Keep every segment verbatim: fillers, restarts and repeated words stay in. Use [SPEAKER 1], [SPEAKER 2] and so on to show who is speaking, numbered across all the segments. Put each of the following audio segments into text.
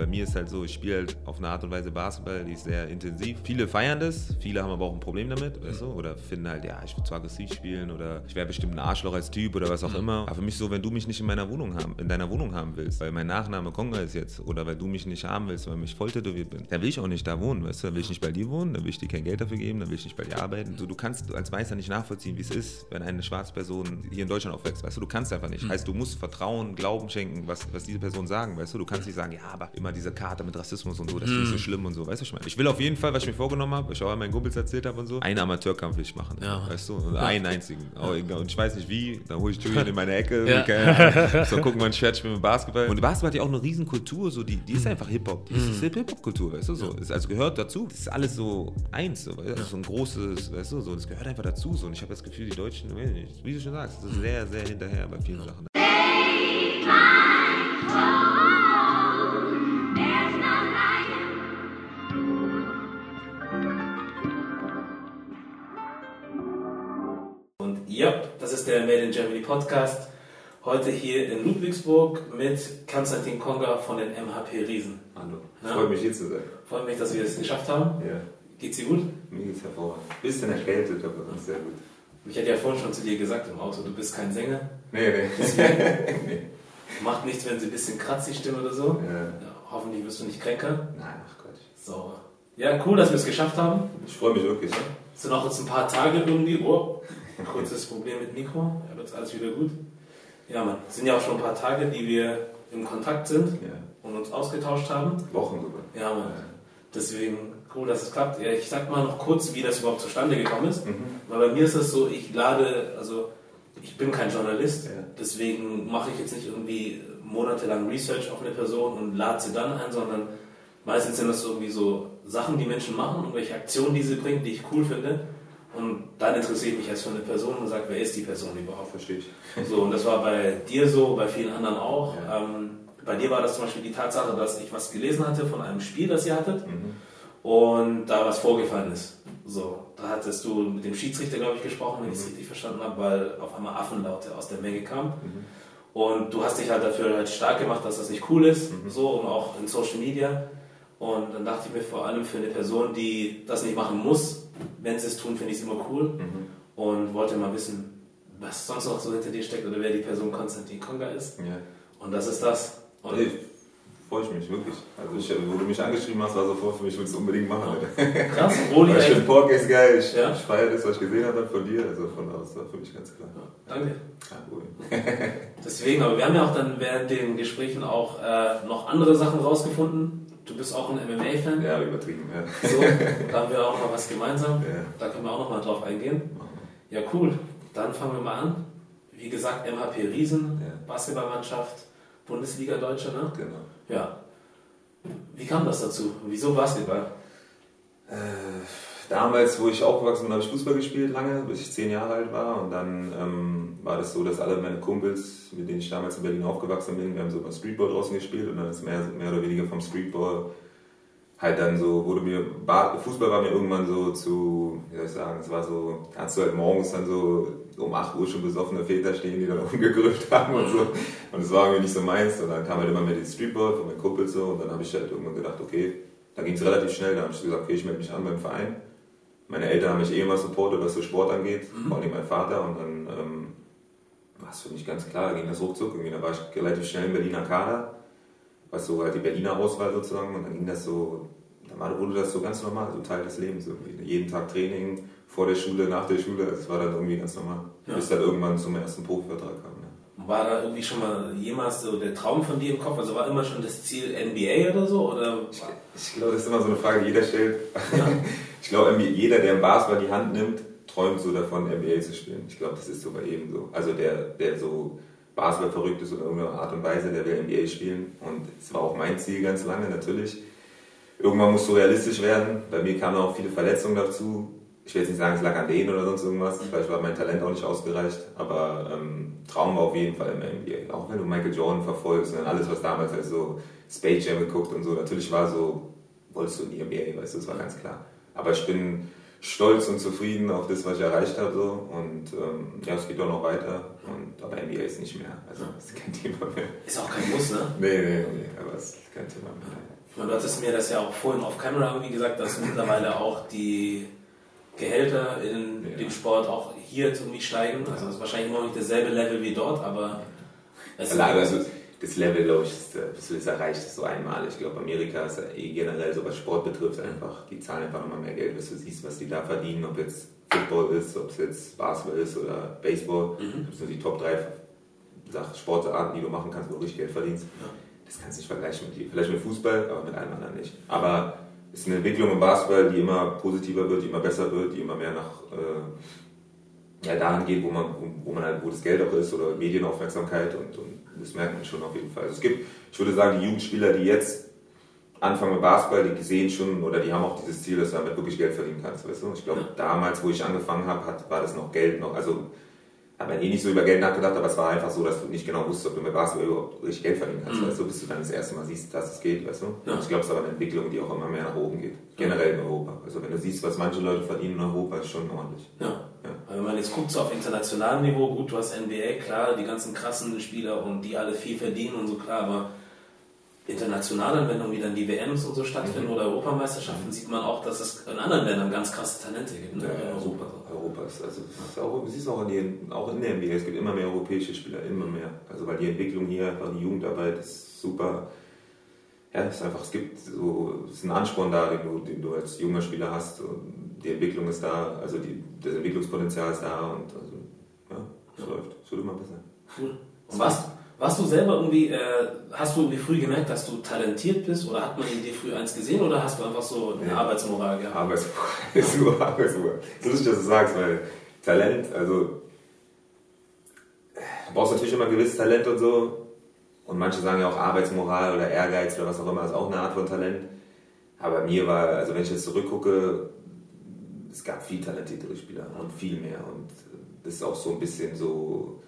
[SPEAKER 1] mir ist halt so, ich spiele halt auf eine Art und Weise Basketball, die ist sehr intensiv. Viele feiern das, viele haben aber auch ein Problem damit, weißt du? Oder finden halt, ja, ich will zu aggressiv spielen oder ich wäre bestimmt ein Arschloch als Typ oder was auch immer. Aber für mich so, wenn du mich nicht in meiner Wohnung haben, in deiner Wohnung haben willst, weil mein Nachname Konga ist jetzt, oder weil du mich nicht haben willst, weil ich voll tätowiert bin, dann will ich auch nicht da wohnen, weißt du? Dann will ich nicht bei dir wohnen, dann will ich dir kein Geld dafür geben, dann will ich nicht bei dir arbeiten. So, du kannst als Weißer nicht nachvollziehen, wie es ist, wenn eine schwarze Person hier in Deutschland aufwächst, weißt du? Du kannst einfach nicht. Mhm. Heißt, du musst Vertrauen, Glauben schenken, was, was diese Personen sagen, weißt du? Du kannst nicht sagen, ja, aber immer diese Karte mit Rassismus und so, das ist nicht so schlimm und so, weißt du, was ich meine? Ich will auf jeden Fall, was ich mir vorgenommen habe, ich auch meinen Kumpels erzählt habe und so, einen Amateurkampf will ich machen, ja. Weißt du? Und ja. einen einzigen. Und ich weiß nicht wie, dann hole ich Julian in meine Ecke, ja. okay, so gucken wir ein Schwert spielen mit Basketball. Und Basketball hat ja auch eine riesen Kultur, so, die, die ist einfach Hip-Hop, die ist Hip-Hop-Kultur, weißt du, so. Es also gehört dazu, das ist alles so eins, so, weißt du? So ein großes, weißt du, so, das gehört einfach dazu, so. Und ich habe das Gefühl, die Deutschen, wie du schon sagst, das ist sehr, sehr hinterher bei vielen Sachen.
[SPEAKER 2] Und ja, das ist der Made in Germany Podcast. Heute hier in Ludwigsburg mit Konstantin Konga von den M H P Riesen.
[SPEAKER 1] Hallo, ja? Freut mich hier zu sein.
[SPEAKER 2] Freut mich, dass wir es geschafft haben.
[SPEAKER 1] Ja.
[SPEAKER 2] Geht's dir gut?
[SPEAKER 1] Mir geht's hervorragend. Bisschen erkältet, aber das ist sehr gut.
[SPEAKER 2] Ich hatte ja vorhin schon zu dir gesagt im Auto, du bist kein Sänger.
[SPEAKER 1] Nee, nee.
[SPEAKER 2] nee. Macht nichts, wenn sie ein bisschen kratzig stimmen oder so.
[SPEAKER 1] Ja.
[SPEAKER 2] Ja, hoffentlich wirst du nicht kränker.
[SPEAKER 1] Nein, ach Gott.
[SPEAKER 2] So. Ja, cool, dass wir es geschafft haben.
[SPEAKER 1] Ich freue mich wirklich. Ja.
[SPEAKER 2] Es sind auch jetzt ein paar Tage irgendwie. Oh, ein kurzes Problem mit Mikro. Ja, wird alles wieder gut. Ja, Mann. Es sind ja auch schon ein paar Tage, die wir im Kontakt sind
[SPEAKER 1] ja.
[SPEAKER 2] und uns ausgetauscht haben.
[SPEAKER 1] Wochen sogar.
[SPEAKER 2] Ja, Mann. Ja. Deswegen cool, dass es klappt. Ja, ich sag mal noch kurz, wie das überhaupt zustande gekommen ist. Mhm. Weil bei mir ist es so, ich lade, also ich bin kein Journalist, ja. deswegen mache ich jetzt nicht irgendwie monatelang Research auf eine Person und lade sie dann ein, sondern meistens sind das irgendwie so Sachen, die Menschen machen und welche Aktionen die sie bringen, die ich cool finde. Und dann interessiert mich erst für eine Person und sage, wer ist die Person überhaupt?
[SPEAKER 1] Verstehe ich.
[SPEAKER 2] So, und das war bei dir so, bei vielen anderen auch. Ja. Ähm, bei dir war das zum Beispiel die Tatsache, dass ich was gelesen hatte von einem Spiel, das ihr hattet. Mhm. Und da was vorgefallen ist. So, da hattest du mit dem Schiedsrichter, glaube ich, gesprochen, wenn mhm. ich es richtig verstanden habe, weil auf einmal Affenlaute aus der Menge kamen. Mhm. Und du hast dich halt dafür halt stark gemacht, dass das nicht cool ist, mhm. so, und auch in Social Media. Und dann dachte ich mir, vor allem für eine Person, die das nicht machen muss, wenn sie es tun, finde ich es immer cool. Mhm. Und wollte mal wissen, was sonst noch so hinter dir steckt oder wer die Person Konstantin Konga ist.
[SPEAKER 1] Ja.
[SPEAKER 2] Und das ist das. Und
[SPEAKER 1] hey. Freue ich mich, wirklich. Also ich, wo du mich angeschrieben hast, war sofort für mich, ich will es unbedingt machen.
[SPEAKER 2] Krass, Roli.
[SPEAKER 1] Ich finde Pork ist geil, ich,
[SPEAKER 2] ja?
[SPEAKER 1] ich feiere das, was ich gesehen habe von dir, also von aus, war für mich ganz klar.
[SPEAKER 2] Ja, danke.
[SPEAKER 1] Kein Problem.
[SPEAKER 2] Deswegen, aber wir haben ja auch dann während den Gesprächen auch äh, noch andere Sachen rausgefunden. Du bist auch ein M M A-Fan.
[SPEAKER 1] Ja, übertrieben, ja.
[SPEAKER 2] So, da haben wir auch mal was gemeinsam. Ja. Da können wir auch noch mal drauf eingehen. Ja, cool. Dann fangen wir mal an. Wie gesagt, M H P Riesen, ja. Basketballmannschaft, Bundesliga Deutsche, ne?
[SPEAKER 1] Genau.
[SPEAKER 2] Ja. Wie kam das dazu? Wieso Basketball?
[SPEAKER 1] Äh, damals, wo ich aufgewachsen bin, habe ich Fußball gespielt lange, bis ich zehn Jahre alt war. Und dann ähm, war das so, dass alle meine Kumpels, mit denen ich damals in Berlin aufgewachsen bin, wir haben so beim Streetball draußen gespielt. Und dann ist mehr, mehr oder weniger vom Streetball halt dann so, wurde mir, Fußball war mir irgendwann so zu, wie soll ich sagen, es war so, kannst du halt morgens dann so um acht Uhr schon besoffene Väter stehen, die dann umgegrölt haben und so. Und es war irgendwie nicht so meins. Und dann kam halt immer mehr die Streetball von meinen Kumpels so. Und dann habe ich halt irgendwann gedacht, okay, dann ging es relativ schnell. Dann habe ich gesagt, okay, ich melde mich an beim Verein. Meine Eltern haben mich eh immer supportet, was so Sport angeht, mhm. vor allem mein Vater. Und dann ähm, war es für mich ganz klar, da ging das ruckzuck. Irgendwie. Da war ich relativ schnell im Berliner Kader, was so halt die Berliner Auswahl sozusagen. Und dann ging das so, dann wurde das so ganz normal, so Teil des Lebens. Irgendwie. Jeden Tag Training, vor der Schule, nach der Schule, das war dann irgendwie ganz normal. Ja. Bis dann irgendwann zum ersten Profivertrag kam. Ja.
[SPEAKER 2] War da irgendwie schon mal jemals so der Traum von dir im Kopf? Also war immer schon das Ziel N B A oder so? Oder?
[SPEAKER 1] Ich, ich glaube, das ist immer so eine Frage, die jeder stellt. Ja. Ich glaube, jeder, der im Basketball die Hand nimmt, träumt so davon, N B A zu spielen. Ich glaube, das ist so bei jedem so. Also der, der so Basketball verrückt ist in irgendeiner Art und Weise, der will N B A spielen. Und es war auch mein Ziel ganz lange, natürlich. Irgendwann musst du realistisch werden. Bei mir kamen auch viele Verletzungen dazu. Ich will jetzt nicht sagen, es lag an denen oder sonst irgendwas. Vielleicht war mein Talent auch nicht ausgereicht. Aber ähm, Traum war auf jeden Fall im N B A. Auch wenn du Michael Jordan verfolgst und dann alles, was damals halt so Space Jam geguckt und so. Natürlich war so, wolltest du in die N B A, weißt du, das war ganz klar. Aber ich bin stolz und zufrieden auf das, was ich erreicht habe. So. Und ähm, ja, es geht auch noch weiter. Und, aber N B A ist nicht mehr. Also, das ist kein Thema mehr.
[SPEAKER 2] Ist auch kein Muss, ne?
[SPEAKER 1] Nee, nee, nee. Aber es ist kein Thema mehr.
[SPEAKER 2] Und du hattest mir das ja auch vorhin auf Kamera irgendwie gesagt, dass mittlerweile auch die Gehälter in ja. dem Sport auch hier irgendwie steigen. Also das ist wahrscheinlich immer noch nicht dasselbe Level wie dort, aber
[SPEAKER 1] es ist also das Level, glaube ich, ist, bis du das erreicht, ist so einmalig. Ich glaube, Amerika ist ja eh generell, so was Sport betrifft, einfach, die zahlen einfach nochmal mehr Geld, bis du siehst, was die da verdienen, ob jetzt Football ist, ob es jetzt Basketball ist oder Baseball. Mhm. Das sind die Top drei Sportarten, die du machen kannst, wo du richtig Geld verdienst. Ja. Das kannst du nicht vergleichen mit dir. Vielleicht mit Fußball, aber mit einem anderen nicht. Aber es ist eine Entwicklung im Basketball, die immer positiver wird, die immer besser wird, die immer mehr nach äh, ja, dahin geht, wo man, wo man halt, wo das Geld auch ist oder Medienaufmerksamkeit und, und das merkt man schon auf jeden Fall. Also es gibt, ich würde sagen, die Jugendspieler, die jetzt anfangen mit Basketball, die sehen schon oder die haben auch dieses Ziel, dass du damit wirklich Geld verdienen kannst. Weißt du? Ich glaube, ja. damals, wo ich angefangen habe, hat, war das noch Geld noch, also habe ich eh nicht so über Geld nachgedacht, aber es war einfach so, dass du nicht genau wusstest, ob du mit Basketball überhaupt richtig Geld verdienen kannst, mhm. weißt du, bis du dann das erste Mal siehst, dass es geht, weißt du. Ja. Und ich glaube, es ist aber eine Entwicklung, die auch immer mehr nach oben geht, generell in Europa. Also wenn du siehst, was manche Leute verdienen in Europa, ist schon ordentlich.
[SPEAKER 2] Ja. Ja. Wenn man jetzt guckt, so auf internationalem Niveau, gut, du hast N B A, klar, die ganzen krassen Spieler und die alle viel verdienen und so, klar, aber international, wenn dann wieder die W Ms und so stattfinden mhm. oder Europameisterschaften, sieht man auch, dass es in anderen Ländern ganz krasse Talente gibt. Ne?
[SPEAKER 1] Ja, ja, super. Europa ist, also ist auch, du siehst auch, in die, auch in der N B A, es gibt immer mehr europäische Spieler, immer mehr. Also weil die Entwicklung hier, einfach die Jugendarbeit ist super. Ja, es ist einfach, es gibt so, es ist ein Ansporn da, den du, den du als junger Spieler hast und die Entwicklung ist da, also die, das Entwicklungspotenzial ist da und also, ja, es ja. läuft, es wird immer besser.
[SPEAKER 2] Cool. Und was? Warst du selber irgendwie, äh, hast du irgendwie früh gemerkt, dass du talentiert bist oder hat man in dir früh eins gesehen oder hast du einfach so eine ja. Arbeitsmoral gehabt?
[SPEAKER 1] Arbeitsmoral ist nur Arbeitsmoral. So lustig, dass du sagst, weil Talent, also du brauchst natürlich immer ein gewisses Talent und so und manche sagen ja auch Arbeitsmoral oder Ehrgeiz oder was auch immer, ist auch eine Art von Talent. Aber mir war, also wenn ich jetzt zurückgucke, es gab viel talentiertere Spieler und viel mehr und das ist auch so ein bisschen so.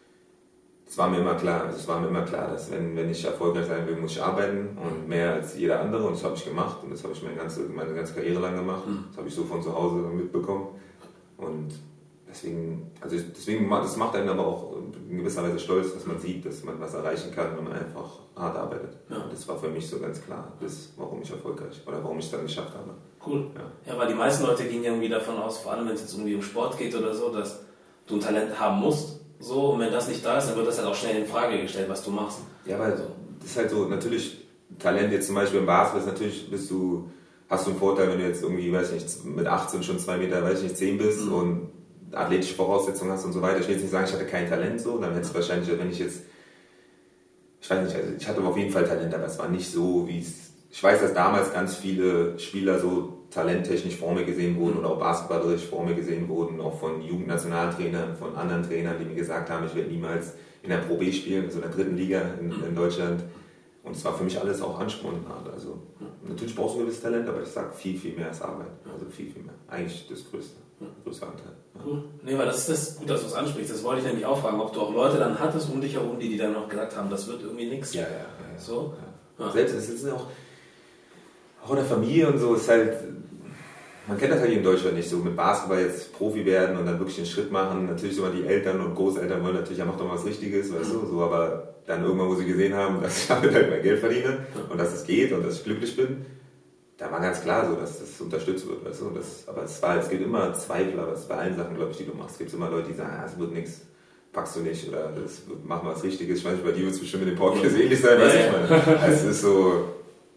[SPEAKER 1] Es war mir immer klar, also es war mir immer klar, dass wenn, wenn ich erfolgreich sein will, muss ich arbeiten und mehr als jeder andere und das habe ich gemacht und das habe ich meine ganze, meine ganze Karriere lang gemacht. Das habe ich so von zu Hause mitbekommen und deswegen, also deswegen, das macht einen aber auch in gewisser Weise stolz, dass man sieht, dass man was erreichen kann, wenn man einfach hart arbeitet. Ja. Und das war für mich so ganz klar, das, warum ich erfolgreich oder warum ich es dann geschafft habe.
[SPEAKER 2] Cool. Ja. Ja, weil die meisten Leute gehen ja irgendwie davon aus, vor allem wenn es jetzt irgendwie um Sport geht oder so, dass du ein Talent haben musst. So, und wenn das nicht da ist, dann wird das halt auch schnell in Frage gestellt, was du machst.
[SPEAKER 1] Ja, weil so. Das ist halt so, natürlich, Talent jetzt zum Beispiel im Basketball ist natürlich, bist du, hast du einen Vorteil, wenn du jetzt irgendwie, weiß nicht, mit achtzehn schon zwei Meter, weiß ich nicht, zehn bist mhm. und athletische Voraussetzungen hast und so weiter. Ich will jetzt nicht sagen, ich hatte kein Talent so, dann hätte es wahrscheinlich, wenn ich jetzt, ich weiß nicht, also ich hatte auf jeden Fall Talent, aber es war nicht so, wie es, ich weiß, dass damals ganz viele Spieler so talenttechnisch vor mir gesehen wurden oder auch basketballerisch vor mir gesehen wurden, auch von Jugendnationaltrainern, von anderen Trainern, die mir gesagt haben, ich werde niemals in der Pro B spielen, also in der dritten Liga in, in Deutschland. Und es war für mich alles auch Ansporn. Also natürlich brauchst du ein gewisses Talent, aber ich sage viel, viel mehr als Arbeit. Also viel, viel mehr. Eigentlich das größte, größte Anteil. Ja.
[SPEAKER 2] Cool. Nee, weil das ist das, gut, dass du es ansprichst. Das wollte ich nämlich auch fragen, ob du auch Leute dann hattest um dich herum, die, die dann noch gesagt haben, das wird irgendwie nichts.
[SPEAKER 1] Ja, ja, ja.
[SPEAKER 2] So?
[SPEAKER 1] Ja. Ja. Selbst, es ist auch, auch in der Familie und so, ist halt, man kennt das halt hier in Deutschland nicht so, mit Basketball jetzt Profi werden und dann wirklich den Schritt machen. Natürlich immer die Eltern und Großeltern wollen natürlich, ja, mach doch mal was Richtiges, weißt du, so, aber dann irgendwann, wo sie gesehen haben, dass ich damit halt mehr Geld verdiene und dass es geht und dass ich glücklich bin, da war ganz klar so, dass das unterstützt wird, weißt du, und das, aber es war, es gibt immer Zweifel, aber es bei allen Sachen, glaube ich, die du machst, gibt es immer Leute, die sagen, ah, es wird nichts, packst du nicht oder das wird, machen wir was Richtiges. Ich meine, bei dir wird es bestimmt mit dem Podcast ähnlich sein, was ich meine. Es ist so,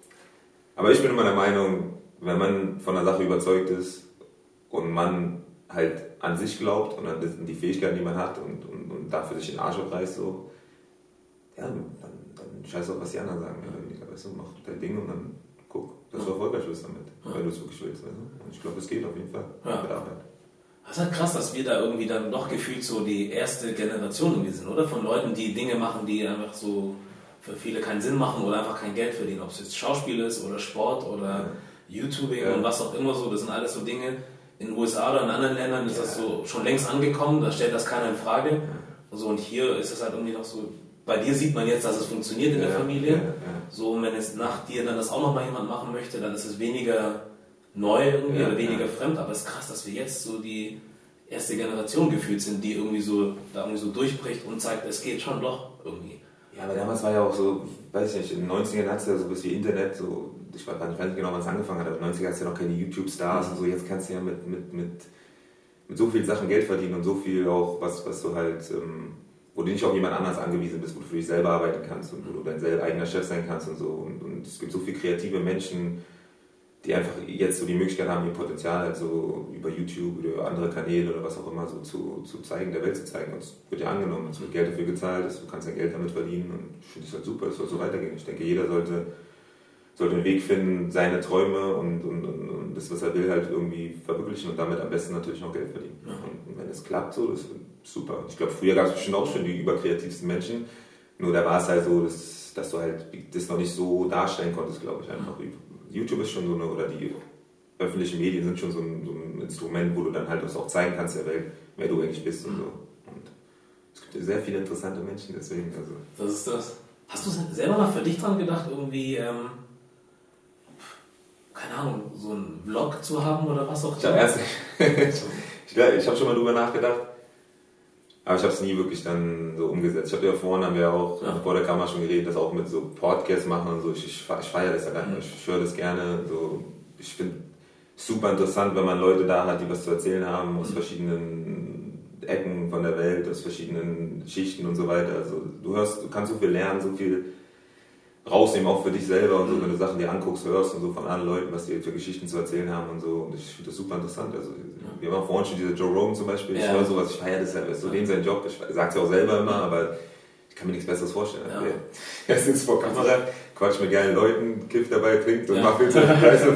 [SPEAKER 1] aber ich bin immer der Meinung, wenn man von einer Sache überzeugt ist und man halt an sich glaubt und an die Fähigkeiten, die man hat und, und, und dafür sich den Arsch aufreißt, so, ja, dann, dann scheiß auf, was die anderen sagen, mehr oder weniger, weißt du, mach dein Ding und dann guck, dass du erfolgreich wirst damit, ja. wenn du es wirklich willst, weißt du? Und ich glaube, es geht auf jeden Fall
[SPEAKER 2] ja.
[SPEAKER 1] mit Arbeit.
[SPEAKER 2] Das ist halt krass, dass wir da irgendwie dann doch gefühlt so die erste Generation irgendwie sind, oder? Von Leuten, die Dinge machen, die einfach so für viele keinen Sinn machen oder einfach kein Geld verdienen, ob es jetzt Schauspiel ist oder Sport oder ja. YouTubing ja. und was auch immer so, das sind alles so Dinge. In den U S A oder in anderen Ländern ist ja. das so schon längst angekommen, da stellt das keiner in Frage. Ja. So, und hier ist es halt irgendwie noch so, bei dir sieht man jetzt, dass es funktioniert in ja. der Familie. Ja. Ja. So, und wenn jetzt nach dir dann das auch nochmal jemand machen möchte, dann ist es weniger neu irgendwie ja. oder weniger ja. fremd, aber es ist krass, dass wir jetzt so die erste Generation gefühlt sind, die irgendwie so da irgendwie so durchbricht und zeigt, es geht schon doch irgendwie.
[SPEAKER 1] Ja, aber damals war ja auch so, weiß ich nicht, in den neunzigern hat es ja so bis wie Internet, so, ich weiß nicht genau, wann es angefangen hat, aber in den neunzigern hat es ja noch keine YouTube-Stars mhm. und so, jetzt kannst du ja mit, mit, mit, mit so vielen Sachen Geld verdienen und so viel auch, was, was du halt, ähm, wo du nicht auf jemand anders angewiesen bist, wo du für dich selber arbeiten kannst und wo du dein selber eigener Chef sein kannst und so. Und, und es gibt so viele kreative Menschen, die einfach jetzt so die Möglichkeit haben, ihr Potenzial halt so über YouTube oder andere Kanäle oder was auch immer so zu, zu zeigen, der Welt zu zeigen. Und es wird ja angenommen, es wird Geld dafür gezahlt, du kannst dein Geld damit verdienen und ich finde das halt super, es soll so weitergehen. Ich denke, jeder sollte, sollte einen Weg finden, seine Träume und, und, und, und das, was er will, halt irgendwie verwirklichen und damit am besten natürlich noch Geld verdienen. Ja. Und, und wenn es klappt, so, das ist super. Ich glaube, früher gab es bestimmt auch schon die überkreativsten Menschen, nur da war es halt so, dass, dass du halt das noch nicht so darstellen konntest, glaube ich, einfach. YouTube ist schon so eine, oder die öffentlichen Medien sind schon so ein, so ein Instrument, wo du dann halt auch zeigen kannst der Welt, wer du eigentlich bist und so. Und es gibt ja sehr viele interessante Menschen, deswegen. Also.
[SPEAKER 2] Das ist das. Hast du selber mal für dich dran gedacht, irgendwie, ähm, keine Ahnung, so einen Vlog zu haben oder was auch immer?
[SPEAKER 1] Ich, ich habe schon mal drüber nachgedacht, aber ich habe es nie wirklich dann so umgesetzt. Ich habe ja vorhin, haben wir auch ja. vor der Kamera schon geredet, das auch mit so Podcasts machen und so. Ich, ich, ich feiere das ja gar nicht. Ich höre das gerne. So. Ich finde es super interessant, wenn man Leute da hat, die was zu erzählen haben, aus verschiedenen Ecken von der Welt, aus verschiedenen Schichten und so weiter. Also du hörst, du kannst so viel lernen, so viel rausnehmen, auch für dich selber und so, wenn du Sachen dir anguckst, hörst und so von anderen Leuten, was die für Geschichten zu erzählen haben und so. Und ich finde das super interessant. Also wir waren vorhin schon dieser Joe Rogan zum Beispiel, ich ja. höre sowas, ich feiere das ja, so dem sein Job, ich sage es ja auch selber immer, aber ich kann mir nichts Besseres vorstellen. Ja. Er sitzt vor Kamera, quatscht mit geilen Leuten, kifft dabei, trinkt und ja. macht Witze. Also,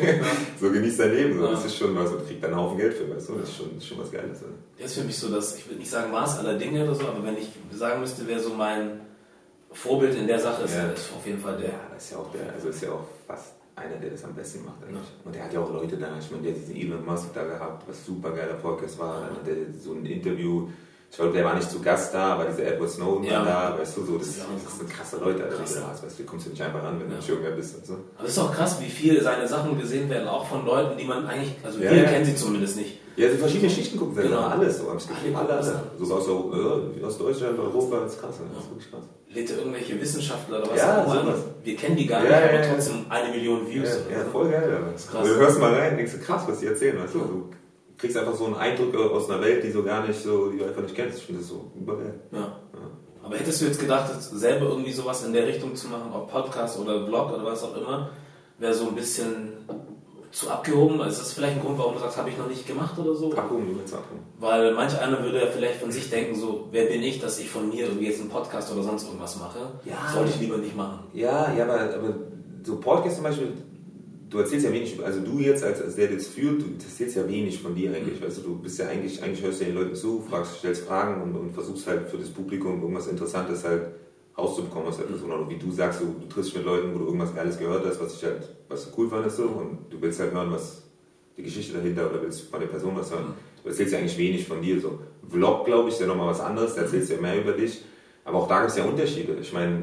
[SPEAKER 1] so genießt sein Leben. So. Ja. Das ist schon was und kriegt dann einen Haufen Geld für, weißt du? Das ist schon, das ist schon was Geiles. Oder?
[SPEAKER 2] Das ist für mich so, dass, ich würde nicht sagen Maß aller Dinge oder so, aber wenn ich sagen müsste, wer so mein Vorbild in der Sache ist, ja. ist auf jeden Fall der.
[SPEAKER 1] Ja, das ist ja auch der, also ist ja auch fast einer, der das am besten macht eigentlich. Ja. Und der hat ja auch Leute da, ich meine, der hat diesen Elon Musk da gehabt, was super geiler Podcast war, ja. der, so ein Interview, ich glaube, der war nicht zu Gast da, aber dieser Edward Snowden ja. war da, weißt du, so, das, ja. das sind krasse Leute, Alter, krass. Hast, weißt du, du kommst ja nicht einfach ran, wenn ja. du nicht irgendwer bist und so.
[SPEAKER 2] Aber es ist auch krass, wie viel seine Sachen gesehen werden, auch von Leuten, die man eigentlich, also ja, wir ja. kennen sie zumindest nicht.
[SPEAKER 1] Ja, also verschiedene Schichten gucken sie genau. alles, so, ich alle, alle, alle. So aus, äh, aus Deutschland, Europa, das ist krass, das ist wirklich krass.
[SPEAKER 2] Lädt er irgendwelche Wissenschaftler oder was
[SPEAKER 1] ja,
[SPEAKER 2] auch immer. Wir kennen die gar nicht,
[SPEAKER 1] ja, ja,
[SPEAKER 2] aber trotzdem eine Million Views.
[SPEAKER 1] Ja, ja voll geil. Aber. Das ist krass. Du hörst mal rein, denkst du, krass, was die erzählen, weißt du? Du kriegst einfach so einen Eindruck aus einer Welt, die so gar nicht so, die du einfach nicht kennst. Ich finde das so übergeil.
[SPEAKER 2] Ja. ja. Aber hättest du jetzt gedacht, selber irgendwie sowas in der Richtung zu machen, ob Podcast oder Blog oder was auch immer, wäre so ein bisschen zu abgehoben? Also ist das vielleicht ein Grund, warum du sagst, habe ich noch nicht gemacht oder so?
[SPEAKER 1] Abgehoben, du willst abgehoben.
[SPEAKER 2] Weil manch einer würde ja vielleicht von sich denken, so, wer bin ich, dass ich von mir irgendwie jetzt einen Podcast oder sonst irgendwas mache? Ja. Sollte ich lieber nicht machen.
[SPEAKER 1] Ja, ja, aber, aber so Podcast zum Beispiel, du erzählst ja wenig, also du jetzt als, als der, der das führt, du erzählst ja wenig von dir eigentlich, mhm. weißt du, du bist ja eigentlich, eigentlich hörst du den Leuten zu, fragst, stellst Fragen und, und versuchst halt für das Publikum irgendwas Interessantes halt rauszubekommen aus der Person. Oder wie du sagst, du, du triffst mit Leuten, wo du irgendwas Geiles gehört hast, was, ich halt, was du cool fandest so, und du willst halt hören, was die Geschichte dahinter, oder willst von der Person was hören. Du erzählst ja eigentlich wenig von dir. So. Vlog, glaube ich, ist ja nochmal was anderes, da erzählst du ja mehr über dich. Aber auch da gibt es ja Unterschiede. Ich meine,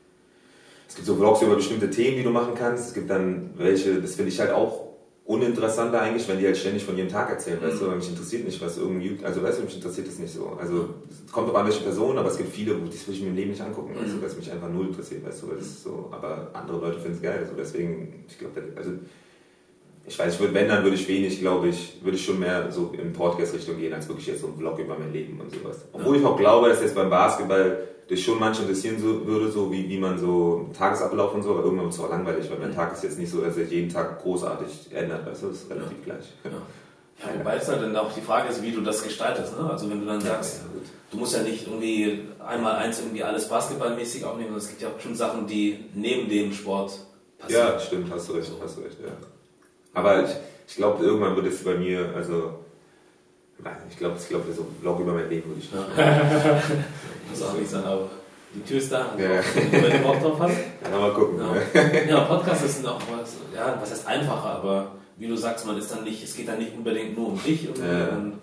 [SPEAKER 1] es gibt so Vlogs über bestimmte Themen, die du machen kannst. Es gibt dann welche, das finde ich halt auch uninteressanter eigentlich, wenn die halt ständig von ihrem Tag erzählen, weißt du, weil mich interessiert nicht, was irgendwie, also weißt du, mich interessiert das nicht so. Also es kommt auch an welche Person, aber es gibt viele, die will ich mir im Leben nicht angucken, weißt du, weil es mich einfach null interessiert, weißt du, weil das ist so, aber andere Leute finden es geil, also deswegen, ich glaube, also ich weiß, ich würde, wenn, dann würde ich wenig, glaube ich, würde ich schon mehr so in Podcast-Richtung gehen, als wirklich jetzt so ein Vlog über mein Leben und sowas. Obwohl ich auch glaube, dass jetzt beim Basketball das schon manche interessieren so, würde, so wie, wie man so Tagesablauf und so, aber irgendwann ist es auch langweilig, weil mein Tag ist jetzt nicht so, dass sich jeden Tag großartig ändert, weißt du, das ist relativ ja. gleich.
[SPEAKER 2] Ja. Ja, wobei es dann auch die Frage ist, wie du das gestaltest, ne? Also wenn du dann sagst, ja, du musst ja nicht irgendwie einmal eins irgendwie alles basketballmäßig aufnehmen, sondern es gibt ja auch schon Sachen, die neben dem Sport passieren.
[SPEAKER 1] Ja, stimmt, hast du recht, hast du recht, ja. Aber ich, ich glaube, irgendwann wird es bei mir, also ich glaube, ich glaube, so Vlog über mein Leben würde ich nicht.
[SPEAKER 2] Ja. Muss auch nicht sein, aber die Tür ist da,
[SPEAKER 1] ja.
[SPEAKER 2] wenn du Bock drauf hast.
[SPEAKER 1] Ja, mal gucken.
[SPEAKER 2] Ja, ja, Podcast ist noch was, ja, was heißt einfacher, aber wie du sagst, man ist dann nicht, es geht dann nicht unbedingt nur um dich. Und, ja. Und,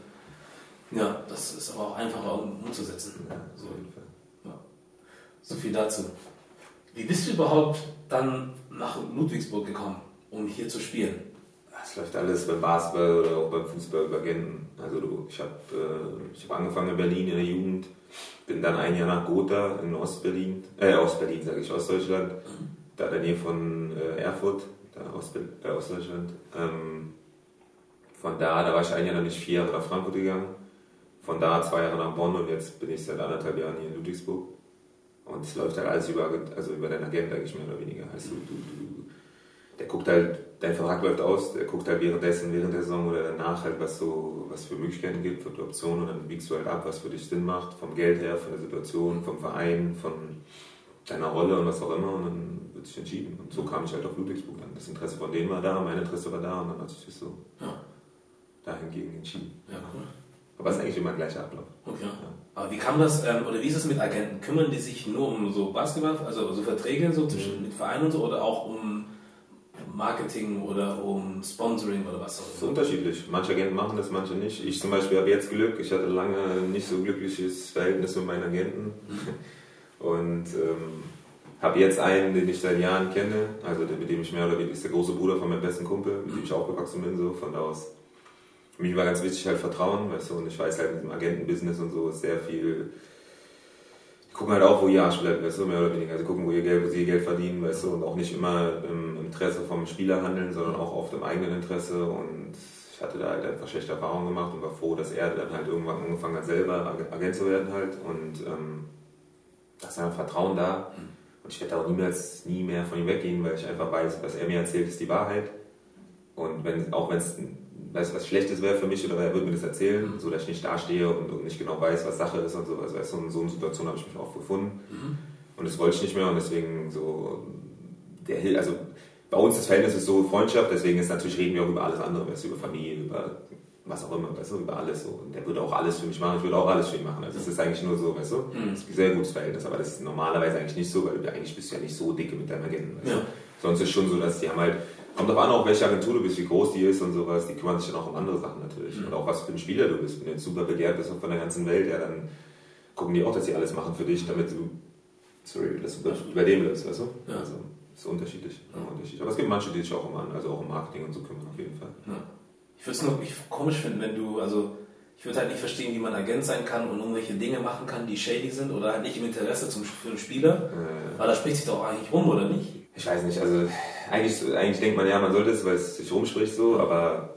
[SPEAKER 2] ja, das ist aber auch einfacher um, umzusetzen.
[SPEAKER 1] Ja,
[SPEAKER 2] so. Ja. So viel dazu. Wie bist du überhaupt dann nach Ludwigsburg gekommen, um hier zu spielen?
[SPEAKER 1] Es läuft alles beim Basketball oder auch beim Fußball über Agenten. Also du, ich habe äh, ich hab angefangen in Berlin in der Jugend, bin dann ein Jahr nach Gotha in Ostberlin, äh Ostberlin sage ich, Ostdeutschland, da in der Nähe von äh, Erfurt, da Ostbe äh, Ostdeutschland. Ähm, von da, da war ich ein Jahr, dann bin ich vier Jahre nach Frankfurt gegangen, von da zwei Jahre nach Bonn und jetzt bin ich seit anderthalb Jahren hier in Ludwigsburg. Und es läuft halt alles über, also über deinen Agent eigentlich mehr oder weniger. Also du, du, der guckt halt, dein Vertrag läuft aus, der guckt halt währenddessen, während der Saison oder danach halt, was so, was für Möglichkeiten gibt, für Optionen und dann wiegst du halt ab, was für dich Sinn macht, vom Geld her, von der Situation, vom Verein, von deiner Rolle und was auch immer und dann wird sich entschieden. Und so kam ich halt auf Ludwigsburg an. Das Interesse von denen war da, mein Interesse war da und dann hat sich das so
[SPEAKER 2] ja.
[SPEAKER 1] dahingegen entschieden.
[SPEAKER 2] Ja, cool.
[SPEAKER 1] Aber es ist eigentlich immer ein gleicher Ablauf.
[SPEAKER 2] Okay. Ja. Aber wie kam das, ähm, oder wie ist es mit Agenten? Kümmern die sich nur um so Basketball, also so Verträge so zwischen mit Vereinen und so, oder auch um Marketing oder um Sponsoring oder was auch immer?
[SPEAKER 1] Das ist unterschiedlich. Manche Agenten machen das, manche nicht. Ich zum Beispiel habe jetzt Glück. Ich hatte lange nicht so glückliches Verhältnis mit meinen Agenten. Mhm. Und ähm, habe jetzt einen, den ich seit Jahren kenne, also mit dem ich mehr oder weniger, ist der große Bruder von meinem besten Kumpel, mit dem ich aufgewachsen bin, so von da aus. Für mich war ganz wichtig halt Vertrauen, weißt du, und ich weiß halt mit dem Agentenbusiness und so ist sehr viel, die gucken halt auch, wo ihr Arsch bleibt, weißt du, mehr oder weniger, sie gucken, wo ihr Geld, wo sie ihr Geld verdienen, weißt du, und auch nicht immer im Interesse vom Spieler handeln, sondern auch oft im eigenen Interesse und ich hatte da halt einfach schlechte Erfahrungen gemacht und war froh, dass er dann halt irgendwann angefangen hat, selber Agent zu werden halt und ähm, da ist einfach Vertrauen da und ich werde da auch niemals, nie mehr von ihm weggehen, weil ich einfach weiß, was er mir erzählt, ist die Wahrheit und wenn, auch wenn es weißt du, was Schlechtes wäre für mich oder er würde mir das erzählen, mhm. so dass ich nicht dastehe und nicht genau weiß, was Sache ist und sowas. Weißt du, in so einer Situation habe ich mich auch gefunden mhm. und das wollte ich nicht mehr und deswegen so, der, also bei uns das Verhältnis ist so Freundschaft, deswegen ist natürlich, reden wir auch über alles andere, weißt du, über Familie, über was auch immer, weißt du, über alles so. Und der würde auch alles für mich machen, ich würde auch alles für ihn machen. Also es ist eigentlich nur so, weißt du, mhm. das ist ein sehr gutes Verhältnis, aber das ist normalerweise eigentlich nicht so, weil du eigentlich bist du ja nicht so dicke mit deinem Agenten, weißt du. Ja. Sonst ist es schon so, dass die haben halt, kommt drauf an, auch welche Agentur du bist, wie groß die ist und sowas, die kümmern sich dann auch um andere Sachen natürlich. Mhm. Und auch was für ein Spieler du bist. Wenn du jetzt super begehrt bist von der ganzen Welt, ja, dann gucken die auch, dass sie alles machen für dich, damit du, sorry, dass du überleben willst, weißt du? Ja. Also, ist unterschiedlich, ja. unterschiedlich. Aber es gibt manche, die sich auch um, also auch um Marketing und so kümmern, auf jeden Fall. Ja.
[SPEAKER 2] Ich würde es nur komisch finden, wenn du, also, ich würde halt nicht verstehen, wie man Agent sein kann und irgendwelche Dinge machen kann, die shady sind oder halt nicht im Interesse zum, für den Spieler. Ja. Weil da spricht sich doch eigentlich rum, oder nicht?
[SPEAKER 1] Ich weiß nicht, also eigentlich, eigentlich denkt man ja, man sollte es, weil es sich rumspricht so, aber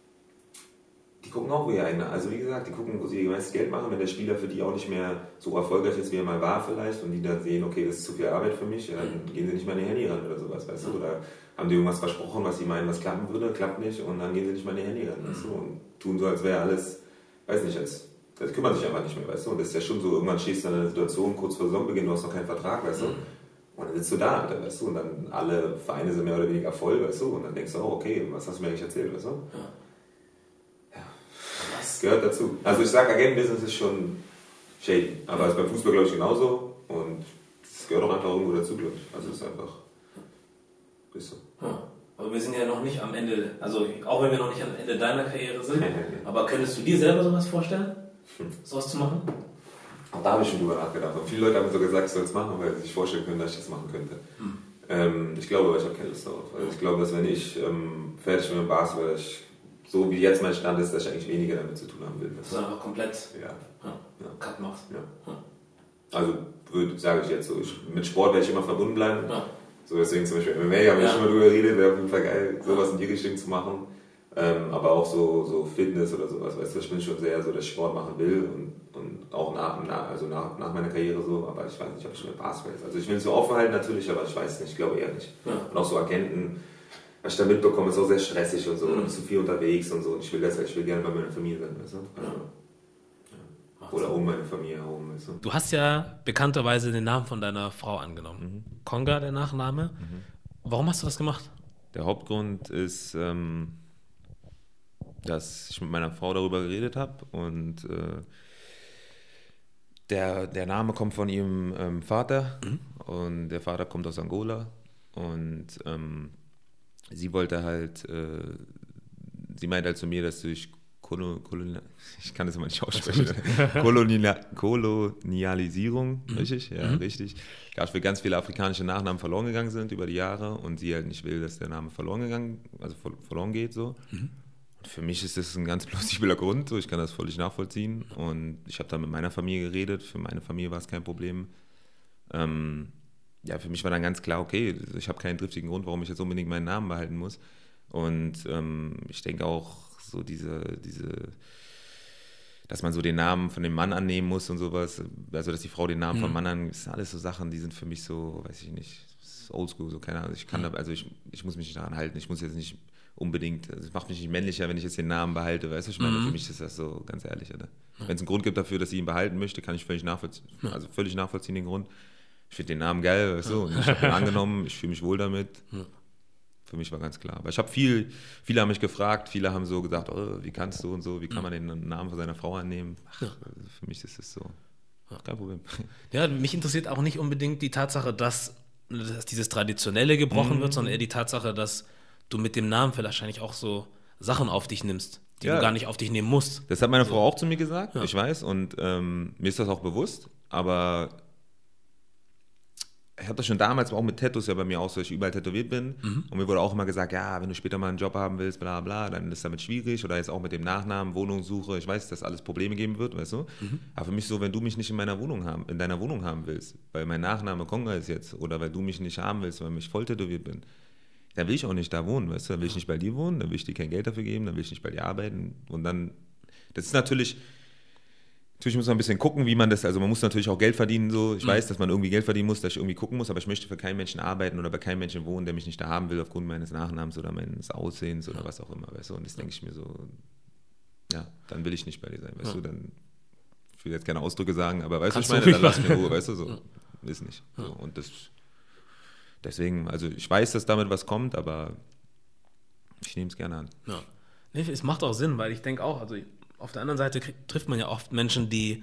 [SPEAKER 1] die gucken auch, wo ihr eigene, also wie gesagt, die gucken, wo sie ihr meistes Geld machen, wenn der Spieler für die auch nicht mehr so erfolgreich ist, wie er mal war vielleicht und die dann sehen, okay, das ist zu viel Arbeit für mich, ja, dann gehen sie nicht mehr an ihr Handy ran oder sowas, weißt du, oder haben die irgendwas versprochen, was sie meinen, was klappen würde, klappt nicht und dann gehen sie nicht mehr an ihr Handy ran, weißt du, und tun so, als wäre alles, weiß nicht, als, das kümmert sich einfach nicht mehr, weißt du, und das ist ja schon so, irgendwann stehst du in einer Situation, kurz vor Saisonbeginn, du hast noch keinen Vertrag, weißt du, und dann sitzt du da, weißt du, und dann alle Vereine sind mehr oder weniger voll, weißt du, und dann denkst du, oh, okay, was hast du mir eigentlich erzählt, weißt du? Ja. Ja. Das gehört dazu. Also ich sage, Agentenbusiness ist schon shady, aber es ist beim Fußball, glaube ich, genauso und es gehört auch einfach irgendwo dazu, glaube ich. Also es ist einfach, ist so.
[SPEAKER 2] Ja. Aber wir sind ja noch nicht am Ende, also auch wenn wir noch nicht am Ende deiner Karriere sind, aber könntest du dir selber sowas vorstellen, sowas zu machen?
[SPEAKER 1] Auch da habe ich schon drüber nachgedacht. Und viele Leute haben mir so gesagt, ich soll es machen, weil sie sich vorstellen können, dass ich das machen könnte. Hm. Ähm, ich glaube aber, ich habe keine Lust darauf. Also ich glaube, dass wenn ich ähm, fertig bin mit dem Basketball, ich, so wie jetzt mein Stand ist, dass ich eigentlich weniger damit zu tun haben will.
[SPEAKER 2] Das ist einfach komplett
[SPEAKER 1] ja.
[SPEAKER 2] Ja. Ja. Cut machst.
[SPEAKER 1] Ja. Ja. Also sage ich jetzt so, ich, mit Sport werde ich immer verbunden bleiben. Ja. So deswegen zum Beispiel M M A, haben wir ja. schon mal drüber geredet, wäre auf jeden Fall geil, sowas in die Richtung zu machen. Ähm, aber auch so, so Fitness oder sowas, weißt du, ich bin schon sehr so, dass ich Sport machen will und, und auch nach, nach, also nach, nach meiner Karriere so, aber ich weiß nicht, ob ich schon mit Basketball ist. Also ich will es so offen halten natürlich, aber ich weiß nicht, ich glaube eher nicht. Ja. Und auch so Agenten, was ich da mitbekomme, ist auch sehr stressig und so, mhm. und bist du viel unterwegs und so und ich will das, ich will gerne bei meiner Familie sein, weißt du? Also, ja. Oder um meine Familie herum, weißt du?
[SPEAKER 2] Du hast ja bekannterweise den Namen von deiner Frau angenommen. Mhm. Konga, der Nachname. Mhm. Warum hast du das gemacht?
[SPEAKER 1] Der Hauptgrund ist, ähm, dass ich mit meiner Frau darüber geredet habe und äh, der, der Name kommt von ihrem ähm, Vater mhm. und der Vater kommt aus Angola und ähm, sie wollte halt, äh, sie meint halt zu mir, dass durch Kolon, Kolon, ich kann das immer nicht aussprechen. Kolonial, Kolonialisierung, mhm. richtig? Ja, mhm. richtig. Gab für ganz viele afrikanische Nachnamen verloren gegangen sind über die Jahre und sie halt nicht will, dass der Name verloren gegangen, also verloren geht so. Mhm. Und für mich ist das ein ganz plausibler Grund, so ich kann das völlig nachvollziehen und ich habe da mit meiner Familie geredet, für meine Familie war es kein Problem. Ähm, ja, für mich war dann ganz klar, okay, ich habe keinen triftigen Grund, warum ich jetzt unbedingt meinen Namen behalten muss und ähm, ich denke auch, so diese, diese, dass man so den Namen von dem Mann annehmen muss und sowas, also dass die Frau den Namen mhm. vom Mann annimmt, das sind alles so Sachen, die sind für mich so, weiß ich nicht, oldschool, so keine Ahnung, ich kann da, also ich, ich muss mich nicht daran halten, ich muss jetzt nicht unbedingt, also es macht mich nicht männlicher, wenn ich jetzt den Namen behalte, weißt du, ich meine, mhm. für mich ist das so, ganz ehrlich, oder? Ja. Wenn es einen Grund gibt dafür, dass sie ihn behalten möchte, kann ich völlig nachvollziehen, ja. also völlig nachvollziehen den Grund, ich finde den Namen geil, weißt du, und ich habe ihn angenommen, ich fühle mich wohl damit. Ja. Für mich war ganz klar. Aber ich habe viel, viele haben mich gefragt, viele haben so gesagt, oh, wie kannst du und so, wie kann man den Namen von seiner Frau annehmen? Ach, ja. also für mich ist es so, kein Problem.
[SPEAKER 3] Ja, mich interessiert auch nicht unbedingt die Tatsache, dass, dass dieses Traditionelle gebrochen mhm. wird, sondern eher die Tatsache, dass du mit dem Namen vielleicht wahrscheinlich auch so Sachen auf dich nimmst, die ja. du gar nicht auf dich nehmen musst.
[SPEAKER 1] Das hat meine so. Frau auch zu mir gesagt, ja. ich weiß, und ähm, mir ist das auch bewusst, aber ich habe das schon damals auch mit Tattoos ja bei mir auch so, dass ich überall tätowiert bin. Mhm. Und mir wurde auch immer gesagt, ja, wenn du später mal einen Job haben willst, bla bla, dann ist damit schwierig. Oder jetzt auch mit dem Nachnamen, Wohnungssuche. Ich weiß, dass alles Probleme geben wird, weißt du. Mhm. Aber für mich so, wenn du mich nicht in meiner Wohnung haben, in deiner Wohnung haben willst, weil mein Nachname Konga ist jetzt, oder weil du mich nicht haben willst, weil ich voll tätowiert bin, dann will ich auch nicht da wohnen, weißt du. Dann will ich nicht bei dir wohnen, dann will ich dir kein Geld dafür geben, dann will ich nicht bei dir arbeiten. Und dann, das ist natürlich... Natürlich muss man ein bisschen gucken, wie man das, also man muss natürlich auch Geld verdienen, so. Ich mhm. weiß, dass man irgendwie Geld verdienen muss, dass ich irgendwie gucken muss, aber ich möchte für keinen Menschen arbeiten oder bei keinem Menschen wohnen, der mich nicht da haben will, aufgrund meines Nachnamens oder meines Aussehens oder was auch immer, weißt du. Und das denke ich mir so, ja, dann will ich nicht bei dir sein, weißt ja. du, dann, ich will jetzt keine Ausdrücke sagen, aber weißt du, ich meine, dann lass mir Ruhe, weißt du, so, ja. ist nicht. So. Ja. Und das, deswegen, also ich weiß, dass damit was kommt, aber ich nehme es gerne an.
[SPEAKER 3] Ja. Nee, es macht auch Sinn, weil ich denke auch, also auf der anderen Seite trifft man ja oft Menschen, die,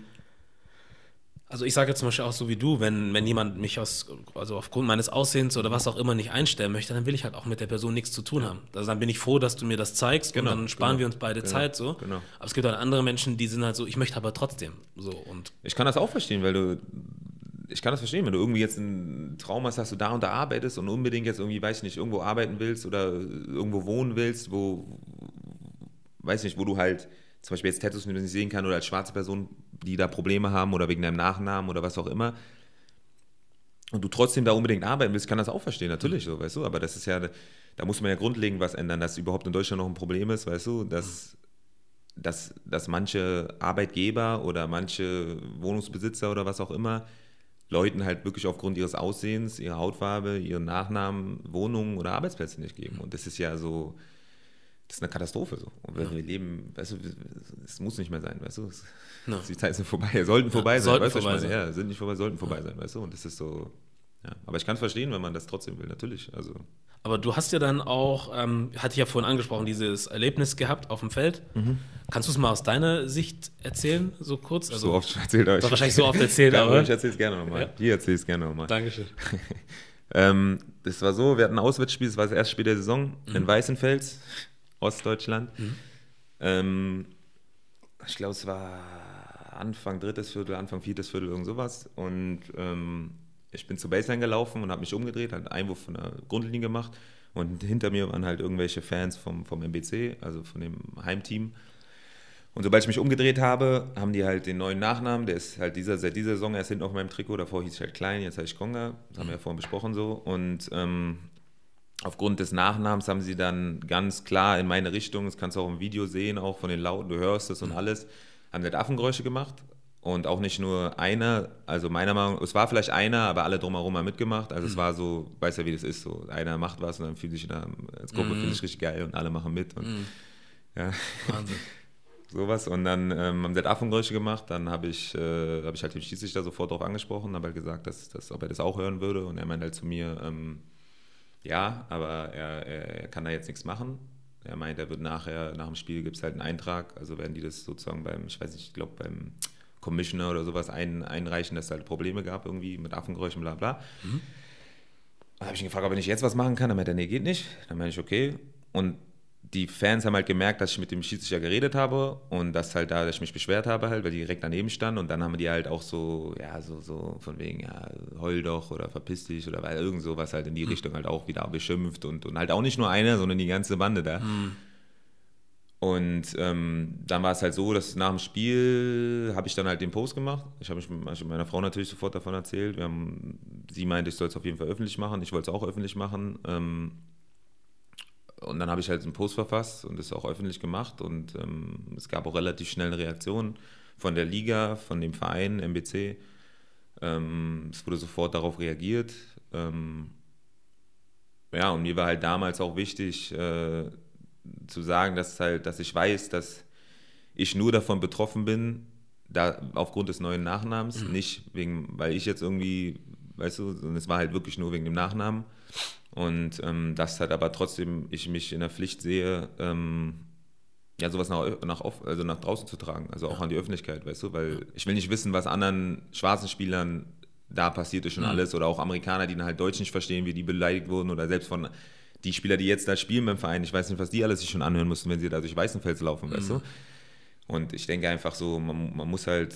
[SPEAKER 3] also ich sage jetzt zum Beispiel auch so wie du, wenn, wenn jemand mich aus, also aufgrund meines Aussehens oder was auch immer nicht einstellen möchte, dann will ich halt auch mit der Person nichts zu tun haben. Also dann bin ich froh, dass du mir das zeigst genau, und dann sparen genau, wir uns beide genau, Zeit so. Genau. Aber es gibt halt andere Menschen, die sind halt so, ich möchte aber trotzdem so. Und
[SPEAKER 1] ich kann das auch verstehen, weil du, ich kann das verstehen, wenn du irgendwie jetzt einen Traum hast, dass du da und da arbeitest und unbedingt jetzt irgendwie, weiß ich nicht, irgendwo arbeiten willst oder irgendwo wohnen willst, wo, weiß nicht, wo du halt zum Beispiel jetzt Tattoos, die du nicht sehen kann, oder als schwarze Person, die da Probleme haben oder wegen deinem Nachnamen oder was auch immer, und du trotzdem da unbedingt arbeiten willst, kann das auch verstehen, natürlich so, weißt du, aber das ist ja, da muss man ja grundlegend was ändern, dass überhaupt in Deutschland noch ein Problem ist, weißt du, dass, dass, dass manche Arbeitgeber oder manche Wohnungsbesitzer oder was auch immer Leuten halt wirklich aufgrund ihres Aussehens, ihrer Hautfarbe, ihren Nachnamen, Wohnungen oder Arbeitsplätze nicht geben, und das ist ja so, das ist eine Katastrophe so. Und wenn ja. wir leben, weißt du, es muss nicht mehr sein, weißt du. Es, no. Die Zeiten sind vorbei, sollten vorbei ja, sein,
[SPEAKER 3] sollten
[SPEAKER 1] weißt
[SPEAKER 3] vorbei
[SPEAKER 1] du,
[SPEAKER 3] sein.
[SPEAKER 1] Ja, sind nicht vorbei, sollten vorbei ja. sein, weißt du. Und das ist so, ja. Aber ich kann es verstehen, wenn man das trotzdem will, natürlich. Also.
[SPEAKER 3] Aber du hast ja dann auch, ähm, hatte ich ja vorhin angesprochen, dieses Erlebnis gehabt auf dem Feld. Mhm. Kannst du es mal aus deiner Sicht erzählen, so kurz? Also,
[SPEAKER 1] so oft schon erzählt euch.
[SPEAKER 3] Doch wahrscheinlich so oft erzählt,
[SPEAKER 1] ja,
[SPEAKER 3] aber.
[SPEAKER 1] Ich erzähle es gerne nochmal. Ja. Hier erzähle ich es gerne nochmal.
[SPEAKER 3] Dankeschön.
[SPEAKER 1] ähm, das war so, wir hatten ein Auswärtsspiel, das war das erste Spiel der Saison mhm. in Weißenfels. Ostdeutschland. Mhm. Ähm, ich glaube, es war Anfang drittes Viertel, Anfang viertes Viertel, irgend sowas. Und ähm, ich bin zur Baseline gelaufen und habe mich umgedreht, halt einen Einwurf von der Grundlinie gemacht. Und hinter mir waren halt irgendwelche Fans vom, vom M B C, also von dem Heimteam. Und sobald ich mich umgedreht habe, haben die halt den neuen Nachnamen, der ist halt dieser, seit dieser Saison erst hinten auf meinem Trikot. Davor hieß ich halt Klein, jetzt heiße ich Konga. Das haben wir ja vorhin besprochen so. Und ähm, aufgrund des Nachnamens haben sie dann ganz klar in meine Richtung, das kannst du auch im Video sehen, auch von den Lauten, du hörst es und alles, haben sie Affengeräusche gemacht. Und auch nicht nur einer, also meiner Meinung nach, es war vielleicht einer, aber alle drumherum haben mitgemacht. Also mhm. es war so, weißt ja, wie das ist, so einer macht was und dann fühlt sich da, als Gruppe mhm. finde ich richtig geil und alle machen mit. Und, mhm. ja. Wahnsinn. Sowas. Und dann ähm, haben sie Affengeräusche gemacht, dann habe ich, äh, hab ich halt den Schiedsrichter sofort darauf angesprochen, habe halt gesagt, dass, dass, ob er das auch hören würde. Und er meinte halt zu mir, ähm, ja, aber er, er kann da jetzt nichts machen. Er meint, er wird nachher, nach dem Spiel gibt es halt einen Eintrag, also werden die das sozusagen beim, ich weiß nicht, ich glaube beim Commissioner oder sowas ein, einreichen, dass es halt Probleme gab irgendwie mit Affengeräuschen, bla bla. Mhm. Dann habe ich ihn gefragt, ob er nicht jetzt was machen kann. Dann meinte er, nee, geht nicht. Dann meinte ich, okay. Und die Fans haben halt gemerkt, dass ich mit dem Schiedsrichter geredet habe und dass halt da, dass ich mich beschwert habe halt, weil die direkt daneben standen und dann haben die halt auch so, ja, so, so von wegen, ja, heul doch oder verpiss dich oder weil irgend sowas halt in die Richtung halt auch wieder beschimpft und, und halt auch nicht nur einer, sondern die ganze Bande da. Mhm. Und ähm, dann war es halt so, dass nach dem Spiel habe ich dann halt den Post gemacht. Ich habe mich meiner Frau natürlich sofort davon erzählt. Wir haben, sie meinte, ich soll es auf jeden Fall öffentlich machen. Ich wollte es auch öffentlich machen. Ähm, Und dann habe ich halt einen Post verfasst und das auch öffentlich gemacht und ähm, es gab auch relativ schnell eine Reaktion von der Liga, von dem Verein M B C. Ähm, es wurde sofort darauf reagiert. Ähm, ja, und mir war halt damals auch wichtig äh, zu sagen, dass halt, dass ich weiß, dass ich nur davon betroffen bin, da aufgrund des neuen Nachnamens, mhm. nicht wegen, weil ich jetzt irgendwie, weißt du, und es war halt wirklich nur wegen dem Nachnamen. Und ähm, das hat aber trotzdem, ich mich in der Pflicht sehe, ähm, ja, sowas nach, nach, also nach draußen zu tragen, also auch an die Öffentlichkeit, weißt du, weil ich will nicht wissen, was anderen schwarzen Spielern da passiert ist schon mhm. alles oder auch Amerikaner, die dann halt Deutsch nicht verstehen, wie die beleidigt wurden oder selbst von die Spieler, die jetzt da spielen beim Verein, ich weiß nicht, was die alles sich schon anhören mussten, wenn sie da durch Weißenfels laufen, mhm. weißt du. Und ich denke einfach so, man, man muss halt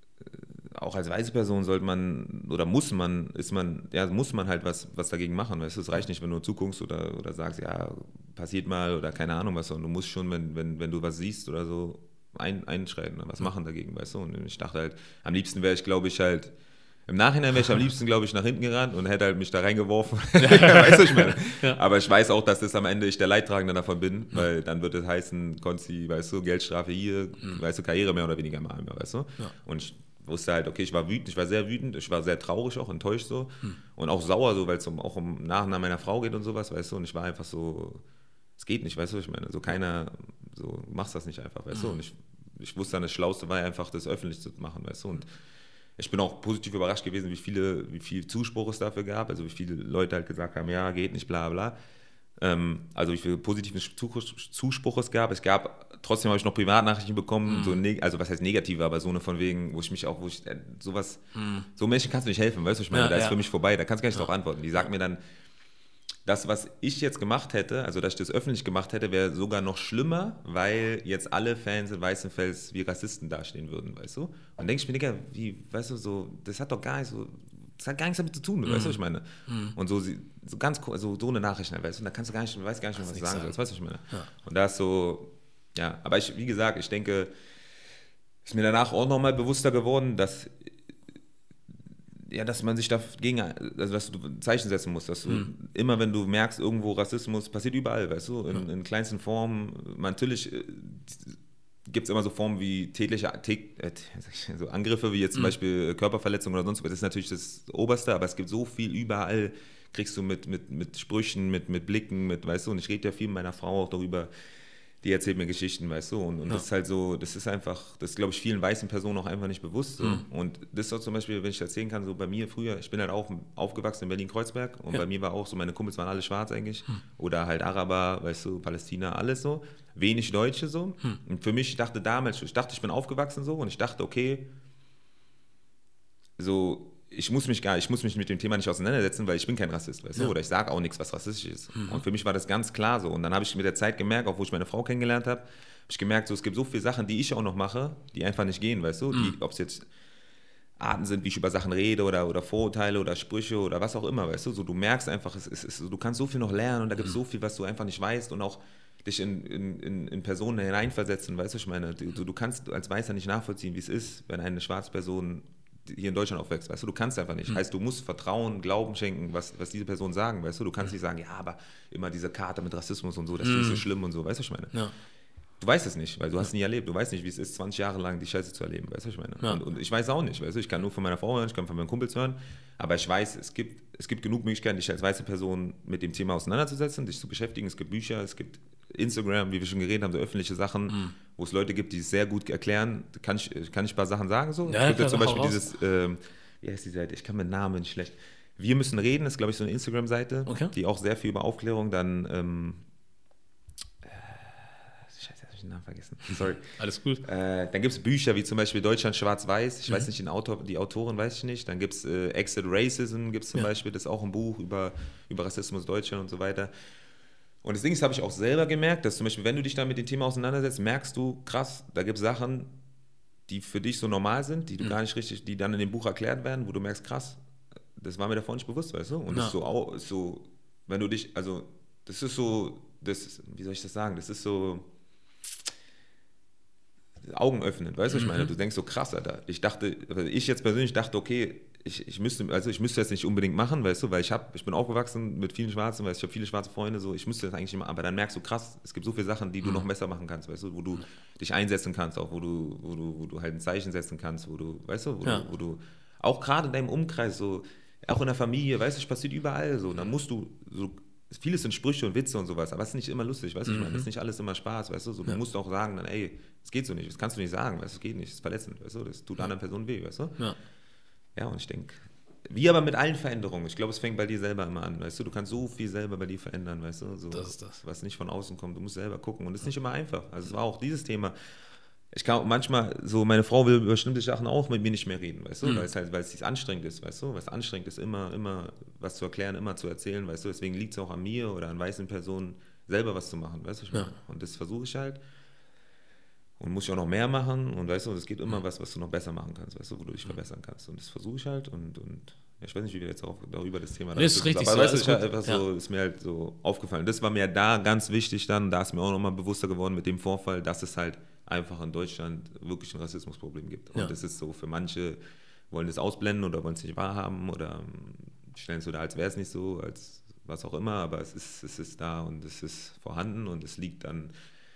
[SPEAKER 1] auch als weiße Person sollte man oder muss man, ist man, ja, muss man halt was, was dagegen machen. Weißt du, es reicht nicht, wenn du zuguckst oder, oder sagst, ja, passiert mal oder keine Ahnung was. Und du musst schon, wenn, wenn, wenn du was siehst oder so, ein, einschreiten, was machen dagegen, weißt du. Und ich dachte halt, am liebsten wäre ich, glaube ich, halt, im Nachhinein wäre ich am liebsten, glaube ich, nach hinten gerannt und hätte halt mich da reingeworfen. Weißt du, ich meine. Ja. Aber ich weiß auch, dass das am Ende ich der Leidtragende davon bin, weil dann wird es heißen, Konzi, weißt du, Geldstrafe hier, mhm. weißt du, Karriere mehr oder weniger mal, weißt du. Ja. Und ich wusste halt, okay, ich war wütend, ich war sehr wütend, ich war sehr traurig auch, enttäuscht so hm. und auch sauer so, weil es um, auch um Nachnamen meiner Frau geht und sowas, weißt du, und ich war einfach so, es geht nicht, weißt du, ich meine, so keiner, so, machst das nicht einfach, weißt hm. du, und ich, ich wusste dann, das Schlauste war einfach, das öffentlich zu machen, weißt du, und ich bin auch positiv überrascht gewesen, wie viele, wie viel Zuspruch es dafür gab, also wie viele Leute halt gesagt haben, ja, geht nicht, bla bla. Ähm, also wie viel positiven Zuspruch es gab. Es gab, trotzdem habe ich noch Privatnachrichten bekommen, mm. so neg- also was heißt negative, aber so eine von wegen, wo ich mich auch, wo ich, äh, sowas, mm. so Menschen kannst du nicht helfen, weißt du, ich meine, ja, da ja. ist für mich vorbei, da kannst du gar nicht ja. darauf antworten. Die sagen mir dann, das, was ich jetzt gemacht hätte, also dass ich das öffentlich gemacht hätte, wäre sogar noch schlimmer, weil jetzt alle Fans in Weißenfels wie Rassisten dastehen würden, weißt du? Und dann denke ich mir, Digga, wie, weißt du, so, das hat doch gar nicht so, das hat gar nichts damit zu tun, mm. weißt du, was ich meine? Mm. Und so, so ganz, also so eine Nachricht, weißt du, und da kannst du gar nicht, du weißt gar nicht, was du sagen sollst, weißt du, was ich meine? Ja. Und da ist so, ja, aber ich, wie gesagt, ich denke, ist mir danach auch nochmal bewusster geworden, dass ja, dass man sich dagegen, also dass du Zeichen setzen musst, dass du mhm. immer, wenn du merkst, irgendwo Rassismus, passiert überall, weißt du, in, in kleinsten Formen, natürlich äh, gibt es immer so Formen wie tätliche äh, so Angriffe, wie jetzt zum mhm. Beispiel Körperverletzung oder sonst was, das ist natürlich das Oberste, aber es gibt so viel überall, kriegst du mit, mit, mit Sprüchen, mit, mit Blicken, mit, weißt du, und ich rede ja viel mit meiner Frau auch darüber, die erzählt mir Geschichten, weißt du, und, und ja. das ist halt so, das ist einfach, das ist, glaube ich, vielen weißen Personen auch einfach nicht bewusst. So. Mhm. Und das ist auch zum Beispiel, wenn ich erzählen kann, so bei mir früher, ich bin halt auch aufgewachsen in Berlin-Kreuzberg und ja. bei mir war auch so, meine Kumpels waren alle schwarz eigentlich mhm. oder halt Araber, weißt du, Palästina, alles so, wenig Deutsche so. Mhm. Und für mich, ich dachte damals, ich dachte, ich bin aufgewachsen so und ich dachte, okay, so, ich muss mich gar, ich muss mich mit dem Thema nicht auseinandersetzen, weil ich bin kein Rassist, weißt du, ja. oder ich sage auch nichts, was rassistisch ist. Mhm. Und für mich war das ganz klar so. Und dann habe ich mit der Zeit gemerkt, auch wo ich meine Frau kennengelernt habe, habe ich gemerkt, so, es gibt so viele Sachen, die ich auch noch mache, die einfach nicht gehen, weißt du, mhm. ob es jetzt Arten sind, wie ich über Sachen rede oder, oder Vorurteile oder Sprüche oder was auch immer, weißt du, so, du merkst einfach, es, es, es, du kannst so viel noch lernen und da gibt es mhm. so viel, was du einfach nicht weißt und auch dich in, in, in Personen hineinversetzen, weißt du, ich meine, du, du kannst als Weißer nicht nachvollziehen, wie es ist, wenn eine schwarze Person hier in Deutschland aufwächst, weißt du, du kannst einfach nicht. Mhm. Heißt, du musst Vertrauen, Glauben schenken, was, was diese Personen sagen, weißt du, du kannst mhm. nicht sagen, ja, aber immer diese Karte mit Rassismus und so, das mhm. ist nicht so schlimm und so, weißt du, was ich meine? Ja. Du weißt es nicht, weil du hast es nie erlebt, du weißt nicht, wie es ist, zwanzig Jahre lang die Scheiße zu erleben, weißt du, was ich meine? Ja. Und, und ich weiß auch nicht, weißt du, ich kann nur von meiner Frau hören, ich kann von meinen Kumpels hören, aber ich weiß, es gibt, es gibt genug Möglichkeiten, dich als weiße Person mit dem Thema auseinanderzusetzen, dich zu beschäftigen, es gibt Bücher, es gibt Instagram, wie wir schon geredet haben, so öffentliche Sachen, mhm. wo es Leute gibt, die es sehr gut erklären, kann ich, kann ich ein paar Sachen sagen, so? Ja, es gibt ja zum Beispiel dieses, ähm, wie heißt die Seite? Ich kann mit Namen nicht schlecht. Wir müssen reden, ist, glaube ich, so eine Instagram-Seite, okay. die auch sehr viel über Aufklärung dann, ähm, äh, scheiße, habe ich den Namen vergessen. Sorry.
[SPEAKER 3] Alles gut.
[SPEAKER 1] Äh, dann gibt es Bücher, wie zum Beispiel Deutschland schwarz-weiß, ich mhm. weiß nicht, den Autor, die Autorin weiß ich nicht. Dann gibt es äh, Exit Racism, gibt es zum ja. Beispiel, das ist auch ein Buch über, über Rassismus in Deutschland und so weiter. Und das Ding ist, habe ich auch selber gemerkt, dass zum Beispiel, wenn du dich da mit dem Thema auseinandersetzt, merkst du, krass, da gibt es Sachen, die für dich so normal sind, die du mhm. gar nicht richtig, die dann in dem Buch erklärt werden, wo du merkst, krass, das war mir davor nicht bewusst, weißt du? Und ja. das ist so, auch, ist so, wenn du dich, also, das ist so, das, wie soll ich das sagen, das ist so Augen öffnen, weißt du, mhm. ich meine, du denkst so, krass, Alter, ich dachte, ich jetzt persönlich dachte, okay, ich, ich müsste, also ich müsste das nicht unbedingt machen, weißt du, weil ich habe, ich bin aufgewachsen mit vielen Schwarzen, weißt du, ich habe viele schwarze Freunde, so, ich müsste das eigentlich nicht machen, aber dann merkst du, krass, es gibt so viele Sachen, die du mhm. noch besser machen kannst, weißt du, wo du dich einsetzen kannst, auch wo du, wo du, wo du halt ein Zeichen setzen kannst, wo du, weißt du, wo, ja. du, wo du, auch gerade in deinem Umkreis, so, auch in der Familie, weißt du, es passiert überall so, dann musst du, so, vieles sind Sprüche und Witze und sowas, aber es ist nicht immer lustig, weißt du, mhm. ich meine, es ist nicht alles immer Spaß, weißt du, so, du ja. musst auch sagen, dann, ey, es geht so nicht, das kannst du nicht sagen, weißt du, es geht nicht, es ist verletzend, weißt du, das tut ja. anderen Personen weh, weißt du. Ja, ja und ich denke, wie aber mit allen Veränderungen, ich glaube, es fängt bei dir selber immer an, weißt du, du kannst so viel selber bei dir verändern, weißt du, so,
[SPEAKER 3] das ist das.
[SPEAKER 1] Was nicht von außen kommt, du musst selber gucken und es ist nicht immer einfach, also es war auch dieses Thema, ich kann manchmal, so meine Frau will über bestimmte Sachen auch mit mir nicht mehr reden, weißt du, mhm. weil es halt, weil es anstrengend ist, weißt du, was anstrengend ist, immer, immer was zu erklären, immer zu erzählen, weißt du, deswegen liegt es auch an mir oder an weißen Personen, selber was zu machen, weißt du, ich meine, ja. und das versuche ich halt und muss ich auch noch mehr machen und weißt du, es gibt immer was, was du noch besser machen kannst, weißt du, wo du dich verbessern kannst und das versuche ich halt und, und ja, ich weiß nicht, wie wir jetzt auch darüber das Thema
[SPEAKER 3] nee, ist richtig
[SPEAKER 1] aber
[SPEAKER 3] so,
[SPEAKER 1] weißt du, ich
[SPEAKER 3] halt
[SPEAKER 1] einfach ja. so, ist mir halt so aufgefallen, das war mir da ganz wichtig dann, da ist mir auch nochmal bewusster geworden mit dem Vorfall, dass es halt einfach in Deutschland wirklich ein Rassismusproblem gibt. Und ja. das ist so, für manche wollen das ausblenden oder wollen es nicht wahrhaben oder stellen es so da, als wäre es nicht so, als was auch immer, aber es ist, es ist da und es ist vorhanden und es liegt dann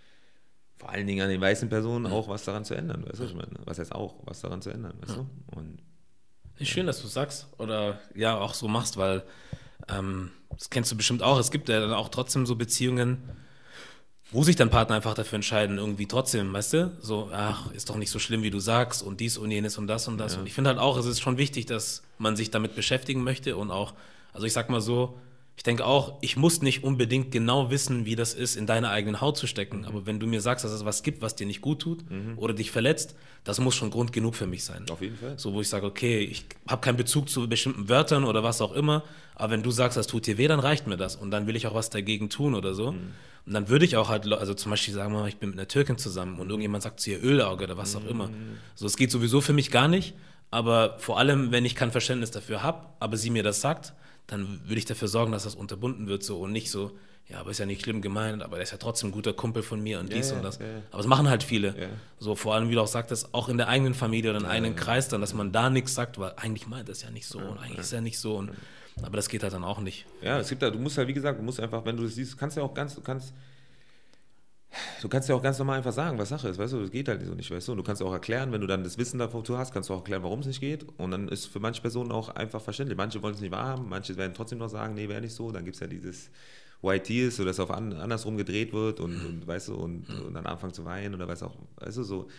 [SPEAKER 1] vor allen Dingen an den weißen Personen auch was daran zu ändern, weißt du, ich meine, was heißt auch, was daran zu ändern, weißt ja. du? Und,
[SPEAKER 3] ist schön, dass du es sagst oder ja auch so machst, weil ähm, das kennst du bestimmt auch, es gibt ja dann auch trotzdem so Beziehungen, wo sich dann Partner einfach dafür entscheiden, irgendwie trotzdem, weißt du, so, ach, ist doch nicht so schlimm, wie du sagst und dies und jenes und das und das. Ja. Und ich finde halt auch, es ist schon wichtig, dass man sich damit beschäftigen möchte und auch, also ich sag mal so, ich denke auch, ich muss nicht unbedingt genau wissen, wie das ist, in deine eigenen Haut zu stecken, mhm. aber wenn du mir sagst, dass es was gibt, was dir nicht gut tut mhm. oder dich verletzt, das muss schon Grund genug für mich sein.
[SPEAKER 1] Auf jeden Fall.
[SPEAKER 3] So, wo ich sage, okay, ich habe keinen Bezug zu bestimmten Wörtern oder was auch immer, aber wenn du sagst, das tut dir weh, dann reicht mir das und dann will ich auch was dagegen tun oder so. Mhm. Und dann würde ich auch halt, also zum Beispiel sagen wir mal, ich bin mit einer Türkin zusammen und irgendjemand sagt zu ihr Ölauge oder was auch immer. So, es geht sowieso für mich gar nicht, aber vor allem, wenn ich kein Verständnis dafür habe, aber sie mir das sagt, dann würde ich dafür sorgen, dass das unterbunden wird so und nicht so, ja, aber ist ja nicht schlimm gemeint, aber der ist ja trotzdem ein guter Kumpel von mir und dies ja, und das. Ja, ja. Aber es machen halt viele. Ja. So, vor allem, wie du auch sagtest, auch in der eigenen Familie oder im ja, eigenen ja. Kreis dann, dass man da nichts sagt, weil eigentlich meint das ja nicht so ja, und eigentlich ja. ist ja nicht so und aber das geht halt dann auch nicht.
[SPEAKER 1] Ja, es gibt da, du musst halt, wie gesagt, du musst einfach, wenn du das siehst, kannst ja auch ganz, du kannst, du kannst ja auch ganz normal einfach sagen, was Sache ist, weißt du, das geht halt so nicht, weißt du, und du kannst auch erklären, wenn du dann das Wissen dazu hast, kannst du auch erklären, warum es nicht geht und dann ist für manche Personen auch einfach verständlich. Manche wollen es nicht wahrhaben, manche werden trotzdem noch sagen, nee, wäre nicht so, dann gibt es ja dieses White Tears, so dass auf an, andersrum gedreht wird und, und weißt du, und, und dann anfangen zu weinen oder weiß auch, weißt du, so.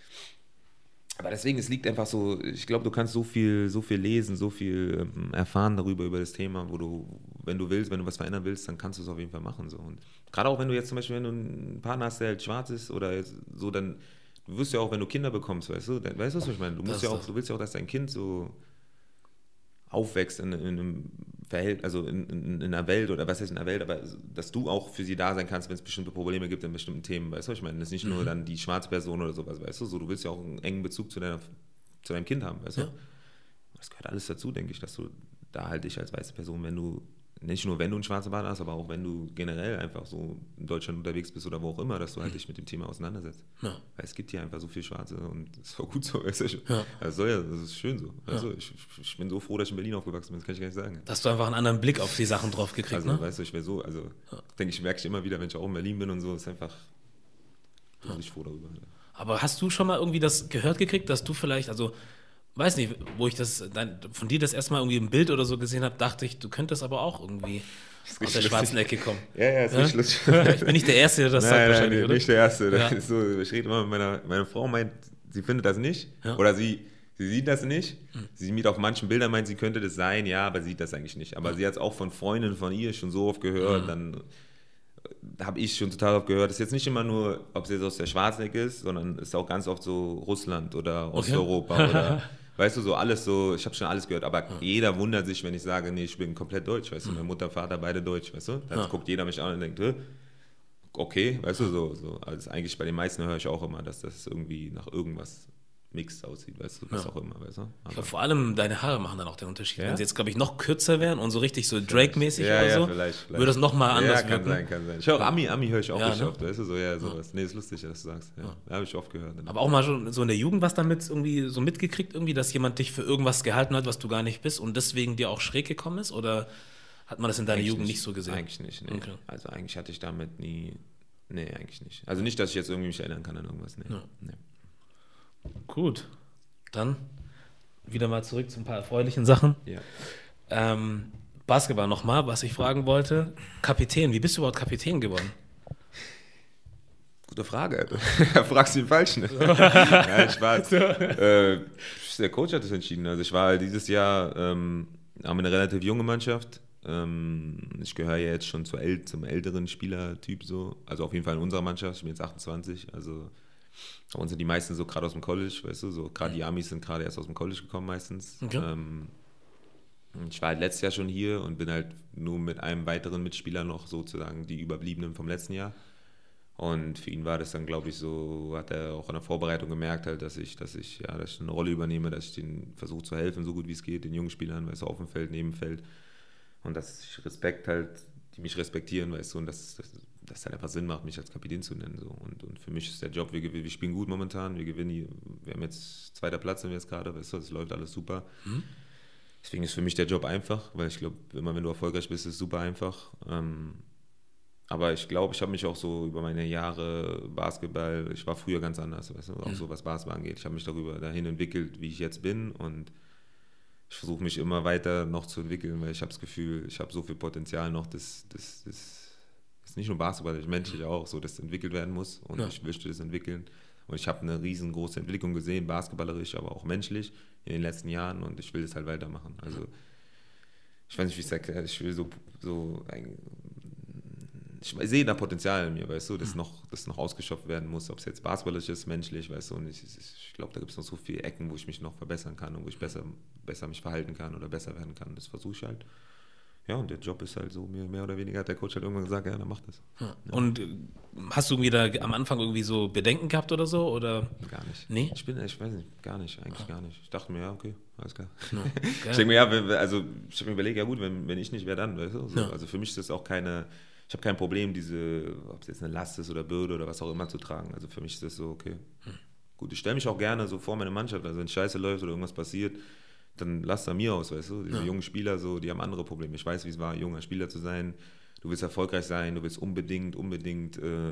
[SPEAKER 1] Aber deswegen, es liegt einfach so, ich glaube, du kannst so viel, so viel lesen, so viel ähm, erfahren darüber, über das Thema, wo du, wenn du willst, wenn du was verändern willst, dann kannst du es auf jeden Fall machen. So. Und gerade auch, wenn du jetzt zum Beispiel, wenn du einen Partner hast, der halt schwarz ist oder so, dann, du wirst ja auch, wenn du Kinder bekommst, weißt du, dann, weißt du, was ich meine? Du musst ja auch, du willst ja auch, dass dein Kind so aufwächst in, in einem Verhältnis, also in, in, in einer Welt oder was heißt in einer Welt, aber dass du auch für sie da sein kannst, wenn es bestimmte Probleme gibt in bestimmten Themen, weißt du, ich meine, das ist nicht nur dann die schwarze Person oder sowas, weißt du, so, du willst ja auch einen engen Bezug zu, deiner, zu deinem Kind haben, weißt du. Ja. Das gehört alles dazu, denke ich, dass du da halt dich als weiße Person, wenn du, nicht nur wenn du einen schwarzen Bart hast, aber auch wenn du generell einfach so in Deutschland unterwegs bist oder wo auch immer, dass du halt dich mit dem Thema auseinandersetzt. Ja. Weil es gibt hier einfach so viel Schwarze und das ist auch gut so. Weißt du? Ja. Das, soll ja, das ist schön so. Also ja. ich, ich bin so froh, dass ich in Berlin aufgewachsen bin, das kann ich gar nicht sagen.
[SPEAKER 3] Da hast du einfach einen anderen Blick auf die Sachen drauf gekriegt,
[SPEAKER 1] also,
[SPEAKER 3] ne?
[SPEAKER 1] Weißt du, ich wäre so, also ja. denke ich, merke ich immer wieder, wenn ich auch in Berlin bin und so, ist einfach, bin ja. ich froh darüber. Ja.
[SPEAKER 3] Aber hast du schon mal irgendwie das gehört gekriegt, dass du vielleicht, also weiß nicht, wo ich das dann von dir das erste Mal irgendwie ein Bild oder so gesehen habe, dachte ich, du könntest aber auch irgendwie aus der schwarzen Ecke kommen.
[SPEAKER 1] Ja, ja, ist
[SPEAKER 3] ja?
[SPEAKER 1] nicht lustig.
[SPEAKER 3] Ich bin nicht der Erste, der das
[SPEAKER 1] nein,
[SPEAKER 3] sagt
[SPEAKER 1] nein,
[SPEAKER 3] wahrscheinlich,
[SPEAKER 1] nein,
[SPEAKER 3] oder?
[SPEAKER 1] Nicht der Erste.
[SPEAKER 3] Ja.
[SPEAKER 1] Das ist so, ich rede immer mit meiner, meine Frau meint, sie findet das nicht.
[SPEAKER 3] Ja.
[SPEAKER 1] Oder sie, sie sieht das nicht.
[SPEAKER 3] Hm.
[SPEAKER 1] Sie sieht auf manchen Bildern, meint, sie könnte das sein, ja, aber sie sieht das eigentlich nicht. Aber ja. sie hat es auch von Freundinnen von ihr schon so oft gehört, mhm. dann habe ich schon total oft gehört. Das ist jetzt nicht immer nur, ob es jetzt aus der schwarzen Ecke ist, sondern es ist auch ganz oft so Russland oder Osteuropa okay. oder Weißt du, so alles so, ich habe schon alles gehört, aber ja. jeder wundert sich, wenn ich sage, nee, ich bin komplett deutsch, weißt du, meine Mutter, Vater, beide deutsch, weißt du, dann ja. guckt jeder mich an und denkt, okay, weißt du, so, so, also eigentlich bei den meisten höre ich auch immer, dass das irgendwie nach irgendwas Mix aussieht, weißt du, was ja. auch immer, weißt du. Aber
[SPEAKER 3] ich glaube, vor allem deine Haare machen dann auch den Unterschied. Ja? Wenn sie jetzt, glaube ich, noch kürzer wären und so richtig so Drake-mäßig ja, oder ja, so, vielleicht, vielleicht. würde das nochmal anders
[SPEAKER 1] ja, kann
[SPEAKER 3] wirken.
[SPEAKER 1] sein, kann sein. Ich höre Ami, Ami höre ich auch ja, richtig ne? oft, weißt du, so, ja, sowas. Nee, ist lustig, dass du sagst. Ja, ja. ja habe ich oft gehört.
[SPEAKER 3] Aber auch mal schon so in der Jugend was damit irgendwie so mitgekriegt, irgendwie, dass jemand dich für irgendwas gehalten hat, was du gar nicht bist und deswegen dir auch schräg gekommen ist? Oder hat man das in deiner eigentlich Jugend nicht, nicht so gesehen?
[SPEAKER 1] Eigentlich nicht, nee. Okay. Also eigentlich hatte ich damit nie, nee, eigentlich nicht. Also nicht, dass ich jetzt irgendwie mich erinnern kann an irgendwas, nee. Ja. nee.
[SPEAKER 3] Gut, dann wieder mal zurück zu ein paar erfreulichen Sachen.
[SPEAKER 1] Ja.
[SPEAKER 3] Ähm, Basketball nochmal, was ich fragen wollte. Kapitän, wie bist du überhaupt Kapitän geworden?
[SPEAKER 1] Gute Frage. Da fragst du den Falschen. ja, ich war, äh, der Coach hat das entschieden. Also ich war dieses Jahr, ähm, haben wir eine relativ junge Mannschaft. Ähm, ich gehöre ja jetzt schon zu äl- zum älteren Spielertyp so. Also auf jeden Fall in unserer Mannschaft. Ich bin jetzt achtundzwanzig. Also bei uns sind die meisten so gerade aus dem College, weißt du, so gerade die Amis sind gerade erst aus dem College gekommen meistens. Okay. Ähm, ich war halt letztes Jahr schon hier und bin halt nur mit einem weiteren Mitspieler noch sozusagen die Überbliebenen vom letzten Jahr. Und für ihn war das dann, glaube ich, so, hat er auch in der Vorbereitung gemerkt halt, dass ich, dass ich, ja, dass ich eine Rolle übernehme, dass ich denen versuche zu helfen, so gut wie es geht, den jungen Spielern, weißt du, auf dem Feld, neben dem Feld. Und dass ich Respekt halt, die mich respektieren, weißt du, und dass das dass halt einfach Sinn macht, mich als Kapitän zu nennen. So. Und, und für mich ist der Job, wir, wir spielen gut momentan, wir gewinnen, wir haben jetzt zweiter Platz, sind wir jetzt gerade, weißt du, es läuft alles super. Mhm. Deswegen ist für mich der Job einfach, weil ich glaube, immer wenn du erfolgreich bist, ist es super einfach. Ähm, aber ich glaube, ich habe mich auch so über meine Jahre Basketball, ich war früher ganz anders, weißt du, auch mhm. so was Basketball angeht. Ich habe mich darüber dahin entwickelt, wie ich jetzt bin und ich versuche mich immer weiter noch zu entwickeln, weil ich habe das Gefühl, ich habe so viel Potenzial noch, das, das, das ist nicht nur Basketball, das ist menschlich auch so, dass entwickelt werden muss und ja. ich möchte das entwickeln. Und ich habe eine riesengroße Entwicklung gesehen, basketballerisch, aber auch menschlich in den letzten Jahren und ich will das halt weitermachen. Also ich weiß nicht, wie ich es erkläre, ich will so, so ein, ich sehe da Potenzial in mir, weißt du, das noch, das noch ausgeschöpft werden muss, ob es jetzt basketballerisch ist, menschlich, weißt du, und ich, ich glaube, da gibt es noch so viele Ecken, wo ich mich noch verbessern kann und wo ich besser, besser mich verhalten kann oder besser werden kann. Das versuche ich halt. Ja, und der Job ist halt so, mehr, mehr oder weniger hat der Coach halt irgendwann gesagt, ja, dann mach das.
[SPEAKER 3] Ja. Ja. Und hast du irgendwie da am Anfang irgendwie so Bedenken gehabt oder so? Oder?
[SPEAKER 1] Gar nicht.
[SPEAKER 3] Nee?
[SPEAKER 1] Ich bin, ich weiß nicht, gar nicht, eigentlich ja. gar nicht. Ich dachte mir, ja, okay, alles klar. Ja, ich denke mir, ja, also ich habe mir überlegt, ja gut, wenn, wenn ich nicht, wer dann, weißt du? So, ja. Also für mich ist das auch keine, ich habe kein Problem, diese, ob es jetzt eine Last ist oder Bürde oder was auch immer zu tragen. Also für mich ist das so, okay. Hm. Gut, ich stelle mich auch gerne so vor meine Mannschaft, also wenn Scheiße läuft oder irgendwas passiert, dann lass da mir aus, weißt du, diese ja. jungen Spieler, so, die haben andere Probleme. Ich weiß, wie es war, junger Spieler zu sein, du willst erfolgreich sein, du willst unbedingt, unbedingt, äh,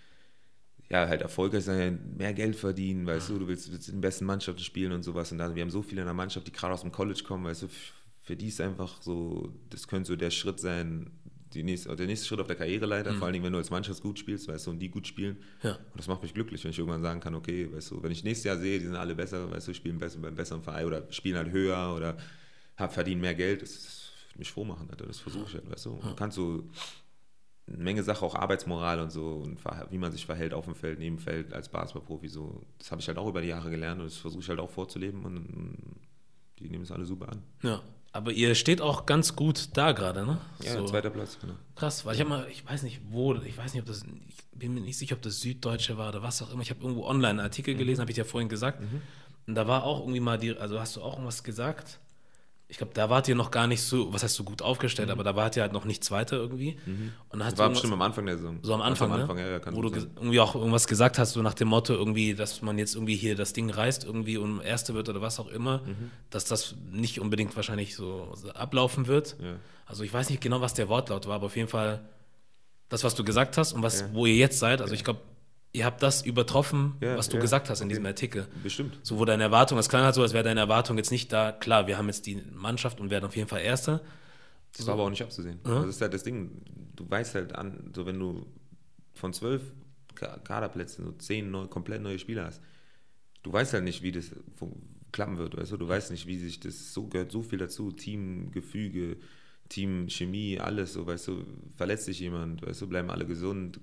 [SPEAKER 1] ja, halt erfolgreich sein, mehr Geld verdienen, weißt ja. du, du willst, willst in den besten Mannschaften spielen und sowas und dann, wir haben so viele in der Mannschaft, die gerade aus dem College kommen, weißt du, für die ist einfach so, das könnte so der Schritt sein, die nächste, der nächste Schritt auf der Karriereleiter, mhm. vor allen Dingen, wenn du als Mannschaft gut spielst, weißt du, und die gut spielen. Ja. Und das macht mich glücklich, wenn ich irgendwann sagen kann, okay, weißt du, wenn ich nächstes Jahr sehe, die sind alle besser, weißt du, spielen besser beim besseren Verein oder spielen halt höher oder hab, verdienen mehr Geld, das, das würde mich froh machen, Alter, das versuche ich halt, weißt du. Und du kannst so eine Menge Sachen, auch Arbeitsmoral und so und wie man sich verhält auf dem Feld, neben dem Feld als Basketballprofi, so, das habe ich halt auch über die Jahre gelernt und das versuche ich halt auch vorzuleben und die nehmen es alle super an.
[SPEAKER 3] Ja. Aber ihr steht auch ganz gut da gerade, ne?
[SPEAKER 1] Ja, so. Zweiter Platz, genau.
[SPEAKER 3] Krass, weil ich habe mal, ich weiß nicht wo, ich weiß nicht, ob das, ich bin mir nicht sicher, ob das Süddeutsche war oder was auch immer. Ich habe irgendwo online einen Artikel gelesen, mhm. habe ich ja vorhin gesagt. Mhm. Und da war auch irgendwie mal die, also hast du auch irgendwas gesagt? Ich glaube, da wart ihr noch gar nicht so, was heißt so gut aufgestellt, mhm. aber da wart ihr halt noch nicht Zweiter irgendwie.
[SPEAKER 1] Mhm. Und da das war bestimmt am Anfang der Saison.
[SPEAKER 3] So am Anfang,
[SPEAKER 1] am
[SPEAKER 3] ne?
[SPEAKER 1] Anfang, ja, ja, kann
[SPEAKER 3] wo du
[SPEAKER 1] sein.
[SPEAKER 3] irgendwie auch irgendwas gesagt hast, so nach dem Motto irgendwie, dass man jetzt irgendwie hier das Ding reißt irgendwie und Erste wird oder was auch immer, mhm. dass das nicht unbedingt wahrscheinlich so ablaufen wird. Ja. Also ich weiß nicht genau, was der Wortlaut war, aber auf jeden Fall das, was du gesagt hast und was, ja. wo ihr jetzt seid, also ja. ich glaube, ihr habt das übertroffen, ja, was du ja, gesagt hast in diesem Artikel.
[SPEAKER 1] Bestimmt.
[SPEAKER 3] So, wo deine Erwartung, es klang halt so, als wäre deine Erwartung jetzt nicht da. Klar, wir haben jetzt die Mannschaft und werden auf jeden Fall Erster.
[SPEAKER 1] Das war aber auch nicht abzusehen. Mhm. Das ist halt das Ding, du weißt halt an, so wenn du von zwölf Kaderplätzen so zehn neu, komplett neue Spieler hast, du weißt halt nicht, wie das klappen wird, weißt du? Du weißt nicht, wie sich das, so gehört so viel dazu, Teamgefüge, Teamchemie, alles so, weißt du, verletzt sich jemand, weißt du, bleiben alle gesund,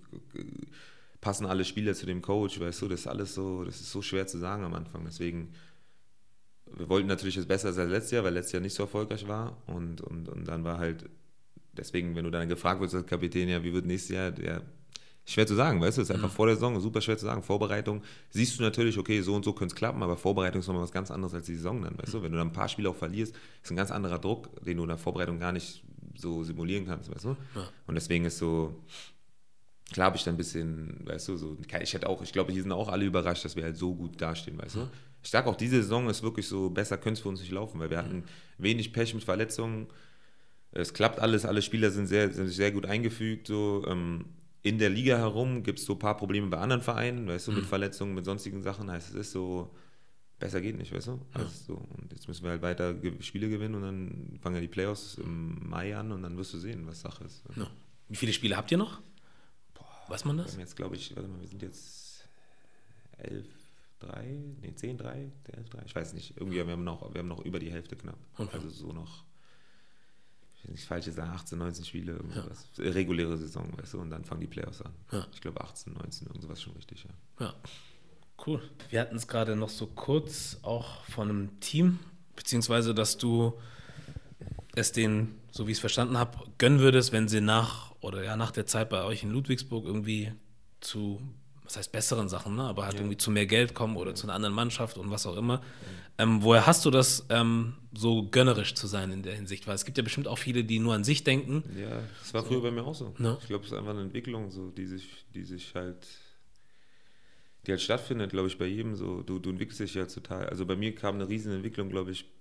[SPEAKER 1] passen alle Spieler zu dem Coach, weißt du, das ist alles so, das ist so schwer zu sagen am Anfang, deswegen wir wollten natürlich das besser als letztes Jahr, weil letztes Jahr nicht so erfolgreich war. Und, und, und dann war halt, deswegen, wenn du dann gefragt wirst als Kapitän, ja, wie wird nächstes Jahr, der, schwer zu sagen, weißt du, ist einfach mhm. vor der Saison super schwer zu sagen. Vorbereitung, siehst du natürlich, okay, so und so könnte es klappen, aber Vorbereitung ist nochmal was ganz anderes als die Saison dann, weißt mhm. du. Wenn du dann ein paar Spiele auch verlierst, ist ein ganz anderer Druck, den du in der Vorbereitung gar nicht so simulieren kannst, weißt du. Ja. Und deswegen ist so, klar habe ich dann ein bisschen, weißt du, so, ich hätte auch, ich glaube, hier sind auch alle überrascht, dass wir halt so gut dastehen, weißt du. Ich sage auch, diese Saison ist wirklich so, besser könnte es für uns nicht laufen, weil wir hatten wenig Pech mit Verletzungen. Es klappt alles, alle Spieler sind, sehr, sind sehr gut eingefügt. So. In der Liga herum gibt es so ein paar Probleme bei anderen Vereinen, weißt du, mit Verletzungen, mit sonstigen Sachen. Heißt, es ist so, besser geht nicht, weißt du. Also so, und jetzt müssen wir halt weiter Spiele gewinnen und dann fangen ja die Playoffs im Mai an und dann wirst du sehen, was Sache ist.
[SPEAKER 3] Ja. Wie viele Spiele habt ihr noch? Boah, weiß man das?
[SPEAKER 1] Wir haben jetzt, glaube ich, warte mal, wir sind jetzt elf. Drei, nee, zehn, drei, elf, drei, ich weiß nicht. Irgendwie, wir haben noch, wir haben noch über die Hälfte knapp. Okay. Also so noch, ich will nicht falsch sagen, achtzehn, neunzehn Spiele, irgendwas. Ja. Reguläre Saison, weißt du, und dann fangen die Playoffs an. Ja. Ich glaube achtzehn, neunzehn, irgendwas schon richtig, ja.
[SPEAKER 3] Ja, cool. Wir hatten es gerade noch so kurz auch von einem Team, beziehungsweise, dass du es denen, so wie ich es verstanden habe, gönnen würdest, wenn sie nach, oder ja, nach der Zeit bei euch in Ludwigsburg irgendwie zu das heißt besseren Sachen, ne? aber halt ja. irgendwie zu mehr Geld kommen oder ja. zu einer anderen Mannschaft und was auch immer. Ja. Ähm, woher hast du das, ähm, so gönnerisch zu sein in der Hinsicht? Weil es gibt ja bestimmt auch viele, die nur an sich denken.
[SPEAKER 1] Ja, das war so. Früher bei mir auch so. No? Ich glaube, es ist einfach eine Entwicklung, so, die sich, die sich halt, die halt stattfindet, glaube ich, bei jedem. So. Du, du entwickelst dich ja total. Also bei mir kam eine riesen Entwicklung, glaube ich,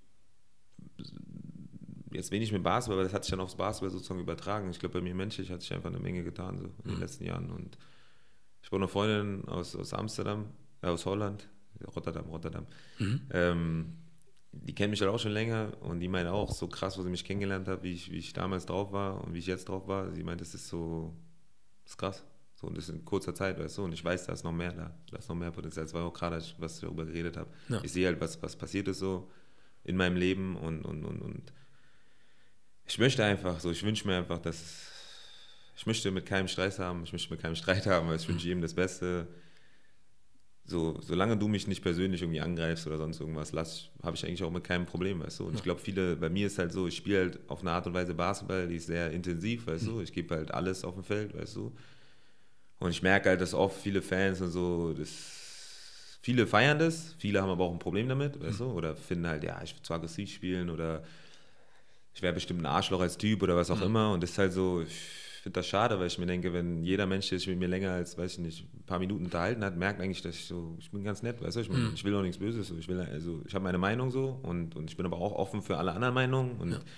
[SPEAKER 1] jetzt wenig mit Basketball, aber das hat sich dann aufs Basketball sozusagen übertragen. Ich glaube, bei mir menschlich hat sich einfach eine Menge getan so, in mhm. den letzten Jahren. Und ich habe eine Freundin aus, aus Amsterdam, äh, aus Holland, Rotterdam, Rotterdam. Mhm. Ähm, die kennt mich halt auch schon länger und die meint auch, so krass, wo sie mich kennengelernt hat, wie ich, wie ich damals drauf war und wie ich jetzt drauf war. Sie meint, das ist so, das ist krass. So, und das in kurzer Zeit, weißt du, und ich weiß, da ist noch mehr da. Da ist noch mehr Potenzial. Das war auch gerade, was ich darüber geredet habe. Ja. Ich sehe halt, was, was passiert ist so in meinem Leben und, und, und, und ich möchte einfach so, ich wünsche mir einfach, dass ich möchte mit keinem Stress haben, ich möchte mit keinem Streit haben, weil ich wünsche jedem das Beste. So, solange du mich nicht persönlich irgendwie angreifst oder sonst irgendwas, habe ich eigentlich auch mit keinem Problem, weißt du. Und ich glaube, viele, bei mir ist halt so, ich spiele halt auf eine Art und Weise Basketball, die ist sehr intensiv, weißt du. Ich gebe halt alles auf dem Feld, weißt du. Und ich merke halt, dass oft viele Fans und so, das, viele feiern das, viele haben aber auch ein Problem damit, weißt du. Oder finden halt, ja, ich will zu aggressiv spielen oder ich wäre bestimmt ein Arschloch als Typ oder was auch immer. Und das ist halt so, ich finde das schade, weil ich mir denke, wenn jeder Mensch, der sich mit mir länger als, weiß ich nicht, ein paar Minuten unterhalten hat, merkt eigentlich, dass ich so, ich bin ganz nett, weißt du, ich, mein, ich will auch nichts Böses, so. ich will, also ich habe meine Meinung so und, und ich bin aber auch offen für alle anderen Meinungen und ja.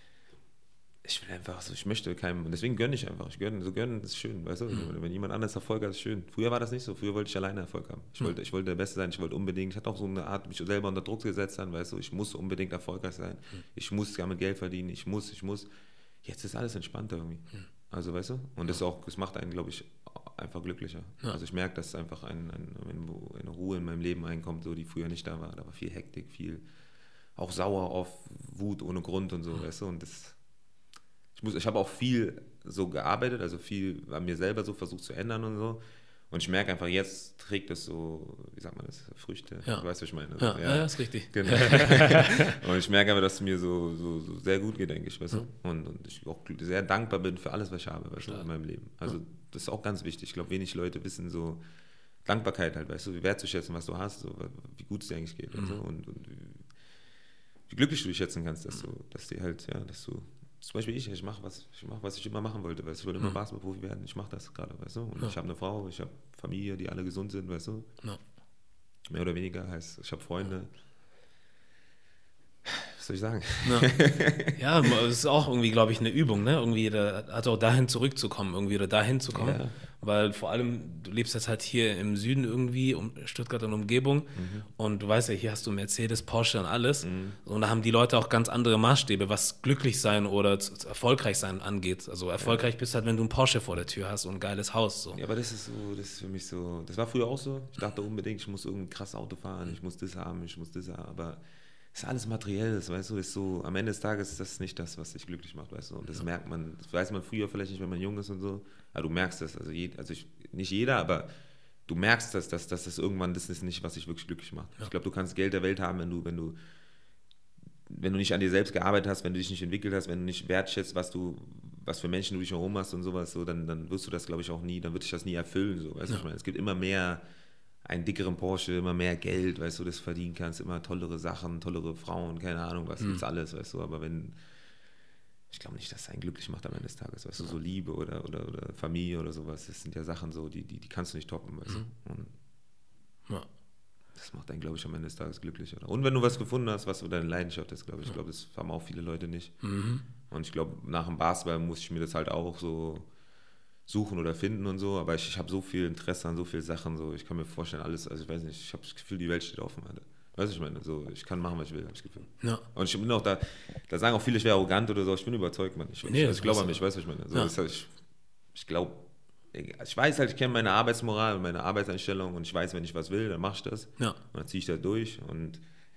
[SPEAKER 1] ich will einfach so, ich möchte keinem, und deswegen gönne ich einfach, ich gönne, so gönnen ist schön, weißt du, mhm. wenn jemand anderes Erfolg hat, ist schön. Früher war das nicht so, früher wollte ich alleine Erfolg haben. Ich wollte, ich wollte der Beste sein, ich wollte unbedingt, ich hatte auch so eine Art, mich selber unter Druck gesetzt haben, weißt du, ich muss unbedingt erfolgreich sein, mhm. ich muss damit Geld verdienen, ich muss, ich muss. Jetzt ist alles entspannter irgendwie. Mhm. Also, weißt du? Und das, auch, das macht einen, glaube ich, einfach glücklicher. Ja. Also ich merke, dass einfach ein, ein, eine Ruhe in meinem Leben einkommt, so die früher nicht da war. Da war viel Hektik, viel auch sauer auf Wut ohne Grund und so, ja. weißt du? Und das, ich muss, ich habe auch viel so gearbeitet, also viel an mir selber so versucht zu ändern und so. Und ich merke einfach, jetzt trägt es so, wie sagt man das, Früchte.
[SPEAKER 3] Ja.
[SPEAKER 1] Du weißt, was ich meine.
[SPEAKER 3] Ja, ja. ja ist richtig.
[SPEAKER 1] Genau. Und ich merke aber, dass es mir so, so, so sehr gut geht, denke ich. Weißt du? Ja. Und, und ich auch sehr dankbar bin für alles, was ich habe, weißt du, in meinem Leben. Also ja. das ist auch ganz wichtig. Ich glaube, wenig Leute wissen so Dankbarkeit halt, weißt du, wie wertzuschätzen, was du hast, so, wie gut es dir eigentlich geht. Mhm. Und, so. und, und wie, wie glücklich du dich schätzen kannst, dass du, dass dir halt, ja, dass du zum Beispiel ich, ich mache was, ich mache was ich immer machen wollte, weißt du, ich wollte immer mhm. Basketballprofi werden, ich mache das gerade, weißt du, und ja. ich habe eine Frau, ich habe Familie, die alle gesund sind, weißt du, ja. mehr oder weniger heißt, ich habe Freunde, was soll ich sagen?
[SPEAKER 3] Ja, ja, das ist auch irgendwie, glaube ich, eine Übung, ne, irgendwie, da, also auch dahin zurückzukommen, irgendwie, oder dahin zu kommen, ja. weil vor allem, du lebst jetzt halt hier im Süden irgendwie, um Stuttgart und Umgebung mhm. und du weißt ja, hier hast du Mercedes, Porsche und alles mhm. und da haben die Leute auch ganz andere Maßstäbe, was glücklich sein oder erfolgreich sein angeht. Also erfolgreich ja. bist halt, wenn du einen Porsche vor der Tür hast und ein geiles Haus. So.
[SPEAKER 1] Ja, aber das ist so, das ist für mich so, das war früher auch so, ich dachte unbedingt, ich muss irgendein krasses Auto fahren, ich muss das haben, ich muss das haben, aber es ist alles Materielles, weißt du, ist so, am Ende des Tages ist das nicht das, was dich glücklich macht, weißt du, und das ja. merkt man, das weiß man früher vielleicht nicht, wenn man jung ist und so, aber du merkst das, also, je, also ich, nicht jeder, aber du merkst das, dass, dass das irgendwann, das ist nicht, was dich wirklich glücklich macht. Ja. Ich glaube, du kannst Geld der Welt haben, wenn du, wenn du wenn du nicht an dir selbst gearbeitet hast, wenn du dich nicht entwickelt hast, wenn du nicht wertschätzt, was du, was für Menschen du dich herum hast und sowas, so, dann, dann wirst du das, glaube ich, auch nie, dann wird dich das nie erfüllen, so, weißt du, ja. Ich meine, es gibt immer mehr, einen dickeren Porsche, immer mehr Geld, weißt du, das verdienen kannst, immer tollere Sachen, tollere Frauen, keine Ahnung, was gibt's mhm. alles, weißt du, aber wenn, ich glaube nicht, dass es einen glücklich macht am Ende des Tages, weißt du, so Liebe oder, oder, oder Familie oder sowas, das sind ja Sachen so, die, die, die kannst du nicht toppen, weißt mhm. du, und ja. Das macht einen, glaube ich, am Ende des Tages glücklich. Oder? Und wenn du was gefunden hast, was so deine Leidenschaft ist, glaube ich, ich glaube, das haben auch viele Leute nicht. Mhm. Und ich glaube, nach dem Basketball muss ich mir das halt auch so suchen oder finden und so. Aber ich, ich habe so viel Interesse an so vielen Sachen. So. Ich kann mir vorstellen, alles, also ich weiß nicht, ich habe das Gefühl, die Welt steht offen. Alter. Weißt du, ich meine, so, ich kann machen, was ich will, habe ich das Gefühl. Ja. Und ich bin auch da, da sagen auch viele, ich wäre arrogant oder so. Ich bin überzeugt, man. Ich, nee, ich, ich glaube an mich, weißt du, ich meine. So, ja. das, ich ich glaube, ich weiß halt, ich kenne meine Arbeitsmoral und meine Arbeitseinstellung und ich weiß, wenn ich was will, dann mache ich das. Ja. Und dann ziehe ich da durch und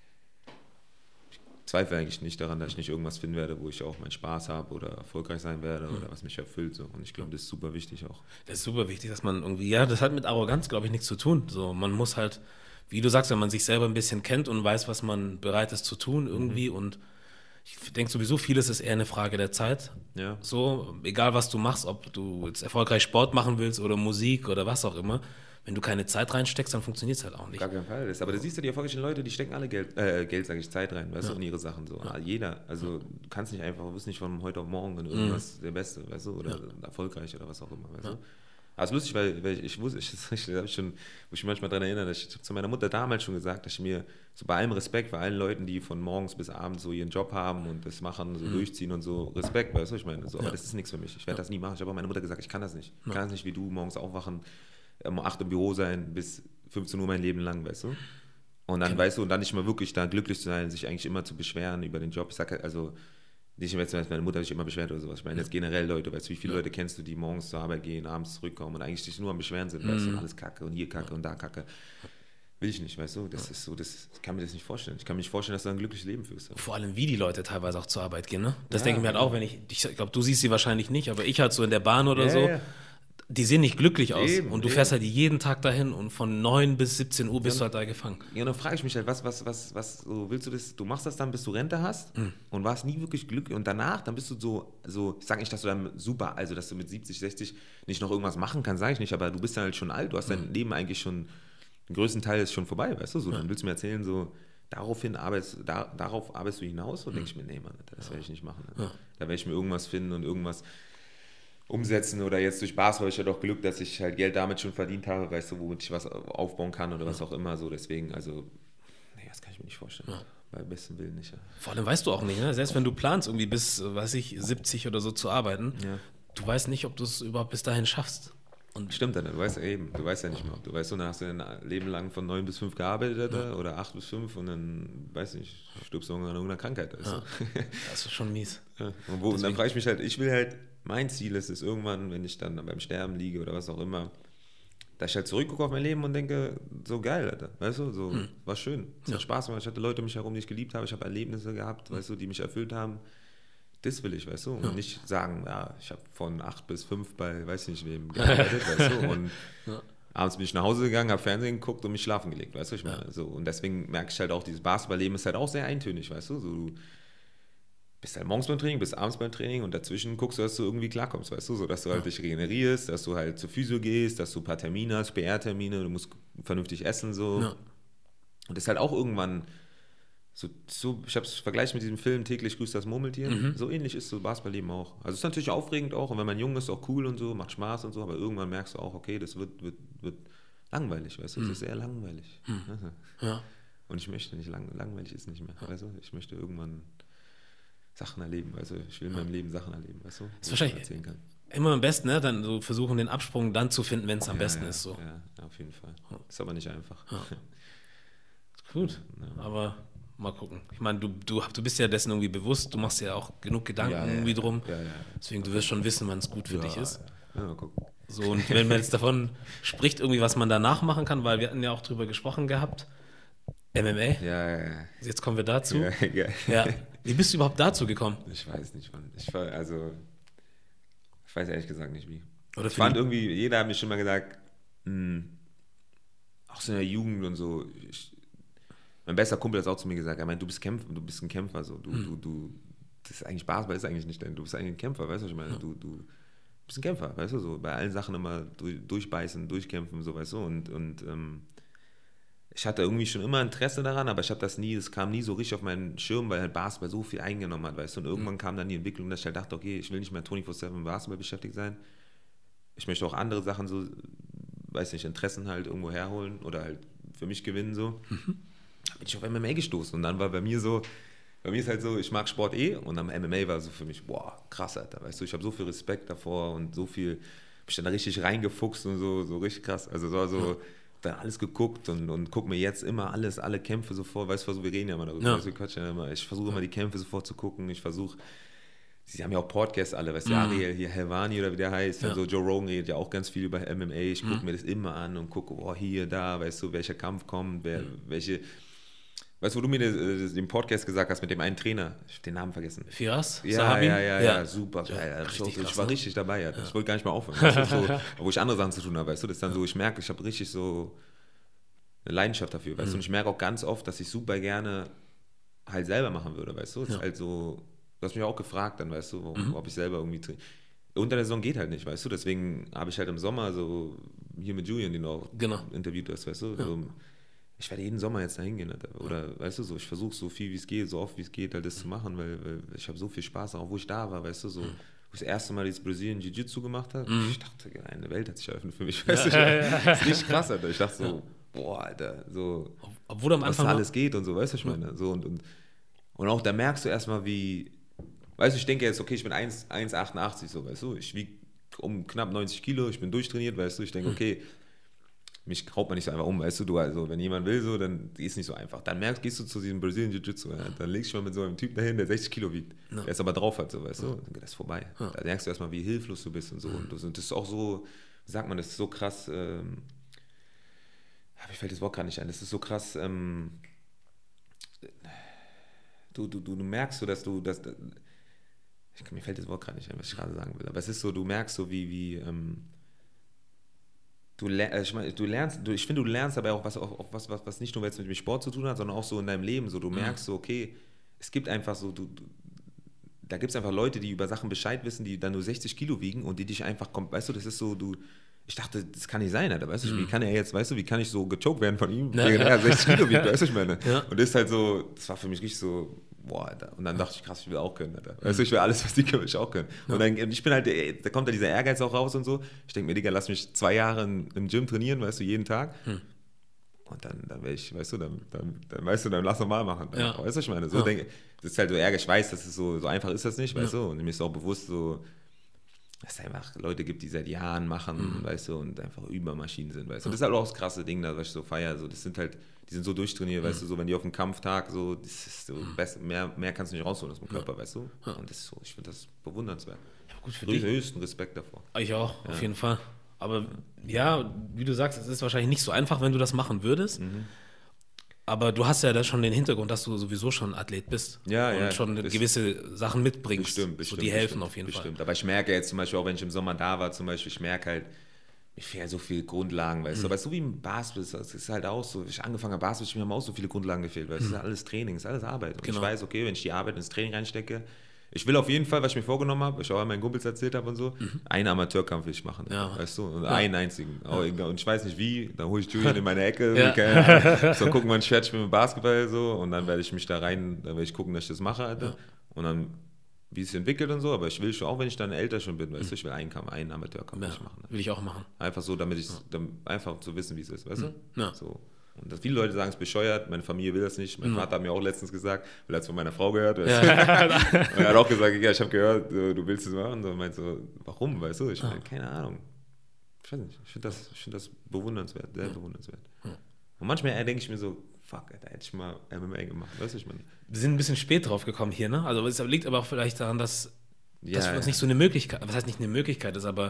[SPEAKER 1] ich zweifle eigentlich nicht daran, dass ich nicht irgendwas finden werde, wo ich auch meinen Spaß habe oder erfolgreich sein werde mhm. oder was mich erfüllt. So. Und ich glaube, das ist super wichtig auch. Das ist super wichtig, dass man irgendwie, ja, das hat mit Arroganz, glaube ich, nichts zu tun. So, man muss halt, wie du sagst, wenn man sich selber ein bisschen kennt und weiß, was man bereit ist zu tun irgendwie mhm. und ich denke sowieso, vieles ist eher eine Frage der Zeit. Ja. So, egal was du machst, ob du jetzt erfolgreich Sport machen willst oder Musik oder was auch immer, wenn du keine Zeit reinsteckst, dann funktioniert es halt auch nicht. Gar keinen Fall. Aber da siehst du, die erfolgreichen Leute, die stecken alle Geld, äh, Geld sage ich, Zeit rein, weißt ja. du, in ihre Sachen. So. Ja. Jeder, also du kannst nicht einfach, du bist nicht von heute auf morgen in irgendwas mhm. der Beste, weißt du, oder ja. erfolgreich oder was auch immer, weißt ja. du. Aber es ist lustig, weil, weil ich, ich wusste, ich, ich, ich, schon, muss ich manchmal daran erinnern, dass ich zu meiner Mutter damals schon gesagt, dass ich mir so bei allem Respekt, bei allen Leuten, die von morgens bis abends so ihren Job haben und das machen, so mhm. durchziehen und so, Respekt, weißt du, ich meine, so, aber ja. das ist nichts für mich. Ich werde ja. das nie machen. Ich habe auch meiner Mutter gesagt, ich kann das nicht. Ich ja. kann das nicht wie du, morgens aufwachen, um acht im Büro sein, bis fünfzehn Uhr mein Leben lang, weißt du. Und dann, okay. weißt du, und dann nicht mal wirklich da glücklich zu sein, sich eigentlich immer zu beschweren über den Job. Ich sage also, nicht mehr, dass meine Mutter sich immer beschwert oder sowas. Ich meine jetzt generell Leute, weißt du, wie viele ja. Leute kennst du, die morgens zur Arbeit gehen, abends zurückkommen und eigentlich sich nur am Beschweren sind, mhm. weißt du, und alles Kacke und hier Kacke ja. und da Kacke. Will ich nicht, weißt du, das ja. ist so, das ich kann mir das nicht vorstellen. Ich kann mir nicht vorstellen, dass du ein glückliches Leben führst. Vor allem, wie die Leute teilweise auch zur Arbeit gehen, ne? Das ja, denke ich mir halt auch, wenn ich, ich glaube, du siehst sie wahrscheinlich nicht, aber ich halt so in der Bahn oder ja, so, ja. die sehen nicht glücklich aus. Eben, und du eben. fährst halt jeden Tag dahin und von neun bis siebzehn Uhr bist ja, du halt da gefangen. Ja, und dann frage ich mich halt, was, was, was, was, so willst du das, du machst das dann, bis du Rente hast mhm. und warst nie wirklich glücklich und danach, dann bist du so, so ich sage nicht, dass du dann super, also dass du mit siebzig, sechzig nicht noch irgendwas machen kannst, sage ich nicht, aber du bist dann halt schon alt, du hast mhm. dein Leben eigentlich schon, den größten Teil ist schon vorbei, weißt du, so, ja. dann willst du mir erzählen, so, daraufhin arbeitest, da, darauf arbeitest du hinaus und mhm. denke ich mir, nee, Mann, das werde ich nicht machen. Ja. Da werde ich mir irgendwas finden und irgendwas umsetzen oder jetzt durch Basketball ich ja doch Glück, dass ich halt Geld damit schon verdient habe, weißt du, womit ich was aufbauen kann oder ja. was auch immer, so deswegen, also, nee, das kann ich mir nicht vorstellen. Ja. Bei besten Willen nicht. Ja. Vor allem weißt du auch nicht, ne? Selbst wenn du planst, irgendwie bis, weiß ich, siebzig oder so zu arbeiten, ja. du weißt nicht, ob du es überhaupt bis dahin schaffst. Und stimmt, dann, du weißt ja eben, du weißt ja nicht mehr, ob du weißt, und dann hast du dein Leben lang von neun bis fünf gearbeitet ja. oder acht bis fünf und dann, weiß nicht, stirbst du an irgendeiner Krankheit. Also. Ja. Das ist schon mies. Ja. Und, wo, und dann frage ich mich halt, ich will halt, mein Ziel ist es irgendwann, wenn ich dann beim Sterben liege oder was auch immer, dass ich halt zurückgucke auf mein Leben und denke, so geil, Alter, weißt du, so, hm. war schön, es ja. hat Spaß gemacht, ich hatte Leute um mich herum, die ich geliebt habe, ich habe Erlebnisse gehabt, hm. weißt du, die mich erfüllt haben, das will ich, weißt du, und ja. nicht sagen, ja, ich habe von acht bis fünf bei, weiß nicht wem, gearbeitet, weißt du, und ja. abends bin ich nach Hause gegangen, habe Fernsehen geguckt und mich schlafen gelegt, weißt du, ich meine, ja. so, und deswegen merke ich halt auch, dieses Basketballleben ist halt auch sehr eintönig, weißt du, so, du bist halt morgens beim Training, bist abends beim Training und dazwischen guckst du, dass du irgendwie klarkommst, weißt du, so, dass du halt dich regenerierst, dass du halt zur Physio gehst, dass du ein paar Termine hast, P R-Termine, du musst vernünftig essen, so. Ja. Und das ist halt auch irgendwann so, so ich habe es vergleicht mit diesem Film Täglich grüßt das Murmeltier, mhm. so ähnlich ist so Basketballleben auch. Also es ist natürlich aufregend auch und wenn man jung ist, auch cool und so, macht Spaß und so, aber irgendwann merkst du auch, okay, das wird, wird, wird langweilig, weißt du, es mhm. ist sehr langweilig. Mhm. Ja. Und ich möchte nicht, lang, langweilig ist nicht mehr, weißt du, ich möchte irgendwann Sachen erleben, also ich will in meinem Leben Sachen erleben, weißt du,
[SPEAKER 3] das ist wahrscheinlich erzählen kann. Immer am besten, ne? Dann so versuchen, den Absprung dann zu finden, wenn es am ja, besten
[SPEAKER 1] ja,
[SPEAKER 3] ist. So.
[SPEAKER 1] Ja, auf jeden Fall. Ist aber nicht einfach.
[SPEAKER 3] Ja. Gut, ja. aber mal gucken. Ich meine, du, du, du bist ja dessen irgendwie bewusst, du machst ja auch genug Gedanken ja, ja, irgendwie drum. Ja, ja. Deswegen, du wirst schon wissen, wann es gut für ja, dich ist. Ja, mal gucken. So, und wenn man jetzt davon spricht, irgendwie, was man danach machen kann, weil wir hatten ja auch drüber gesprochen gehabt, M M A. Ja, ja, ja. Jetzt kommen wir dazu. Ja, ja. Ja. Wie bist du überhaupt dazu gekommen?
[SPEAKER 1] Ich weiß nicht, Mann. Ich war, also, ich weiß ehrlich gesagt nicht wie. Oder ich fand irgendwie, jeder hat mir schon mal gesagt, mh, auch so in der Jugend und so, ich, Mein bester Kumpel hat auch zu mir gesagt, er meint, du bist Kämpfer, du bist ein Kämpfer, so, du,
[SPEAKER 3] Mhm.
[SPEAKER 1] du, du, das ist eigentlich Basketball, ist eigentlich nicht dein, du bist eigentlich ein Kämpfer, weißt du, was ich meine,
[SPEAKER 3] Ja.
[SPEAKER 1] du, du bist ein Kämpfer, weißt du, so, bei allen Sachen immer durch, durchbeißen, durchkämpfen, so, weißt du, und, und ähm, ich hatte irgendwie schon immer Interesse daran, aber ich habe das nie, es kam nie so richtig auf meinen Schirm, weil halt Basketball so viel eingenommen hat, weißt du, und irgendwann kam dann die Entwicklung, dass ich halt dachte, okay, ich will nicht mehr vierundzwanzig sieben mit Basketball beschäftigt sein, ich möchte auch andere Sachen so, weiß nicht, Interessen halt irgendwo herholen oder halt für mich gewinnen, so.
[SPEAKER 3] Mhm.
[SPEAKER 1] Da bin ich auf M M A gestoßen und dann war bei mir so, bei mir ist halt so, ich mag Sport eh und am M M A war so für mich, boah, krass, Alter, weißt du, ich habe so viel Respekt davor und so viel, hab ich dann da richtig reingefuchst und so, so richtig krass, also so, so dann alles geguckt und, und guck mir jetzt immer alles, alle Kämpfe so vor, weißt du, wir reden ja immer darüber,
[SPEAKER 3] Ja.
[SPEAKER 1] weißt du, wir quatschen ja immer, ich versuche immer die Kämpfe sofort zu gucken, ich versuche, sie haben ja auch Podcasts alle, weißt du,
[SPEAKER 3] Mhm.
[SPEAKER 1] Ariel hier, Helvani oder wie der heißt,
[SPEAKER 3] Ja.
[SPEAKER 1] also Joe Rogan redet ja auch ganz viel über M M A, ich gucke
[SPEAKER 3] Mhm.
[SPEAKER 1] mir das immer an und gucke, oh, hier, da, weißt du, welcher Kampf kommt, wer,
[SPEAKER 3] Mhm. welche,
[SPEAKER 1] weißt du, wo du mir das, den Podcast gesagt hast mit dem einen Trainer, ich hab den Namen vergessen.
[SPEAKER 3] Firas?
[SPEAKER 1] Ja,
[SPEAKER 3] Sahabi?
[SPEAKER 1] ja, ja, ja, super.
[SPEAKER 3] Ja,
[SPEAKER 1] Ja, ich,
[SPEAKER 3] richtig
[SPEAKER 1] ich
[SPEAKER 3] krass,
[SPEAKER 1] war
[SPEAKER 3] ne?
[SPEAKER 1] richtig dabei, ja. Ich wollte gar nicht mehr aufhören. Weißt du, so, wo ich andere Sachen zu tun habe, weißt du, das ist dann so, ich merke, ich habe richtig so eine Leidenschaft dafür, weißt
[SPEAKER 3] Mhm.
[SPEAKER 1] du, und ich merke auch ganz oft, dass ich super gerne halt selber machen würde, weißt du, es
[SPEAKER 3] Ja.
[SPEAKER 1] ist halt so, du hast mich auch gefragt dann, weißt du, ob,
[SPEAKER 3] Mhm.
[SPEAKER 1] ob ich selber irgendwie, tra- unter der Saison geht halt nicht, weißt du, deswegen habe ich halt im Sommer so, hier mit Julian, den du auch
[SPEAKER 3] Genau.
[SPEAKER 1] interviewt hast, weißt du,
[SPEAKER 3] Ja.
[SPEAKER 1] so, ich werde jeden Sommer jetzt da hingehen, Alter. Oder, weißt du, so, ich versuche so viel wie es geht, so oft wie es geht, halt das zu machen, weil, weil ich habe so viel Spaß, auch wo ich da war, weißt du, so, wo ich das erste Mal dieses Brasilien Jiu-Jitsu gemacht habe,
[SPEAKER 3] Mhm.
[SPEAKER 1] ich dachte, eine Welt hat sich eröffnet für mich, weißt du,
[SPEAKER 3] Ja, ja, ja.
[SPEAKER 1] das ist nicht krass, Alter. Ich dachte so, boah, Alter, so,
[SPEAKER 3] Obwohl am
[SPEAKER 1] was
[SPEAKER 3] Anfang
[SPEAKER 1] da
[SPEAKER 3] war-
[SPEAKER 1] alles geht und so, weißt du, ich meine, so, und, und, und auch da merkst du erstmal, wie, weißt du, ich denke jetzt, okay, ich bin eins Komma achtundachtzig, so, weißt du, ich wiege um knapp neunzig Kilo, ich bin durchtrainiert, weißt du, ich denke, okay, mich haut man nicht so einfach um, weißt du, du, also wenn jemand will, so, dann ist nicht so einfach. Dann merkst, gehst du zu diesem Brazilian Jiu-Jitsu, ja, dann legst du mal mit so einem Typ dahin, der sechzig Kilo wiegt,
[SPEAKER 3] Ja.
[SPEAKER 1] der es aber drauf hat, so, weißt du, dann geht das vorbei.
[SPEAKER 3] Ja.
[SPEAKER 1] Da merkst du erstmal, wie hilflos du bist und so, und das, und das ist auch so, wie sagt man, das ist so krass, ähm, mir fällt das Wort gar nicht ein, das ist so krass, ähm, du, du, du, du merkst so, dass du, dass, ich, mir fällt das Wort gerade nicht ein, was ich gerade sagen will, aber es ist so, du merkst so, wie, wie, ähm, Du, ler ich mein, du lernst, du, ich finde, du lernst aber auch was, auch, auch was, was, was nicht nur jetzt mit dem Sport zu tun hat, sondern auch so in deinem Leben. So, du merkst so, okay, es gibt einfach so, du, du, da gibt es einfach Leute, die über Sachen Bescheid wissen, die dann nur sechzig Kilo wiegen und die dich einfach, kommt, weißt du, das ist so, du, ich dachte, das kann nicht sein, Alter, weißt du,
[SPEAKER 3] Mhm.
[SPEAKER 1] wie kann er jetzt, weißt du, wie kann ich so gechoked werden von ihm,
[SPEAKER 3] Ja,
[SPEAKER 1] während
[SPEAKER 3] ja.
[SPEAKER 1] er sechzig Kilo wiegt, weißt du, ich meine.
[SPEAKER 3] Ja.
[SPEAKER 1] Und das ist halt so, das war für mich richtig so, boah, Alter. Und dann dachte ich, krass, ich will auch können, Alter. Weißt du, ich will alles, was die können, will ich auch können. Und dann, ich bin halt, ey, da kommt da dieser Ehrgeiz auch raus und so. Ich denke mir, Digga, lass mich zwei Jahre im, im Gym trainieren, weißt du, jeden Tag.
[SPEAKER 3] Hm.
[SPEAKER 1] Und dann, dann wäre ich, weißt du, dann, dann, dann, weißt du, dann lass normal machen. Dann,
[SPEAKER 3] Ja.
[SPEAKER 1] Weißt du, ich meine, so
[SPEAKER 3] Ja.
[SPEAKER 1] denke, das ist halt so Ärger, ich weiß, dass es so, so einfach ist das nicht, weißt
[SPEAKER 3] Ja.
[SPEAKER 1] du. Und mir ist auch bewusst so, dass es einfach Leute gibt, die seit Jahren machen,
[SPEAKER 3] Mhm.
[SPEAKER 1] weißt du, und einfach Übermaschinen sind, weißt du. Das ist halt auch das krasse Ding, da, was ich so feiere, so, das sind halt, die sind so durchtrainiert, weißt du, so, wenn die auf dem Kampftag so, das ist so, best, mehr, mehr kannst du nicht rausholen aus dem Körper, weißt du.
[SPEAKER 3] Ja.
[SPEAKER 1] Und das ist so, ich finde das bewundernswert.
[SPEAKER 3] Ja, gut für
[SPEAKER 1] Höchsten,
[SPEAKER 3] dich.
[SPEAKER 1] höchsten Respekt davor.
[SPEAKER 3] Ich auch,
[SPEAKER 1] Ja.
[SPEAKER 3] auf jeden Fall. Aber ja, wie du sagst, es ist wahrscheinlich nicht so einfach, wenn du das machen würdest.
[SPEAKER 1] Mhm.
[SPEAKER 3] Aber du hast ja da schon den Hintergrund, dass du sowieso schon Athlet bist.
[SPEAKER 1] Ja,
[SPEAKER 3] und
[SPEAKER 1] ja,
[SPEAKER 3] schon
[SPEAKER 1] das-
[SPEAKER 3] gewisse Sachen mitbringst.
[SPEAKER 1] Bestimmt, bestimmt.
[SPEAKER 3] So, die helfen
[SPEAKER 1] bestimmt,
[SPEAKER 3] auf jeden
[SPEAKER 1] bestimmt. Aber ich merke jetzt zum Beispiel auch, wenn ich im Sommer da war, zum Beispiel, ich merke halt, mir fehlen so viele Grundlagen, weißt
[SPEAKER 3] Mhm.
[SPEAKER 1] du, aber so wie im Basketball, das ist halt auch so, ich angefangen habe Basketball, mir haben auch so viele Grundlagen gefehlt, weil es ist ja alles Training, es ist alles Arbeit. Und
[SPEAKER 3] Genau.
[SPEAKER 1] ich weiß, okay, wenn ich die Arbeit ins Training reinstecke, ich will auf jeden Fall, was ich mir vorgenommen habe, was ich auch an meinen Kumpels erzählt habe und so, einen Amateurkampf will ich machen,
[SPEAKER 3] Mhm. Ja.
[SPEAKER 1] weißt du, und
[SPEAKER 3] Ja.
[SPEAKER 1] einen einzigen. Auch egal. Und ich weiß nicht wie, dann hole ich Julian in meine Ecke,
[SPEAKER 3] Ja.
[SPEAKER 1] keine Ahnung. So gucken, wann ich fertig bin mit Basketball so und dann werde ich mich da rein, dann werde ich gucken, dass ich das mache, Alter.
[SPEAKER 3] Ja.
[SPEAKER 1] Und dann, wie es sich entwickelt und so, aber ich will schon, auch wenn ich dann älter schon bin, weißt du, ich will einen Kampf, einen Amateurkampf will
[SPEAKER 3] Ja,
[SPEAKER 1] ich machen.
[SPEAKER 3] will ich auch machen.
[SPEAKER 1] Einfach so, damit ich, dann, einfach zu wissen, wie es ist, weißt du?
[SPEAKER 3] Ja.
[SPEAKER 1] So. Und das, viele Leute sagen, es ist bescheuert, meine Familie will das nicht. Mein
[SPEAKER 3] Mhm.
[SPEAKER 1] Vater hat mir auch letztens gesagt, weil er es von meiner Frau gehört. Weißt
[SPEAKER 3] Ja.
[SPEAKER 1] du? Und er hat auch gesagt, ja, ich habe gehört, du du willst es machen. Und meint so, warum, weißt du? Ich meine, keine Ahnung. Ich weiß nicht, ich finde das, ich find das bewundernswert, sehr bewundernswert.
[SPEAKER 3] Ja.
[SPEAKER 1] Und manchmal denke ich mir so, fuck, Alter, hätte ich mal M M A gemacht, weißt du, ich meine.
[SPEAKER 3] Wir sind ein bisschen spät drauf gekommen hier, ne? Also es liegt aber auch vielleicht daran, dass,
[SPEAKER 1] Ja,
[SPEAKER 3] dass für uns
[SPEAKER 1] ja.
[SPEAKER 3] nicht so eine Möglichkeit, was heißt nicht eine Möglichkeit ist, aber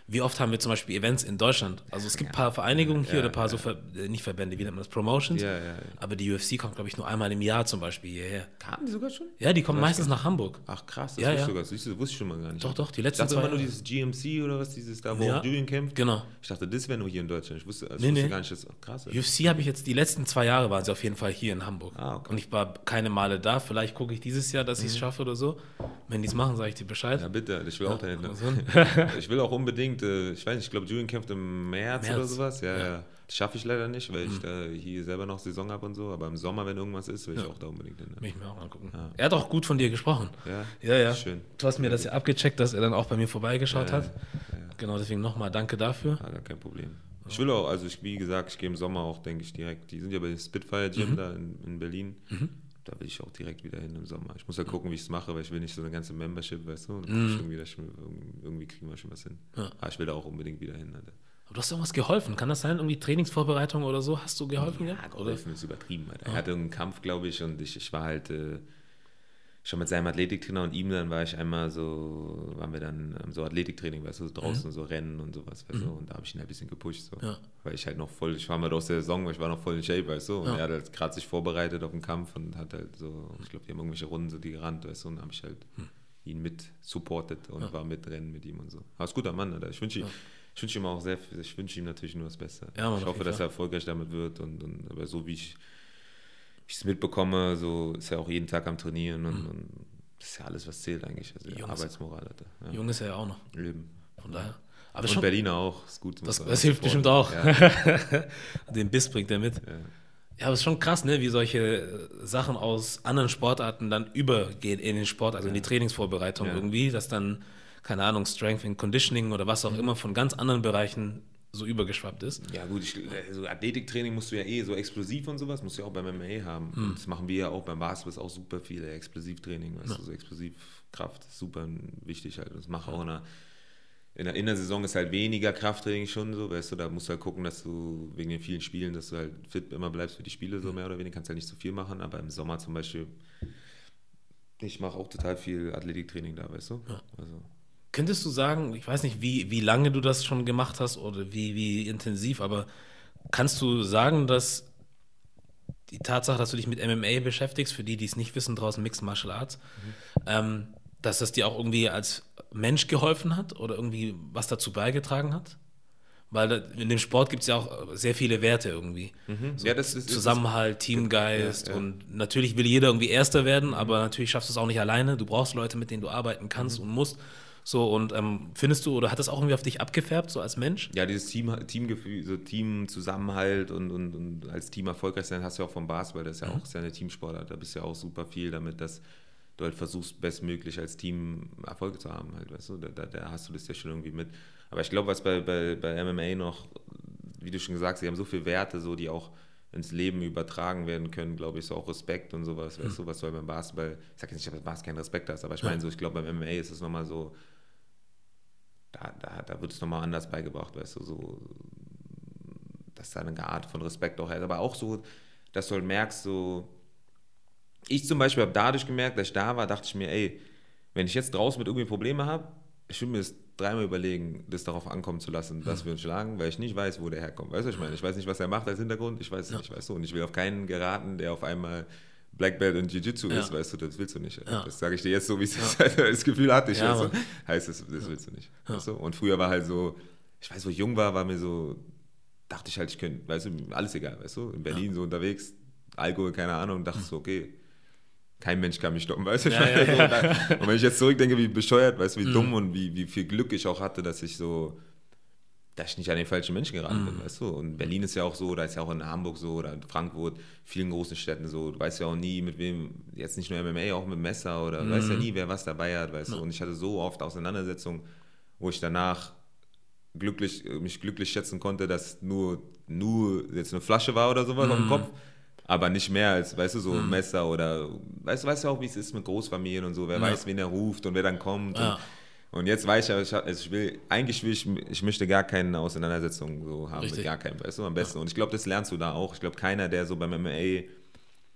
[SPEAKER 3] wie oft haben wir zum Beispiel Events in Deutschland? Also es gibt ein paar Vereinigungen hier
[SPEAKER 1] ja,
[SPEAKER 3] oder ein paar
[SPEAKER 1] ja.
[SPEAKER 3] so, Ver äh, nicht Verbände, wie nennt man das, Promotions.
[SPEAKER 1] Ja, ja, ja.
[SPEAKER 3] Aber die U F C kommt, glaube ich, nur einmal im Jahr zum Beispiel hierher.
[SPEAKER 1] Kamen die sogar schon?
[SPEAKER 3] Ja, die kommen
[SPEAKER 1] Oder
[SPEAKER 3] meistens
[SPEAKER 1] ich-
[SPEAKER 3] nach Hamburg.
[SPEAKER 1] Ach krass, das
[SPEAKER 3] Ja,
[SPEAKER 1] wusste,
[SPEAKER 3] ja.
[SPEAKER 1] Sogar, siehst du, das wusste ich schon mal gar nicht.
[SPEAKER 3] Doch, doch, die
[SPEAKER 1] Ich
[SPEAKER 3] letzten
[SPEAKER 1] dachte
[SPEAKER 3] zwei
[SPEAKER 1] immer nur
[SPEAKER 3] Jahre.
[SPEAKER 1] dieses G M C oder was, dieses da, wo
[SPEAKER 3] Ja,
[SPEAKER 1] auch Julian kämpft.
[SPEAKER 3] genau.
[SPEAKER 1] Ich dachte, das wäre nur hier in Deutschland. Ich wusste, also
[SPEAKER 3] Nee,
[SPEAKER 1] ich wusste
[SPEAKER 3] nee.
[SPEAKER 1] gar nicht, das ist krass.
[SPEAKER 3] U F C habe ich jetzt, die letzten zwei Jahre waren sie auf jeden Fall hier in Hamburg.
[SPEAKER 1] Ah, okay.
[SPEAKER 3] Und ich war keine Male da. Vielleicht gucke ich dieses Jahr, dass ich es schaffe oder so. Wenn die es machen, sage ich dir Bescheid.
[SPEAKER 1] Ja, bitte, ich will auch dahin.
[SPEAKER 3] also-
[SPEAKER 1] Ich will auch unbedingt, äh, ich weiß nicht, ich glaube, Julian kämpft im März,
[SPEAKER 3] März.
[SPEAKER 1] oder sowas. Ja,
[SPEAKER 3] Ja.
[SPEAKER 1] ja. Das schaffe ich leider nicht, weil ich da hier selber noch Saison habe und so. Aber im Sommer, wenn irgendwas ist, will ich
[SPEAKER 3] Ja.
[SPEAKER 1] auch da unbedingt hin.
[SPEAKER 3] Will ich mir auch angucken.
[SPEAKER 1] Ja.
[SPEAKER 3] Er hat auch gut von dir gesprochen.
[SPEAKER 1] Ja,
[SPEAKER 3] Ja, ja.
[SPEAKER 1] Schön.
[SPEAKER 3] Du hast mir das ja abgecheckt, dass er dann auch bei mir vorbeigeschaut
[SPEAKER 1] Ja,
[SPEAKER 3] hat.
[SPEAKER 1] ja, ja.
[SPEAKER 3] Genau, deswegen nochmal danke dafür.
[SPEAKER 1] Ah, gar kein Problem. Ich will auch, also ich, wie gesagt, ich gehe im Sommer auch, denke ich, direkt. Die sind ja bei dem Spitfire Gym
[SPEAKER 3] Mhm.
[SPEAKER 1] da in, in Berlin. Da will ich auch direkt wieder hin im Sommer. Ich muss ja gucken, wie ich es mache, weil ich will nicht so eine ganze Membership, weißt du? Und
[SPEAKER 3] Mhm.
[SPEAKER 1] ich irgendwie, dass ich, irgendwie, irgendwie kriegen wir schon was hin.
[SPEAKER 3] Ja.
[SPEAKER 1] Aber ich will da auch unbedingt wieder hin, Alter.
[SPEAKER 3] Aber du hast irgendwas geholfen. Kann das sein? Irgendwie Trainingsvorbereitung oder so? Hast du geholfen?
[SPEAKER 1] Ja,
[SPEAKER 3] gehabt?
[SPEAKER 1] geholfen ist übertrieben, Alter. Er hatte einen Kampf, glaube ich, und ich, ich war halt äh, schon mit seinem Athletiktrainer und ihm, dann war ich einmal so, waren wir dann ähm, so Athletiktraining, weißt du, so draußen so Rennen und sowas, weißt du, und da habe ich ihn halt ein bisschen gepusht, so.
[SPEAKER 3] Ja.
[SPEAKER 1] Weil ich halt noch voll, ich war mal aus der Saison, ich war noch voll in Shape, weißt du, und
[SPEAKER 3] Ja.
[SPEAKER 1] er hat halt gerade sich vorbereitet auf den Kampf und hat halt so, ich glaube, die haben irgendwelche Runden so die gerannt, weißt du, und da habe ich halt ihn mit supportet und
[SPEAKER 3] Ja.
[SPEAKER 1] war mit Rennen mit ihm und so. Aber ist guter Mann, Alter. Ich wünsche ihm, ich wünsche ihm auch sehr, viel- ich wünsche ihm natürlich nur das Beste.
[SPEAKER 3] Ja, Mann,
[SPEAKER 1] ich
[SPEAKER 3] auf
[SPEAKER 1] hoffe,
[SPEAKER 3] jeden
[SPEAKER 1] dass
[SPEAKER 3] Fall.
[SPEAKER 1] er erfolgreich damit wird und, und aber so wie ich ich es mitbekomme, so ist er auch jeden Tag am Trainieren und, und das ist ja alles, was zählt eigentlich. Also ja,
[SPEAKER 3] Jungs.
[SPEAKER 1] Arbeitsmoral, Alter. Ja.
[SPEAKER 3] Jung ist er ja auch noch.
[SPEAKER 1] Leben.
[SPEAKER 3] Von daher. Aber
[SPEAKER 1] Und
[SPEAKER 3] schon,
[SPEAKER 1] Berliner auch, ist gut. muss
[SPEAKER 3] das,
[SPEAKER 1] man
[SPEAKER 3] das
[SPEAKER 1] auch
[SPEAKER 3] hilft bestimmt auch.
[SPEAKER 1] supporten. Ja,
[SPEAKER 3] Den Biss bringt er mit.
[SPEAKER 1] ja.
[SPEAKER 3] Ja, aber es ist schon krass, ne, wie solche äh, Sachen aus anderen Sportarten dann übergehen in den Sport, also in die Trainingsvorbereitung
[SPEAKER 1] Ja.
[SPEAKER 3] irgendwie, dass dann, keine Ahnung, Strength and Conditioning oder was auch
[SPEAKER 1] Mhm.
[SPEAKER 3] immer von ganz anderen Bereichen so übergeschwappt ist.
[SPEAKER 1] Ja gut, ich, also Athletiktraining musst du ja eh so explosiv und sowas, musst du ja auch beim M M A haben.
[SPEAKER 3] Hm.
[SPEAKER 1] Und das machen wir ja auch beim Basketball, ist auch super viel ey, Explosivtraining, weißt du, so Explosivkraft ist super wichtig halt. Das mache auch in der, in der, in der Saison ist halt weniger Krafttraining schon so, weißt du, da musst du halt gucken, dass du wegen den vielen Spielen, dass du halt fit immer bleibst für die Spiele so mehr oder weniger, kannst halt nicht so viel machen, aber im Sommer zum Beispiel, ich mache auch total viel Athletiktraining da, weißt du.
[SPEAKER 3] Ja.
[SPEAKER 1] Also,
[SPEAKER 3] Könntest du sagen, ich weiß nicht, wie, wie lange du das schon gemacht hast oder wie, wie intensiv, aber kannst du sagen, dass die Tatsache, dass du dich mit M M A beschäftigst, für die, die es nicht wissen, draußen Mixed Martial Arts, ähm, dass das dir auch irgendwie als Mensch geholfen hat oder irgendwie was dazu beigetragen hat? Weil da, in dem Sport gibt es ja auch sehr viele Werte irgendwie. So
[SPEAKER 1] Ja, das ist-
[SPEAKER 3] Zusammenhalt, Teamgeist
[SPEAKER 1] Ja, ja.
[SPEAKER 3] und natürlich will jeder irgendwie Erster werden, aber natürlich schaffst du es auch nicht alleine. Du brauchst Leute, mit denen du arbeiten kannst und musst. So, und ähm, findest du, oder hat das auch irgendwie auf dich abgefärbt, so als Mensch?
[SPEAKER 1] Ja, dieses Team, Teamgefühl, so Teamzusammenhalt und, und, und als Team erfolgreich sein, hast du ja auch vom Basketball, das ist ja auch ist ja eine Teamsportart, da bist du ja auch super viel damit, dass du halt versuchst, bestmöglich als Team Erfolge zu haben, halt, weißt du, da, da, da hast du das ja schon irgendwie mit. Aber ich glaube, was bei, bei, bei M M A noch, wie du schon gesagt hast, sie haben so viele Werte, so, die auch ins Leben übertragen werden können, glaube ich, so auch Respekt und sowas, weißt du, was du halt beim Basketball, ich sag jetzt nicht, dass du beim Basketball keinen Respekt hast, aber ich meine so, ich glaube, beim M M A ist es nochmal so, Da, da, da wird es nochmal anders beigebracht, weißt du, so, dass da eine Art von Respekt auch hat, aber auch so, dass du halt merkst, so, ich zum Beispiel habe dadurch gemerkt, dass ich da war, dachte ich mir, ey, wenn ich jetzt draußen mit irgendwie Probleme habe, ich will mir das dreimal überlegen, das darauf ankommen zu lassen, dass wir uns schlagen, weil ich nicht weiß, wo der herkommt, weißt du, ich meine, ich weiß nicht, was er macht als Hintergrund, ich weiß es nicht, weißt du, und ich will auf keinen geraten, der auf einmal Black Belt und Jiu-Jitsu
[SPEAKER 3] Ja.
[SPEAKER 1] ist, weißt du, das willst du nicht.
[SPEAKER 3] Ja.
[SPEAKER 1] Das sage ich dir jetzt so, wie es ist. Das Gefühl hatte ich.
[SPEAKER 3] Ja,
[SPEAKER 1] weißt du?
[SPEAKER 3] Mann.
[SPEAKER 1] Heißt, das, das willst du nicht. Weißt du? Und früher war halt so, ich weiß, wo ich jung war, war mir so, dachte ich halt, ich könnte, weißt du, alles egal, weißt du, in Berlin so unterwegs, Alkohol, keine Ahnung, und dachte so, okay, kein Mensch kann mich stoppen, weißt du? Ich
[SPEAKER 3] Ja,
[SPEAKER 1] meine,
[SPEAKER 3] ja,
[SPEAKER 1] so,
[SPEAKER 3] ja.
[SPEAKER 1] und dann- Und wenn ich jetzt zurückdenke, wie bescheuert, weißt du, wie dumm und wie, wie viel Glück ich auch hatte, dass ich so, dass ich nicht an den falschen Menschen geraten bin, weißt du? Und Berlin ist ja auch so, da ist ja auch in Hamburg so oder in Frankfurt, vielen großen Städten so, du weißt ja auch nie, mit wem, jetzt nicht nur M M A, auch mit Messer oder du weißt ja nie, wer was dabei hat, weißt du? Und ich hatte so oft Auseinandersetzungen, wo ich danach glücklich, mich glücklich schätzen konnte, dass nur, nur jetzt eine Flasche war oder sowas auf dem Kopf, aber nicht mehr als, weißt du, so ein Messer oder, weißt du, weißt du auch, wie es ist mit Großfamilien und so, wer
[SPEAKER 3] Ja.
[SPEAKER 1] weiß, wen er ruft und wer dann kommt.
[SPEAKER 3] Ja.
[SPEAKER 1] Und, und jetzt weiß ich ja, ich, hab- also ich will, eigentlich will ich, ich möchte gar keine Auseinandersetzung so haben
[SPEAKER 3] Richtig.
[SPEAKER 1] mit gar keinem, weißt du, am besten. Und ich glaube, das lernst du da auch. Ich glaube, keiner, der so beim M M A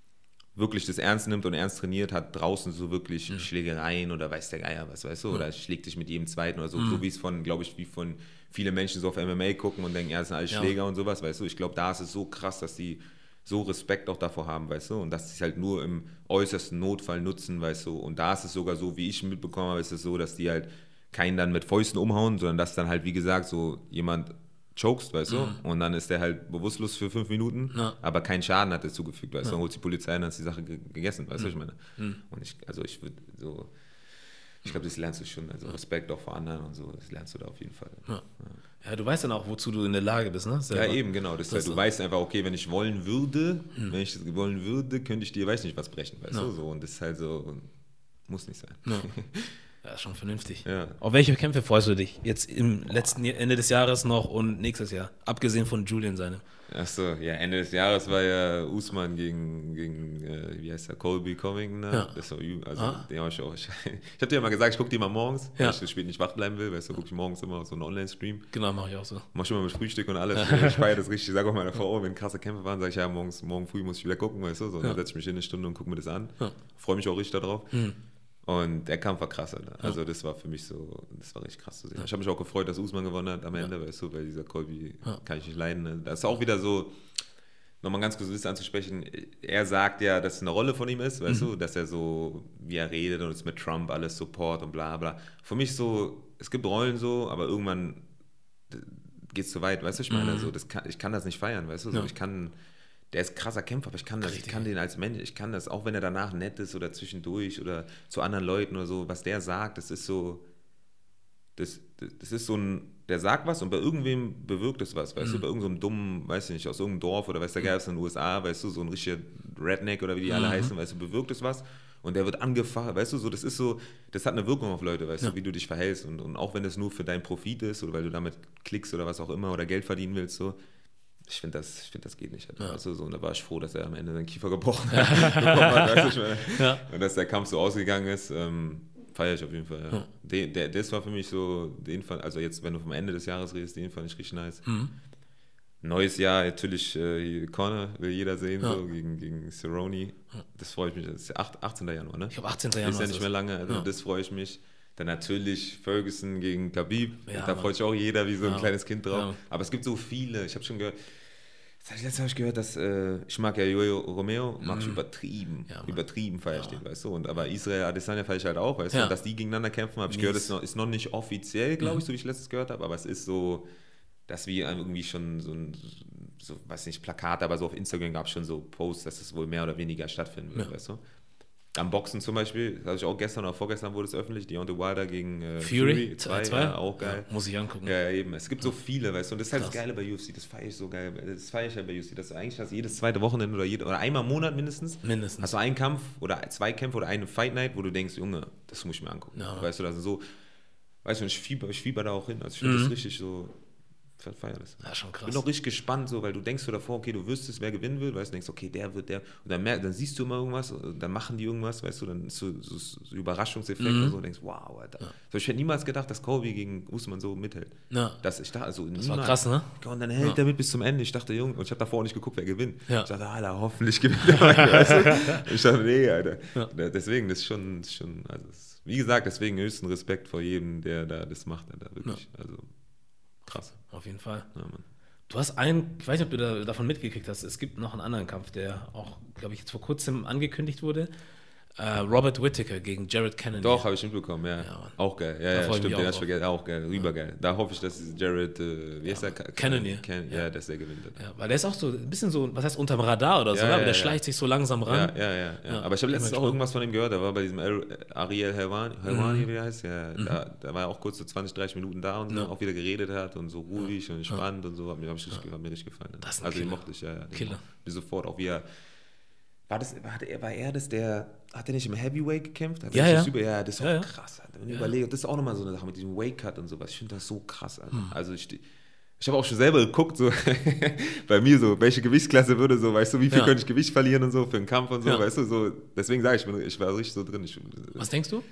[SPEAKER 1] wirklich das ernst nimmt und ernst trainiert, hat draußen so wirklich mhm. Schlägereien oder weiß der Geier was, weißt du, mhm. oder schlägt sich mit jedem Zweiten oder so, mhm. so wie es von, glaube ich, wie von viele Menschen so auf M M A gucken und denken, ja, das sind alles ja. Schläger und sowas, weißt du, ich glaube, da ist es so krass, dass die so Respekt auch davor haben, weißt du, und dass sie es halt nur im äußersten Notfall nutzen, weißt du, und da ist es sogar so, wie ich mitbekommen habe, ist es so, dass die halt keinen dann mit Fäusten umhauen, sondern dass dann halt, wie gesagt, so jemand chokst, weißt du, mhm. und dann ist der halt bewusstlos für fünf Minuten, ja. aber keinen Schaden hat er zugefügt, weißt ja. du, dann holt die Polizei und dann ist die Sache gegessen, weißt du, mhm. ich meine. Mhm. Und ich, also ich würde so, ich glaube, das lernst du schon, also Respekt auch vor anderen und so, das lernst du da auf jeden Fall.
[SPEAKER 3] Ja, ja. ja du weißt dann auch, wozu du in der Lage bist, ne?
[SPEAKER 1] Selber. Ja, eben, genau, das das halt, du so. weißt einfach, okay, wenn ich wollen würde, mhm. wenn ich das wollen würde, könnte ich dir, weiß nicht, was brechen, weißt ja. du, so, und das ist halt so, muss nicht sein.
[SPEAKER 3] Ja. Ja, schon vernünftig. Ja. Auf welche Kämpfe freust du dich jetzt im letzten Ende des Jahres noch und nächstes Jahr? Abgesehen von Julian seine.
[SPEAKER 1] Achso, ja, Ende des Jahres war ja Usman gegen, gegen äh, wie heißt der, Colby Covington. Ne? Ja. Das war, also, ah. den hab ich auch. Ich, ich hab dir ja mal gesagt, ich gucke die mal morgens, ja. weil ich spät nicht wach bleiben will, weißt du, gucke ich morgens immer so einen Online-Stream.
[SPEAKER 3] Genau, mache ich auch so.
[SPEAKER 1] Mach schon mal mit Frühstück und alles. Ich feiere das richtig. Ich sage auch meiner Frau, wenn krasse Kämpfe waren, sage ich, ja, morgens, morgen früh muss ich wieder gucken, weißt du, so, ja. dann setze ich mich in eine Stunde und gucke mir das an. Ja. Freue mich auch richtig darauf. Mhm. Und der Kampf war krass, Alter. Also ja. das war für mich so, das war richtig krass zu sehen. Ja. Ich habe mich auch gefreut, dass Usman gewonnen hat am Ende, ja. weißt du, weil dieser Colby ja. kann ich nicht leiden. Ne? Das ist auch wieder so, nochmal ganz kurz anzusprechen, er sagt ja, dass es eine Rolle von ihm ist, weißt mhm. du, dass er so, wie er redet und es mit Trump alles Support und bla bla. Für mich so, es gibt Rollen so, aber irgendwann geht es zu weit, weißt du, ich meine, mhm. so, das kann, ich kann das nicht feiern, weißt du, so, ja. ich kann... Der ist ein krasser Kämpfer, aber ich kann das, ich kann den als Mensch, ich kann das, auch wenn er danach nett ist oder zwischendurch oder zu anderen Leuten oder so, was der sagt, das ist so, das, das ist so ein, der sagt was und bei irgendwem bewirkt es was, weißt mhm. du, bei irgendeinem so dummen, weiß ich nicht, aus irgendeinem Dorf oder weiß der Geist in den U S A, weißt du, so ein richtiger Redneck oder wie die mhm. alle heißen, weißt du, bewirkt es was und der wird angefahren, weißt du, so, das ist so, das hat eine Wirkung auf Leute, weißt ja. du, wie du dich verhältst und, und auch wenn das nur für deinen Profit ist oder weil du damit klickst oder was auch immer oder Geld verdienen willst, so, Ich finde, das, find, das geht nicht. Ja. Also, so, und da war ich froh, dass er am Ende seinen Kiefer gebrochen hat. hat ja. Und dass der Kampf so ausgegangen ist, ähm, feiere ich auf jeden Fall. Ja. Ja. Der, der, das war für mich so, den fand, also jetzt, wenn du vom Ende des Jahres redest, den fand ich richtig nice. Mhm. Neues Jahr, natürlich, äh, Conor will jeder sehen, ja. so, gegen, gegen Cerrone. Ja. Das freue ich mich. Das ist achtzehnten Januar, ne?
[SPEAKER 3] Ich glaube, achtzehnten Januar.
[SPEAKER 1] Ist ja nicht mehr lange, also ja. das freue ich mich. Dann natürlich Ferguson gegen Khabib. Ja, da freut sich auch jeder wie so ein ja. kleines Kind drauf. Ja. Aber es gibt so viele. Ich habe schon gehört, letztes habe ich gehört, dass äh, ich mag ja Yoyo Romeo, mag mm. ich übertrieben. Ja, übertrieben feiere ich ja. den, weißt du. Und, aber Israel Adesanya feiere ich halt auch, weißt ja. du. Und dass die gegeneinander kämpfen, habe ich Mies. gehört, ist noch, ist noch nicht offiziell, glaube ich, so wie ich letztes gehört habe. Aber es ist so, dass wir irgendwie schon so ein, so, weiß nicht, Plakate, aber so auf Instagram gab es schon so Posts, dass es wohl mehr oder weniger stattfinden wird, ja. weißt du. Am Boxen zum Beispiel, das hatte ich auch gestern oder vorgestern wurde es öffentlich, Deontay Wilder gegen äh, Fury zwei, ja, auch geil.
[SPEAKER 3] Ja, muss ich angucken.
[SPEAKER 1] Ja, eben. Es gibt so viele, weißt du, und das ist halt Krass. das Geile bei U F C, das feiere ich so geil, das feiere ich halt bei U F C, dass du eigentlich hast, jedes zweite Wochenende oder, jede, oder einmal im Monat mindestens,
[SPEAKER 3] mindestens,
[SPEAKER 1] hast du einen Kampf oder zwei Kämpfe oder eine Fight Night, wo du denkst, Junge, das muss ich mir angucken. Ja. Weißt du, das ist so, weißt du, ich fieber, ich fieber da auch hin, also ich finde mhm. das richtig so, feier das.
[SPEAKER 3] Ja, schon krass.
[SPEAKER 1] Ich bin auch richtig gespannt, so, weil du denkst so davor, okay, du wüsstest, wer gewinnen will, weißt du, denkst, okay, der wird der, und dann, merk, dann siehst du immer irgendwas, dann machen die irgendwas, weißt du, dann ist so, so, so Überraschungseffekt mhm. und so, und denkst, wow, Alter. Ja. So, ich hätte niemals gedacht, dass Colby gegen Usman so mithält. Ja. Das, ich dachte, also,
[SPEAKER 3] das
[SPEAKER 1] niemals.
[SPEAKER 3] war krass, ne?
[SPEAKER 1] Und dann hält ja. er mit bis zum Ende. Ich dachte, Junge, und ich habe davor auch nicht geguckt, wer gewinnt. Ja. Ich dachte, Alter, hoffentlich gewinnt er. Weißt du? Ich dachte, nee, Alter. Ja. Deswegen, das ist schon, schon also, das, wie gesagt, deswegen höchsten Respekt vor jedem, der da das macht, Alter, wirklich. Ja. Also, krass.
[SPEAKER 3] Auf jeden Fall. Ja, Mann. Du hast einen, ich weiß nicht, ob du da, davon mitgekriegt hast, es gibt noch einen anderen Kampf, der auch, glaube ich, jetzt vor kurzem angekündigt wurde. Uh, Robert Whittaker gegen Jared Cannonier.
[SPEAKER 1] Doch, habe ich mitbekommen, ja. ja auch geil. Ja, ja stimmt, den hast du vergessen. Auch geil, rübergeil. Ja. Da hoffe ich, dass Jared, äh, wie heißt
[SPEAKER 3] ja.
[SPEAKER 1] der?
[SPEAKER 3] Cannonier.
[SPEAKER 1] Can, ja, ja, dass der gewinnt.
[SPEAKER 3] Ja, weil der ist auch so ein bisschen so, was heißt, unterm Radar oder so, ja, ja, aber der ja, schleicht sich so langsam ran.
[SPEAKER 1] Ja, ja, ja. ja. ja. Aber ich habe letztens auch irgendwas von ihm gehört, da war bei diesem Ariel Helwani, mhm. wie der heißt, ja, mhm. da, da war er auch kurz so zwanzig, dreißig Minuten da und ja. auch wieder geredet hat und so ruhig ja. und entspannt ja. und so, hat mir, hab ich richtig, ja. hat mir richtig gefallen.
[SPEAKER 3] Das ist ein
[SPEAKER 1] also
[SPEAKER 3] Killer.
[SPEAKER 1] den mochte ich, ja. ja
[SPEAKER 3] Killer.
[SPEAKER 1] Wie sofort, auch wie er War, das, war, er, war er das, der, hat er nicht im Heavyweight gekämpft? Hat
[SPEAKER 3] ja, ja.
[SPEAKER 1] Über, ja, das ist auch
[SPEAKER 3] ja,
[SPEAKER 1] krass. Wenn ich
[SPEAKER 3] ja.
[SPEAKER 1] überlege, das ist auch nochmal so eine Sache mit diesem Weight-Cut und sowas. Ich finde das so krass. Alter. Hm. Also ich, ich habe auch schon selber geguckt, so bei mir so, welche Gewichtsklasse würde so, weißt du, wie viel ja. könnte ich Gewicht verlieren und so für einen Kampf und so, ja. weißt du, so. Deswegen sage ich, ich, ich war richtig so drin. Ich,
[SPEAKER 3] Was denkst du?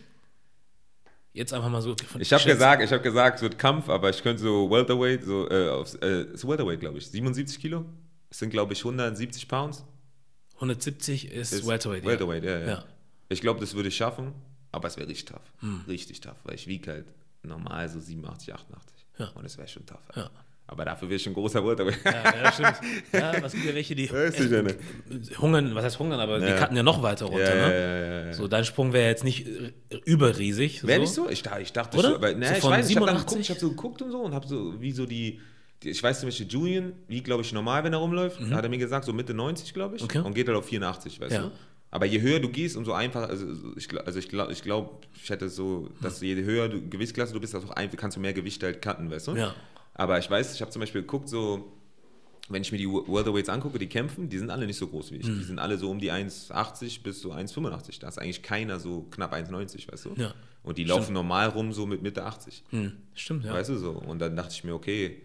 [SPEAKER 3] Jetzt einfach mal so.
[SPEAKER 1] Ich habe gesagt, ich habe gesagt, es wird Kampf, aber ich könnte so Welterweight, so, äh, aufs, äh, ist Welterweight, glaube ich, siebenundsiebzig Kilo. Es sind, glaube ich, hundertsiebzig Pounds.
[SPEAKER 3] hundertsiebzig ist,
[SPEAKER 1] ist
[SPEAKER 3] Welterweight.
[SPEAKER 1] Welterweight, ja,
[SPEAKER 3] ja.
[SPEAKER 1] ja.
[SPEAKER 3] ja.
[SPEAKER 1] Ich glaube, das würde ich schaffen, aber es wäre richtig tough.
[SPEAKER 3] Hm.
[SPEAKER 1] Richtig tough, weil ich wiege halt normal so siebenundachtzig, achtundachtzig.
[SPEAKER 3] Ja.
[SPEAKER 1] Und das wäre schon tough. Halt.
[SPEAKER 3] Ja.
[SPEAKER 1] Aber dafür wäre ich schon ein großer Welterweight.
[SPEAKER 3] Ja, ja, stimmt. Ja, was gibt ja welche, die
[SPEAKER 1] Weiß ich ja nicht.
[SPEAKER 3] hungern, was heißt hungern, aber
[SPEAKER 1] Ja.
[SPEAKER 3] die cutten ja noch weiter runter.
[SPEAKER 1] Ja,
[SPEAKER 3] ne?
[SPEAKER 1] ja, ja, ja.
[SPEAKER 3] So, dein Sprung wäre jetzt nicht äh, überriesig.
[SPEAKER 1] Wäre
[SPEAKER 3] so.
[SPEAKER 1] nicht so? Ich, da- ich dachte
[SPEAKER 3] Oder?
[SPEAKER 1] schon, aber, ne,
[SPEAKER 3] So
[SPEAKER 1] ich
[SPEAKER 3] von
[SPEAKER 1] weiß, ich habe dann
[SPEAKER 3] siebenundachtzig?
[SPEAKER 1] geguckt, ich habe so geguckt und so und habe so, wie so die, die ich weiß zum Beispiel, Julian wiegt, glaube ich, normal, wenn er rumläuft,
[SPEAKER 3] Mhm.
[SPEAKER 1] da hat er mir gesagt, so Mitte neunzig, glaube ich,
[SPEAKER 3] Okay.
[SPEAKER 1] und geht halt auf vierundachtzig, weißt
[SPEAKER 3] Ja.
[SPEAKER 1] du? Aber je höher du gehst, umso einfacher, also ich, gl- also ich glaube, ich, glaub, ich hätte so, dass je höher du Gewichtsklasse du bist, auch ein, kannst du mehr Gewicht halt cutten, weißt du?
[SPEAKER 3] Ja.
[SPEAKER 1] Aber ich weiß, ich habe zum Beispiel geguckt, so, wenn ich mir die Welterweights angucke, die kämpfen, die sind alle nicht so groß wie ich.
[SPEAKER 3] Mhm.
[SPEAKER 1] Die sind alle so um die eins achtzig bis so eins fünfundachtzig. Da ist eigentlich keiner so knapp eins neunzig, weißt du?
[SPEAKER 3] Ja.
[SPEAKER 1] Und die
[SPEAKER 3] Stimmt.
[SPEAKER 1] laufen normal rum so mit Mitte achtzig.
[SPEAKER 3] Hm. Stimmt, ja.
[SPEAKER 1] Weißt du so? Und dann dachte ich mir, okay,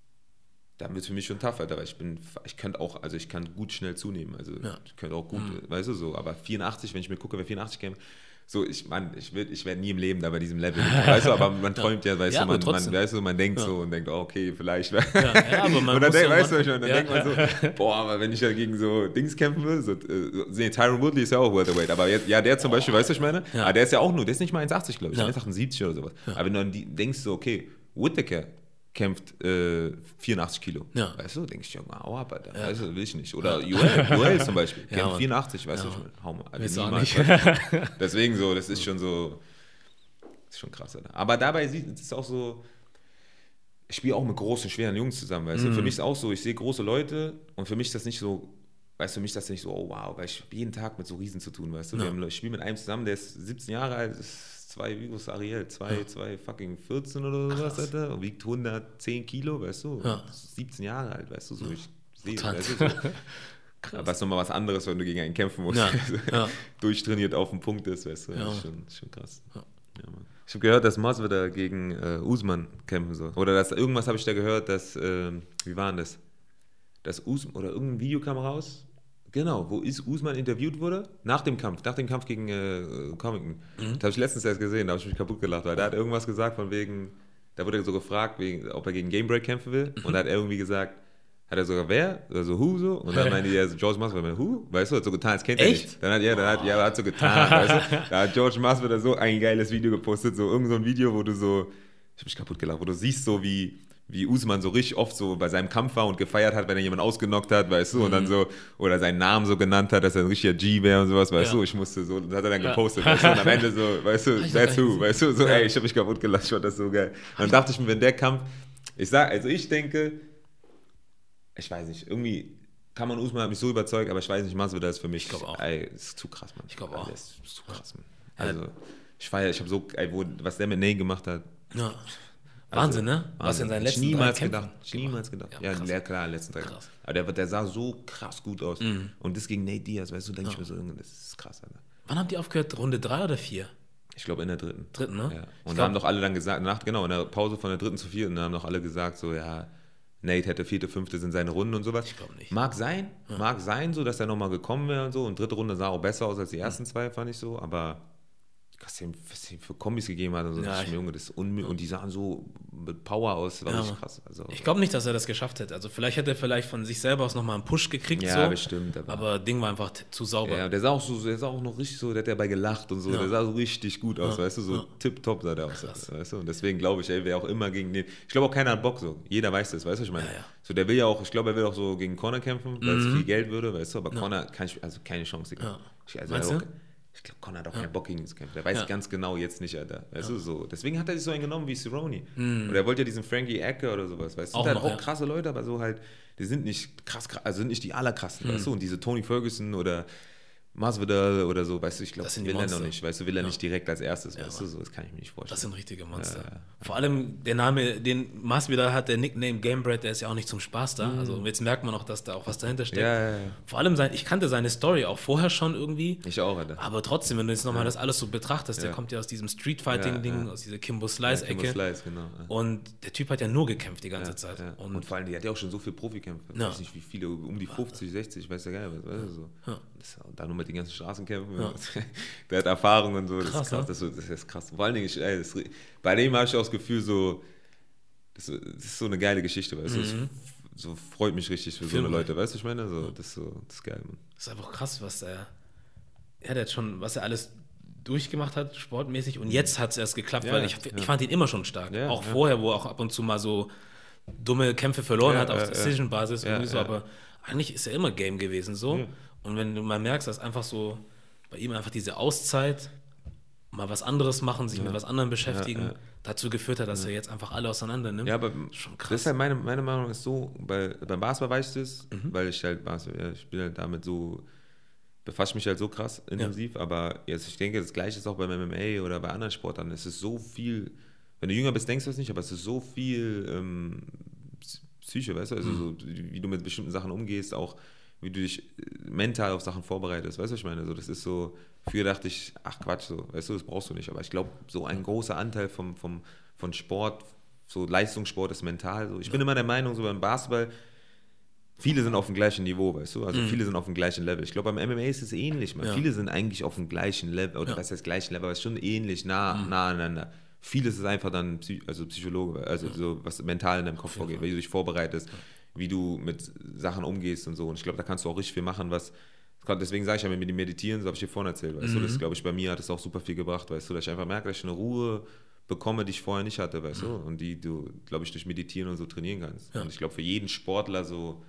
[SPEAKER 1] dann wird es für mich schon tough, Alter, weil ich bin, ich könnte auch, also ich kann gut schnell zunehmen, also
[SPEAKER 3] Ja.
[SPEAKER 1] ich könnte auch gut, weißt du so, aber vierundachtzig, wenn ich mir gucke, wer vierundachtzig kämpft, so, ich, Mann, ich werde ich werd nie im Leben da bei diesem Level, weißt du, aber man träumt ja, weißt
[SPEAKER 3] Ja,
[SPEAKER 1] du, man,
[SPEAKER 3] aber
[SPEAKER 1] man,
[SPEAKER 3] trotzdem.
[SPEAKER 1] weißt du, man denkt
[SPEAKER 3] Ja.
[SPEAKER 1] so und denkt, oh, okay, vielleicht,
[SPEAKER 3] Ja, ja, aber man
[SPEAKER 1] und dann
[SPEAKER 3] muss
[SPEAKER 1] denk,
[SPEAKER 3] ja
[SPEAKER 1] weißt du
[SPEAKER 3] mal-
[SPEAKER 1] schon, dann
[SPEAKER 3] ja,
[SPEAKER 1] denkt man so, boah, aber wenn ich ja gegen so Dings kämpfen würde, so, äh, nee, Tyron Woodley ist ja auch Welterweight, aber jetzt, ja, der zum Beispiel, weißt du, was ich meine?
[SPEAKER 3] Ja.
[SPEAKER 1] Aber der ist ja auch nur, der ist nicht mal eins achtzig, glaube ich,
[SPEAKER 3] Ja.
[SPEAKER 1] eins achtundsiebzig oder sowas. Aber wenn du dann die, denkst so, okay, Whittaker kämpft äh, vierundachtzig Kilo.
[SPEAKER 3] Ja.
[SPEAKER 1] Weißt du, denke ich, ja, hau ab, Alter. Weißt du, will ich nicht. Oder Joel, Joel zum Beispiel,
[SPEAKER 3] Ja,
[SPEAKER 1] kämpft
[SPEAKER 3] Mann.
[SPEAKER 1] vierundachtzig, weißt
[SPEAKER 3] Ja,
[SPEAKER 1] du, ich meine, hau mal. Also
[SPEAKER 3] Willst du auch
[SPEAKER 1] niemals,
[SPEAKER 3] nicht.
[SPEAKER 1] weißt du. Deswegen so, das ist schon so, das ist schon krass, Alter. Aber dabei sieht es ist auch so, ich spiele auch mit großen, schweren Jungs zusammen, weißt du. Für mich ist auch so, ich sehe große Leute und für mich ist das nicht so, weißt du, für mich ist das nicht so, oh wow, weil ich habe jeden Tag mit so Riesen zu tun, weißt du. Wir
[SPEAKER 3] Ja.
[SPEAKER 1] haben, ich spiele mit einem zusammen, der ist siebzehn Jahre alt, ist zwei, wie groß ist Ariel? Zwei, zwei fucking vierzehn oder sowas,
[SPEAKER 3] Krass.
[SPEAKER 1] Alter, und wiegt hundertzehn Kilo, weißt du.
[SPEAKER 3] Ja.
[SPEAKER 1] siebzehn Jahre alt, weißt du, so ich sehe,
[SPEAKER 3] Total.
[SPEAKER 1] weißt du, so. Aber es ist nochmal was anderes, wenn du gegen einen kämpfen musst,
[SPEAKER 3] Ja.
[SPEAKER 1] der
[SPEAKER 3] Ja.
[SPEAKER 1] durchtrainiert auf dem Punkt ist, weißt du.
[SPEAKER 3] Ja.
[SPEAKER 1] Das ist schon, schon krass.
[SPEAKER 3] Ja.
[SPEAKER 1] Ja, Mann. Ich habe gehört, dass Masvidal gegen äh, Usman kämpfen soll. Oder dass irgendwas habe ich da gehört, dass, ähm, wie war denn das? Dass Usman, oder irgendein Video kam raus, genau, wo is Usman interviewt wurde, nach dem Kampf, nach dem Kampf gegen äh, Covington.
[SPEAKER 3] Mhm.
[SPEAKER 1] Das habe ich letztens erst gesehen, da habe ich mich kaputt gelacht, weil da hat irgendwas gesagt von wegen, da wurde er so gefragt, wegen, ob er gegen Gamebreak kämpfen will. Und da hat er irgendwie gesagt, hat er sogar wer? Oder so who so? Und dann meinte er so, George Masvidal, who? Weißt du, hat so getan, als kennt er
[SPEAKER 3] Echt?
[SPEAKER 1] nicht. Dann hat, ja, dann hat, ja, er hat so getan, weißt du. Da hat George Masvidal so ein geiles Video gepostet, so irgend so ein Video, wo du so, ich hab mich kaputt gelacht, wo du siehst so, wie, wie Usman so richtig oft so bei seinem Kampf war und gefeiert hat, wenn er jemanden ausgenockt hat, weißt du, und dann so, oder seinen Namen so genannt hat, dass er ein richtiger G wäre und sowas, weißt
[SPEAKER 3] Ja.
[SPEAKER 1] du, ich musste so, das hat er dann
[SPEAKER 3] Ja.
[SPEAKER 1] gepostet, weißt du, und am Ende so, weißt du,
[SPEAKER 3] Hab ich
[SPEAKER 1] that's
[SPEAKER 3] doch gar
[SPEAKER 1] who,
[SPEAKER 3] nicht
[SPEAKER 1] weißt du, so,
[SPEAKER 3] Ja.
[SPEAKER 1] ey, ich hab mich kaputt gelacht, ich fand das so geil. Und dann dachte ich mir, wenn der Kampf, ich sag, also ich denke, ich weiß nicht, irgendwie kann man Usman hat mich so überzeugt, aber ich weiß nicht, Masvidal ist für mich,
[SPEAKER 3] Ich glaub auch.
[SPEAKER 1] ey, ist zu krass, Mann.
[SPEAKER 3] Ich glaub auch.
[SPEAKER 1] Der ist zu krass, Mann. Also, ich feiere, ich habe so, ey, wo, was der mit Nate gemacht hat,
[SPEAKER 3] Ja. Wahnsinn, ne? Was
[SPEAKER 1] Wahnsinn.
[SPEAKER 3] in seinen
[SPEAKER 1] Hätte ich
[SPEAKER 3] letzten
[SPEAKER 1] niemals
[SPEAKER 3] drei Kämpfen
[SPEAKER 1] gedacht. Ich niemals gedacht.
[SPEAKER 3] Ja,
[SPEAKER 1] Ja,
[SPEAKER 3] krass.
[SPEAKER 1] ja klar, letzten drei.
[SPEAKER 3] Krass.
[SPEAKER 1] Aber der, der sah so krass gut aus. Und das gegen Nate Diaz, weißt du, denke ich mir so, das ist krass, Alter.
[SPEAKER 3] Wann habt ihr aufgehört? Runde drei oder vier?
[SPEAKER 1] Ich glaube in der dritten.
[SPEAKER 3] Dritten, ne?
[SPEAKER 1] Ja.
[SPEAKER 3] Ich
[SPEAKER 1] Und
[SPEAKER 3] glaub-
[SPEAKER 1] da haben doch alle dann gesagt, nach, genau, in der Pause von der dritten zu vierten, da haben doch alle gesagt, so, ja, Nate hätte vierte, fünfte sind seine Runden und sowas.
[SPEAKER 3] Ich glaube nicht.
[SPEAKER 1] Mag sein, mag sein, so, dass er nochmal gekommen wäre und so. Und dritte Runde sah auch besser aus als die ersten zwei, fand ich so. Aber was ihm, was ihm für Kombis gegeben hat und so,
[SPEAKER 3] Ja,
[SPEAKER 1] dachte ich
[SPEAKER 3] ich-
[SPEAKER 1] mir, Junge, das ist unmöglich. Und die sahen so mit Power aus, war
[SPEAKER 3] Ja,
[SPEAKER 1] richtig
[SPEAKER 3] Mann.
[SPEAKER 1] krass. Also,
[SPEAKER 3] Ich glaube nicht, dass er das geschafft hätte. Also vielleicht hätte er vielleicht von sich selber aus nochmal einen Push gekriegt.
[SPEAKER 1] ja,
[SPEAKER 3] so.
[SPEAKER 1] bestimmt. Aber,
[SPEAKER 3] Aber Ding war einfach t- zu sauber.
[SPEAKER 1] ja, der sah auch so, der sah auch noch richtig so, der hat dabei gelacht und so,
[SPEAKER 3] Ja.
[SPEAKER 1] der sah so richtig gut aus,
[SPEAKER 3] Ja.
[SPEAKER 1] weißt du, so
[SPEAKER 3] Ja.
[SPEAKER 1] tipptopp sah der aus,
[SPEAKER 3] Krass.
[SPEAKER 1] weißt du, und deswegen glaube ich, ey, wer auch immer gegen den, ich glaube auch keiner hat Bock so, jeder weiß das, weißt du, was ich meine,
[SPEAKER 3] Ja, ja.
[SPEAKER 1] so, der will ja auch, ich glaube, er will auch so gegen Conor kämpfen, weil es viel Geld würde, weißt du, aber
[SPEAKER 3] Ja.
[SPEAKER 1] Conor, kann ich, also keine Chance, Digga.
[SPEAKER 3] Ja.
[SPEAKER 1] Ich, also,
[SPEAKER 3] Meinst
[SPEAKER 1] er
[SPEAKER 3] du?
[SPEAKER 1] hat auch, ich glaube, Conor hat auch keinen Bock gegen ihn zu kämpfen, der weiß
[SPEAKER 3] Ja.
[SPEAKER 1] ganz genau jetzt nicht, Alter, weißt du, so, deswegen hat er sich so einen genommen wie Cerrone, und er wollte ja diesen Frankie Ecker oder sowas, weißt du,
[SPEAKER 3] Auch
[SPEAKER 1] sind halt
[SPEAKER 3] noch,
[SPEAKER 1] auch
[SPEAKER 3] ja.
[SPEAKER 1] krasse Leute, aber so halt, die sind nicht krass, krass also sind nicht die allerkrassen, weißt du, und diese Tony Ferguson oder Masvidal oder so, weißt du, ich glaube,
[SPEAKER 3] Das sind
[SPEAKER 1] will
[SPEAKER 3] die
[SPEAKER 1] er noch
[SPEAKER 3] Monster.
[SPEAKER 1] nicht, weißt du, will er nicht direkt als erstes,
[SPEAKER 3] Ja,
[SPEAKER 1] weißt du, so, das kann ich mir nicht vorstellen.
[SPEAKER 3] Das sind richtige Monster.
[SPEAKER 1] Ja, ja.
[SPEAKER 3] Vor allem der Name, den Masvidal hat, der Nickname Gamebred, der ist ja auch nicht zum Spaß da. Also jetzt merkt man auch, dass da auch was dahinter steckt.
[SPEAKER 1] Mhm. Ja, ja, ja.
[SPEAKER 3] Vor allem, sein, ich kannte seine Story auch vorher schon irgendwie.
[SPEAKER 1] Ich auch, Alter.
[SPEAKER 3] Aber trotzdem, wenn du jetzt nochmal das alles so betrachtest, der
[SPEAKER 1] Ja.
[SPEAKER 3] kommt ja aus diesem Streetfighting-Ding,
[SPEAKER 1] Ja, ja.
[SPEAKER 3] aus dieser Kimbo
[SPEAKER 1] Kimbo
[SPEAKER 3] Slice-Ecke.
[SPEAKER 1] Slice, genau. Ja.
[SPEAKER 3] Und der Typ hat ja nur gekämpft die ganze
[SPEAKER 1] Ja,
[SPEAKER 3] Zeit.
[SPEAKER 1] ja.
[SPEAKER 3] Und,
[SPEAKER 1] Und vor allem, die hat ja auch schon so viele Profikämpfe. Ich
[SPEAKER 3] Ja.
[SPEAKER 1] weiß nicht, wie viele, um die fünfzig, sechzig, weiß ja gar nicht, was, weißt du, so.
[SPEAKER 3] Ja.
[SPEAKER 1] Das, da nur mit den ganzen Straßenkämpfen.
[SPEAKER 3] Ja.
[SPEAKER 1] Der hat Erfahrung und so, das
[SPEAKER 3] Krass,
[SPEAKER 1] ist krass,
[SPEAKER 3] ne?
[SPEAKER 1] das, ist, das ist krass. Vor allen Dingen, ich, ey, das, bei dem habe ich auch das Gefühl, so, das, das ist so eine geile Geschichte, weißt du.
[SPEAKER 3] Mhm.
[SPEAKER 1] so freut mich richtig für so eine Leute, weißt du, ich meine? So, das, ist so, das ist geil, Mann.
[SPEAKER 3] Das ist einfach krass, was er, er hat schon, was er alles durchgemacht hat, sportmäßig, und jetzt hat es erst geklappt,
[SPEAKER 1] Ja,
[SPEAKER 3] weil ich,
[SPEAKER 1] ja.
[SPEAKER 3] ich fand ihn immer schon stark.
[SPEAKER 1] Ja,
[SPEAKER 3] auch
[SPEAKER 1] ja.
[SPEAKER 3] vorher, wo er auch ab und zu mal so dumme Kämpfe verloren
[SPEAKER 1] Ja,
[SPEAKER 3] hat auf
[SPEAKER 1] ja,
[SPEAKER 3] Decision-Basis,
[SPEAKER 1] ja,
[SPEAKER 3] irgendwie so,
[SPEAKER 1] ja.
[SPEAKER 3] aber eigentlich ist er immer Game gewesen, so.
[SPEAKER 1] Ja.
[SPEAKER 3] Und wenn du mal merkst, dass einfach so bei ihm einfach diese Auszeit, mal was anderes machen, sich
[SPEAKER 1] Ja.
[SPEAKER 3] mit was anderem beschäftigen,
[SPEAKER 1] Ja, ja.
[SPEAKER 3] dazu geführt hat, dass er jetzt einfach alle auseinander nimmt.
[SPEAKER 1] Ja, aber
[SPEAKER 3] schon
[SPEAKER 1] das
[SPEAKER 3] krass.
[SPEAKER 1] ist halt meine, meine Meinung ist so, bei, beim Basketball weiß ich das,
[SPEAKER 3] Mhm.
[SPEAKER 1] weil ich halt Basketball, ja, ich bin halt damit so, befasse mich halt so krass intensiv, ja. aber jetzt, ich denke, das Gleiche ist auch beim M M A oder bei anderen Sportarten. Es ist so viel, wenn du jünger bist, denkst du es nicht, aber es ist so viel ähm, Psyche, weißt du, also so, wie du mit bestimmten Sachen umgehst, auch wie du dich mental auf Sachen vorbereitest, weißt du, was ich meine? So, das ist so, früher dachte ich, ach Quatsch, so, weißt du, das brauchst du nicht, aber ich glaube, so ein großer Anteil vom, vom, von Sport, so Leistungssport ist mental, so. Ich bin immer der Meinung, so beim Basketball, viele sind auf dem gleichen Niveau, weißt du, also
[SPEAKER 3] Mhm.
[SPEAKER 1] viele sind auf dem gleichen Level. Ich glaube, beim M M A ist es ähnlich, man.
[SPEAKER 3] Ja.
[SPEAKER 1] Viele sind eigentlich auf dem gleichen Level, oder
[SPEAKER 3] Ja.
[SPEAKER 1] was heißt gleichen Level, aber es ist schon ähnlich, nah,
[SPEAKER 3] Mhm.
[SPEAKER 1] nah aneinander. Vieles ist einfach dann Psy also Psychologe, also so was mental in deinem Kopf vorgeht, wie du dich vorbereitest, wie du mit Sachen umgehst und so. Und ich glaube, da kannst du auch richtig viel machen, was, deswegen sage ich ja, mit dem Meditieren, so habe ich dir vorhin erzählt, weißt
[SPEAKER 3] Mhm.
[SPEAKER 1] du, das glaube ich, bei mir hat es auch super viel gebracht, weißt du, dass ich einfach merke, dass ich eine Ruhe bekomme, die ich vorher nicht hatte, weißt du, und die du, glaube ich, durch Meditieren und so trainieren kannst.
[SPEAKER 3] Ja.
[SPEAKER 1] Und ich glaube, für jeden Sportler so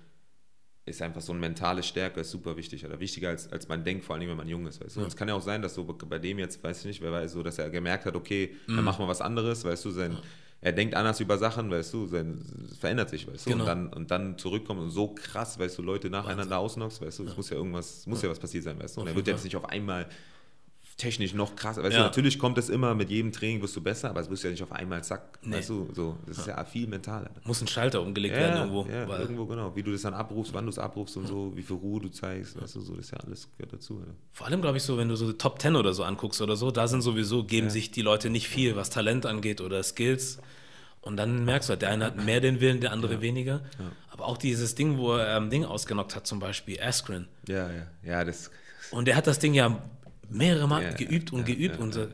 [SPEAKER 1] ist einfach so eine mentale Stärke ist super wichtig, oder wichtiger als, als man denkt, vor allem wenn man jung ist, weißt du.
[SPEAKER 3] Ja.
[SPEAKER 1] Und es kann ja auch sein, dass so bei dem jetzt, weiß ich nicht, wer weiß, so, dass er gemerkt hat, okay,
[SPEAKER 3] Mhm.
[SPEAKER 1] dann machen wir was anderes, weißt du, sein, er denkt anders über Sachen, weißt du, sein, es verändert sich, weißt du,
[SPEAKER 3] Genau.
[SPEAKER 1] und dann, und dann zurückkommt und so krass, weißt du, Leute nacheinander ausnockst, weißt du, es muss ja irgendwas, muss ja was passiert sein, weißt du, und
[SPEAKER 3] Auf
[SPEAKER 1] er wird
[SPEAKER 3] jeden
[SPEAKER 1] jetzt nicht auf einmal technisch noch krasser, weißt
[SPEAKER 3] Ja.
[SPEAKER 1] du, natürlich kommt es immer, mit jedem Training wirst du besser, aber es wirst ja nicht auf einmal, zack,
[SPEAKER 3] Nee.
[SPEAKER 1] weißt du, so, das ist ja viel mentaler.
[SPEAKER 3] Muss ein Schalter umgelegt werden irgendwo.
[SPEAKER 1] Ja,
[SPEAKER 3] weil,
[SPEAKER 1] irgendwo, genau. Wie du das dann abrufst, wann du es abrufst und so, wie viel Ruhe du zeigst, weißt du, so, das ist ja alles gehört dazu. Ja.
[SPEAKER 3] Vor allem, glaube ich, so, wenn du so Top Ten oder so anguckst oder so, da sind sowieso, geben
[SPEAKER 1] Ja.
[SPEAKER 3] sich die Leute nicht viel, was Talent angeht oder Skills. Und dann merkst du halt, der eine hat mehr den Willen, der andere
[SPEAKER 1] Ja.
[SPEAKER 3] weniger.
[SPEAKER 1] Ja.
[SPEAKER 3] Aber auch dieses Ding, wo er ähm, Ding ausgenockt hat, zum Beispiel Askren.
[SPEAKER 1] Ja, ja, ja, das.
[SPEAKER 3] Und der hat das Ding ja mehrere Mal
[SPEAKER 1] Ja,
[SPEAKER 3] geübt und
[SPEAKER 1] ja,
[SPEAKER 3] geübt
[SPEAKER 1] ja,
[SPEAKER 3] und so
[SPEAKER 1] ja, ja.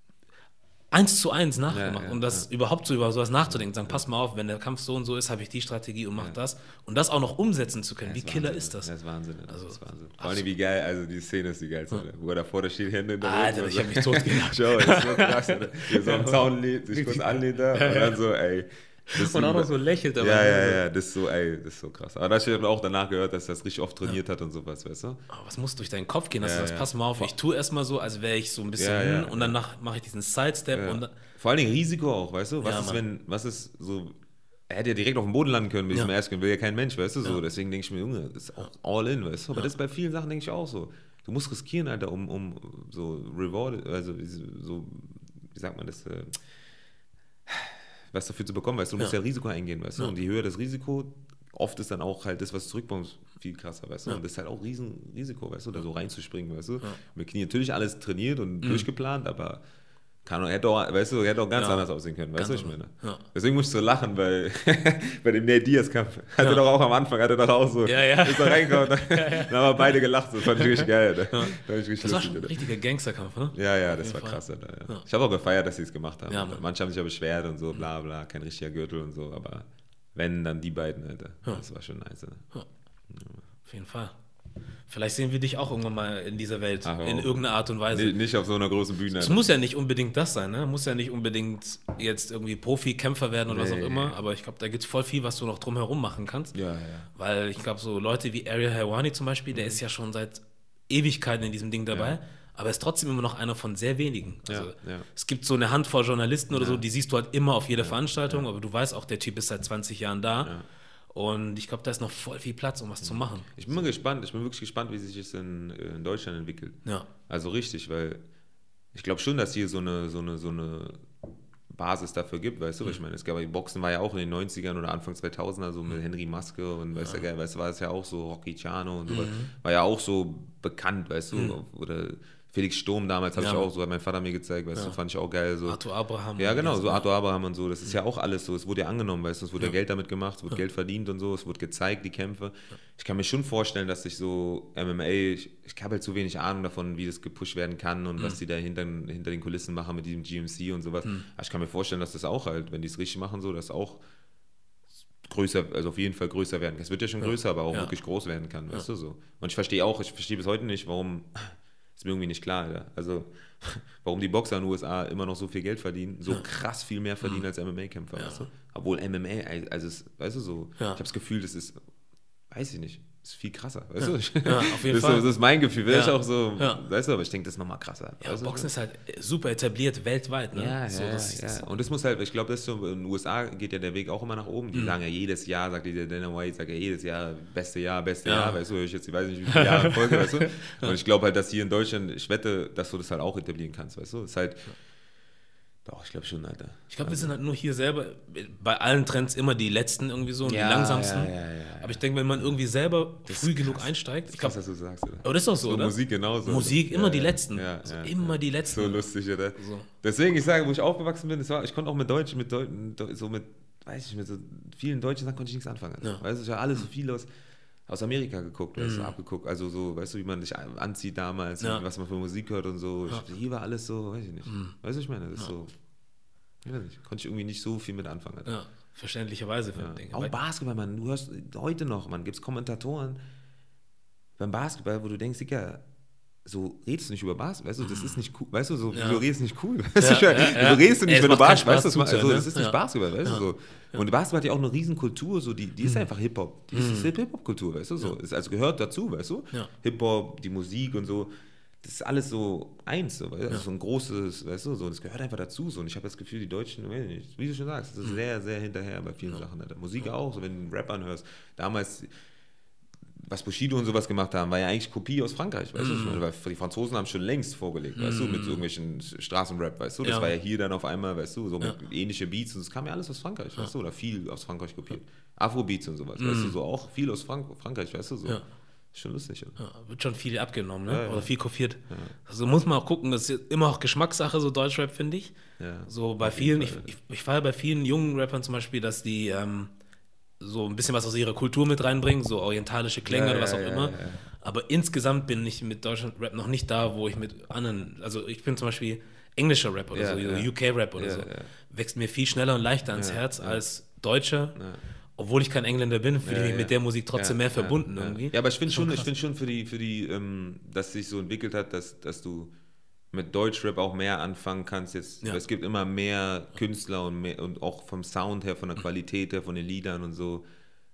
[SPEAKER 3] eins zu eins nachgemacht.
[SPEAKER 1] Ja, ja,
[SPEAKER 3] und das
[SPEAKER 1] ja.
[SPEAKER 3] überhaupt so über sowas nachzudenken, sagen, pass mal auf, wenn der Kampf so und so ist, habe ich die Strategie und mach
[SPEAKER 1] Ja.
[SPEAKER 3] das. Und das auch noch umsetzen zu können.
[SPEAKER 1] Ja,
[SPEAKER 3] Wie
[SPEAKER 1] ist
[SPEAKER 3] Killer
[SPEAKER 1] Wahnsinn,
[SPEAKER 3] ist das?
[SPEAKER 1] Das ist Wahnsinn, das
[SPEAKER 3] Also,
[SPEAKER 1] ist Wahnsinn. Vor allem, wie geil, also die Szene ist die geilste, Alter. Wo er davor, da steht Hände in der
[SPEAKER 3] Alter,
[SPEAKER 1] Luft.
[SPEAKER 3] ich hab mich totgelacht.
[SPEAKER 1] Schau, das ist so krass, Alter. Wie er so am Zaun lehnt, sich kurz anlehnt da und dann so, ey. Das ist
[SPEAKER 3] Und auch
[SPEAKER 1] über-
[SPEAKER 3] noch so lächelt dabei.
[SPEAKER 1] Ja, ja, ja, das ist so, ey, das ist so krass. Aber da habe ich auch danach gehört, dass er das richtig oft trainiert hat und sowas, weißt du?
[SPEAKER 3] Aber was muss durch deinen Kopf gehen, dass
[SPEAKER 1] Ja,
[SPEAKER 3] du das,
[SPEAKER 1] ja.
[SPEAKER 3] pass mal auf, ich tue erstmal so, als wäre ich so ein bisschen
[SPEAKER 1] Ja, ja,
[SPEAKER 3] hm, und danach mache ich diesen Sidestep
[SPEAKER 1] Ja.
[SPEAKER 3] und dann,
[SPEAKER 1] Vor allen Dingen Risiko auch, weißt du? Was
[SPEAKER 3] Ja,
[SPEAKER 1] ist,
[SPEAKER 3] Mann.
[SPEAKER 1] wenn, was ist so, er hätte ja direkt auf dem Boden landen können mit diesem
[SPEAKER 3] Ja.
[SPEAKER 1] Asken, will ja kein Mensch, weißt du, so.
[SPEAKER 3] Ja.
[SPEAKER 1] Deswegen denke ich mir, Junge, das ist auch all in, weißt du? Aber
[SPEAKER 3] Ja.
[SPEAKER 1] das ist bei vielen Sachen, denke ich auch so. Du musst riskieren, Alter, um, um so Reward, also so, wie sagt man das, äh, was dafür zu bekommen, weißt du, du musst
[SPEAKER 3] Ja.
[SPEAKER 1] ja Risiko eingehen, weißt du,
[SPEAKER 3] Ja.
[SPEAKER 1] und je höher das Risiko, oft ist dann auch halt das, was zurückkommt, viel krasser, weißt du,
[SPEAKER 3] Ja.
[SPEAKER 1] und das ist halt auch riesen Risiko, weißt du, da so reinzuspringen, weißt du,
[SPEAKER 3] Ja.
[SPEAKER 1] mit Knie natürlich alles trainiert und
[SPEAKER 3] Mhm.
[SPEAKER 1] durchgeplant, aber kann auch, hätte auch, weißt du, hätte auch ganz
[SPEAKER 3] Ja.
[SPEAKER 1] anders aussehen können, weißt
[SPEAKER 3] Ganz
[SPEAKER 1] du, was ich meine?
[SPEAKER 3] anders. Ja.
[SPEAKER 1] Deswegen musst du so lachen, weil bei dem Nate Diaz-Kampf, hat
[SPEAKER 3] Ja.
[SPEAKER 1] er doch auch am Anfang, hat er doch auch so,
[SPEAKER 3] Ja, ja.
[SPEAKER 1] ist er reingekommen, dann, dann haben wir beide gelacht, das fand ich richtig geil, Alter.
[SPEAKER 3] Ja.
[SPEAKER 1] Das fand ich richtig
[SPEAKER 3] das war
[SPEAKER 1] lustig,
[SPEAKER 3] schon ein
[SPEAKER 1] Alter.
[SPEAKER 3] richtiger Gangsterkampf, ne?
[SPEAKER 1] Ja, ja,
[SPEAKER 3] Auf
[SPEAKER 1] das
[SPEAKER 3] jeden
[SPEAKER 1] war
[SPEAKER 3] Fall.
[SPEAKER 1] krass, Alter. Ja.
[SPEAKER 3] Ja.
[SPEAKER 1] Ich habe auch gefeiert, dass sie es gemacht haben.
[SPEAKER 3] Ja,
[SPEAKER 1] Alter.
[SPEAKER 3] Mann.
[SPEAKER 1] Manche haben sich ja beschwert und so, bla bla, kein richtiger Gürtel und so, aber wenn, dann die beiden, Alter.
[SPEAKER 3] Ja.
[SPEAKER 1] Das war schon nice, Alter.
[SPEAKER 3] Ja. Auf jeden Fall. Vielleicht sehen wir dich auch irgendwann mal in dieser Welt,
[SPEAKER 1] Ach,
[SPEAKER 3] in
[SPEAKER 1] oh.
[SPEAKER 3] irgendeiner Art und Weise.
[SPEAKER 1] Nee, nicht auf so einer großen Bühne.
[SPEAKER 3] Es
[SPEAKER 1] Alter.
[SPEAKER 3] muss ja nicht unbedingt das sein, ne? Muss ja nicht unbedingt jetzt irgendwie Profi-Kämpfer werden oder was
[SPEAKER 1] Nee.
[SPEAKER 3] auch immer, aber ich glaube, da gibt es voll viel, was du noch drumherum machen kannst.
[SPEAKER 1] Ja, ja.
[SPEAKER 3] Weil ich glaube, so Leute wie Ariel Helwani zum Beispiel, der ist ja schon seit Ewigkeiten in diesem Ding dabei,
[SPEAKER 1] Ja.
[SPEAKER 3] aber er ist trotzdem immer noch einer von sehr wenigen. Also
[SPEAKER 1] Ja, ja.
[SPEAKER 3] es gibt so eine Handvoll Journalisten oder
[SPEAKER 1] Ja.
[SPEAKER 3] so, die siehst du halt immer auf jeder Veranstaltung, aber du weißt auch, der Typ ist seit zwanzig Jahren da.
[SPEAKER 1] Ja.
[SPEAKER 3] Und ich glaube, da ist noch voll viel Platz, um was zu machen.
[SPEAKER 1] Ich bin mal gespannt, ich bin wirklich gespannt, wie sich es in, in Deutschland entwickelt.
[SPEAKER 3] Ja.
[SPEAKER 1] Also richtig, weil ich glaube schon, dass hier so eine, so eine, so eine Basis dafür gibt, weißt du, was ich meine, es gab, Boxen war ja auch in den neunzigern oder Anfang zweitausender so mit Henry Maske und weißt du, ja. weißt du, war es ja auch so, Rocky Ciano und sowas,
[SPEAKER 3] Mhm.
[SPEAKER 1] war ja auch so bekannt, weißt du,
[SPEAKER 3] Mhm.
[SPEAKER 1] oder Felix Sturm damals habe
[SPEAKER 3] Ja.
[SPEAKER 1] ich auch so, hat mein Vater mir gezeigt, weißt
[SPEAKER 3] Ja.
[SPEAKER 1] du, fand ich auch geil, so.
[SPEAKER 3] Arthur Abraham.
[SPEAKER 1] Ja, genau, so
[SPEAKER 3] Ja.
[SPEAKER 1] Arthur Abraham und so, das ist ja auch alles so, es wurde ja angenommen, weißt du, es wurde ja,
[SPEAKER 3] Ja.
[SPEAKER 1] Geld damit gemacht, es wurde
[SPEAKER 3] Ja.
[SPEAKER 1] Geld verdient und so, es wurde gezeigt, die Kämpfe. Ich kann mir schon vorstellen, dass sich so M M A, ich, ich habe halt zu wenig Ahnung davon, wie das gepusht werden kann und
[SPEAKER 3] Mhm.
[SPEAKER 1] was die da hinter, hinter den Kulissen machen mit diesem G M C und sowas.
[SPEAKER 3] Mhm.
[SPEAKER 1] Aber ich kann mir vorstellen, dass das auch halt, wenn die es richtig machen, so, dass auch größer, also auf jeden Fall größer werden kann. Es wird ja schon
[SPEAKER 3] Ja.
[SPEAKER 1] größer, aber auch
[SPEAKER 3] Ja.
[SPEAKER 1] wirklich groß werden kann, weißt
[SPEAKER 3] Ja.
[SPEAKER 1] du so. Und ich verstehe auch, ich verstehe bis heute nicht, warum, ist mir irgendwie nicht klar, Alter. Also, warum die Boxer in den U S A immer noch so viel Geld verdienen, so
[SPEAKER 3] Ja.
[SPEAKER 1] krass viel mehr verdienen als M M A-Kämpfer,
[SPEAKER 3] Ja.
[SPEAKER 1] weißt du. Obwohl M M A, also, es, weißt du so,
[SPEAKER 3] Ja.
[SPEAKER 1] ich habe das Gefühl, das ist, weiß ich nicht, ist viel krasser, weißt
[SPEAKER 3] Ja.
[SPEAKER 1] du.
[SPEAKER 3] Ja, auf jeden
[SPEAKER 1] das, ist
[SPEAKER 3] Fall.
[SPEAKER 1] so, das ist mein Gefühl, wäre
[SPEAKER 3] Ja.
[SPEAKER 1] ich auch so,
[SPEAKER 3] Ja.
[SPEAKER 1] weißt du, aber ich denke, das ist nochmal krasser.
[SPEAKER 3] Ja,
[SPEAKER 1] weißt du?
[SPEAKER 3] Boxen ist halt super etabliert weltweit, ne?
[SPEAKER 1] Ja,
[SPEAKER 3] so,
[SPEAKER 1] ja,
[SPEAKER 3] das,
[SPEAKER 1] ja.
[SPEAKER 3] das,
[SPEAKER 1] Und das muss halt, ich glaube, das ist so, in den U S A geht ja der Weg auch immer nach oben. Die
[SPEAKER 3] Mhm.
[SPEAKER 1] sagen ja jedes Jahr, sagt dieser Dana White, sagt ja jedes Jahr, beste Jahr, beste
[SPEAKER 3] Ja.
[SPEAKER 1] Jahr, weißt du, höre ich jetzt, ich weiß nicht, wie viele Jahre in Folge, weißt du. Und ich glaube halt, dass hier in Deutschland, ich wette, dass du das halt auch etablieren kannst, weißt du. Es ist halt, doch, ich glaube schon, Alter.
[SPEAKER 3] Ich glaube, wir sind halt nur hier selber bei allen Trends immer die Letzten irgendwie so und
[SPEAKER 1] Ja,
[SPEAKER 3] die langsamsten.
[SPEAKER 1] ja, ja, ja, ja.
[SPEAKER 3] Aber ich denke, wenn man irgendwie selber früh genug einsteigt, ich
[SPEAKER 1] Krass,
[SPEAKER 3] glaube,
[SPEAKER 1] dass du sagst, oder?
[SPEAKER 3] aber das ist doch so,
[SPEAKER 1] So
[SPEAKER 3] oder?
[SPEAKER 1] Musik genauso.
[SPEAKER 3] Musik,
[SPEAKER 1] oder?
[SPEAKER 3] immer
[SPEAKER 1] Ja,
[SPEAKER 3] die
[SPEAKER 1] ja.
[SPEAKER 3] Letzten.
[SPEAKER 1] Ja,
[SPEAKER 3] So,
[SPEAKER 1] ja,
[SPEAKER 3] immer
[SPEAKER 1] ja.
[SPEAKER 3] die Letzten.
[SPEAKER 1] So lustig, oder?
[SPEAKER 3] So.
[SPEAKER 1] Deswegen, ich sage, wo ich aufgewachsen bin, das war, ich konnte auch mit Deutsch, mit Deuten, so mit, weiß ich, mit so vielen deutschen Sachen konnte ich nichts anfangen.
[SPEAKER 3] Ja.
[SPEAKER 1] Weißt du, ich habe alles so viel aus, aus Amerika geguckt, weißt du,
[SPEAKER 3] Mhm.
[SPEAKER 1] abgeguckt. Also so, weißt du, wie man sich anzieht damals,
[SPEAKER 3] Ja.
[SPEAKER 1] was man für Musik hört und so.
[SPEAKER 3] Ja.
[SPEAKER 1] Ich, hier war alles so, weiß ich nicht.
[SPEAKER 3] Mhm.
[SPEAKER 1] Weißt du, ich meine, das ist
[SPEAKER 3] Ja.
[SPEAKER 1] so, ich weiß nicht, konnte ich irgendwie nicht so viel mit anfangen. Alter.
[SPEAKER 3] Ja, verständlicherweise. Für
[SPEAKER 1] Ja.
[SPEAKER 3] Dinge.
[SPEAKER 1] Auch
[SPEAKER 3] Weil-
[SPEAKER 1] Basketball, man, du hörst heute noch, man, gibt es Kommentatoren beim Basketball, wo du denkst, Digga, so redest du nicht über Basketball, weißt du, das ist nicht cool, weißt du, so,
[SPEAKER 3] Ja.
[SPEAKER 1] du redest nicht cool, weißt
[SPEAKER 3] Ja,
[SPEAKER 1] du, schon,
[SPEAKER 3] ja, ja.
[SPEAKER 1] so redest du nicht,
[SPEAKER 3] Ey, es
[SPEAKER 1] wenn du
[SPEAKER 3] macht keinen
[SPEAKER 1] Basketball, weißt du,
[SPEAKER 3] Spaß
[SPEAKER 1] das, also,
[SPEAKER 3] zuzuhören,
[SPEAKER 1] das ist
[SPEAKER 3] ne?
[SPEAKER 1] nicht
[SPEAKER 3] Ja.
[SPEAKER 1] Basketball, weißt
[SPEAKER 3] Ja.
[SPEAKER 1] du, so. Und Basketball hat ja auch eine riesen Kultur, so, die, die ist einfach Hip-Hop, die ist Hip-Hop-Kultur, weißt du, so, ist, also gehört dazu, weißt du,
[SPEAKER 3] Ja.
[SPEAKER 1] Hip-Hop, die Musik und so, das ist alles so eins, so, weißt du,
[SPEAKER 3] Ja.
[SPEAKER 1] so ein großes, weißt du, so, das gehört einfach dazu, so, und ich habe das Gefühl, die Deutschen, weiß ich nicht, wie du schon sagst, das ist sehr, sehr hinterher bei vielen Sachen, Alter. Musik auch, so, wenn du Rap anhörst, damals, was Bushido und sowas gemacht haben, war ja eigentlich Kopie aus Frankreich, weißt du, ich meine, weil die Franzosen haben schon längst vorgelegt, weißt du, mit so irgendwelchen Straßenrap, weißt du, das
[SPEAKER 3] Ja.
[SPEAKER 1] war ja hier dann auf einmal, weißt du, so mit
[SPEAKER 3] Ja.
[SPEAKER 1] ähnliche Beats und das kam ja alles aus Frankreich, weißt du, oder viel aus Frankreich kopiert. Afrobeats und sowas, weißt du, so auch viel aus Frank Frankreich, weißt du, so.
[SPEAKER 3] Ja.
[SPEAKER 1] Ist schon lustig, oder?
[SPEAKER 3] Ja, wird schon viel abgenommen, ne?
[SPEAKER 1] Ja, ja.
[SPEAKER 3] Oder viel kopiert. Also muss man auch gucken, das ist immer auch Geschmackssache, so Deutschrap, finde ich.
[SPEAKER 1] Ja.
[SPEAKER 3] So bei
[SPEAKER 1] Auf jeden
[SPEAKER 3] vielen, ich,
[SPEAKER 1] Fall.
[SPEAKER 3] ich, ich feiere bei vielen jungen Rappern zum Beispiel, dass die ähm, so ein bisschen was aus ihrer Kultur mit reinbringen, so orientalische Klänge
[SPEAKER 1] Ja,
[SPEAKER 3] oder
[SPEAKER 1] ja,
[SPEAKER 3] was auch
[SPEAKER 1] ja,
[SPEAKER 3] immer.
[SPEAKER 1] ja, ja.
[SPEAKER 3] Aber insgesamt bin ich mit Deutschland-Rap noch nicht da, wo ich mit anderen, also ich bin zum Beispiel englischer Rap oder
[SPEAKER 1] Ja,
[SPEAKER 3] so,
[SPEAKER 1] ja.
[SPEAKER 3] U K-Rap oder
[SPEAKER 1] Ja,
[SPEAKER 3] so,
[SPEAKER 1] ja.
[SPEAKER 3] wächst mir viel schneller und leichter ans
[SPEAKER 1] Ja,
[SPEAKER 3] Herz
[SPEAKER 1] ja.
[SPEAKER 3] als Deutscher.
[SPEAKER 1] Ja.
[SPEAKER 3] Obwohl ich kein Engländer bin, fühle
[SPEAKER 1] Ja,
[SPEAKER 3] ich mich
[SPEAKER 1] ja.
[SPEAKER 3] mit der Musik trotzdem
[SPEAKER 1] Ja,
[SPEAKER 3] mehr verbunden
[SPEAKER 1] ja, ja.
[SPEAKER 3] irgendwie.
[SPEAKER 1] Ja, aber ich finde
[SPEAKER 3] Ist
[SPEAKER 1] schon, ich
[SPEAKER 3] krass.
[SPEAKER 1] finde schon für die, für die, ähm, dass sich so entwickelt hat, dass, dass du mit Deutschrap auch mehr anfangen kannst jetzt.
[SPEAKER 3] Ja.
[SPEAKER 1] Es gibt immer mehr Künstler und mehr und auch vom Sound her, von der Qualität her, von den Liedern und so.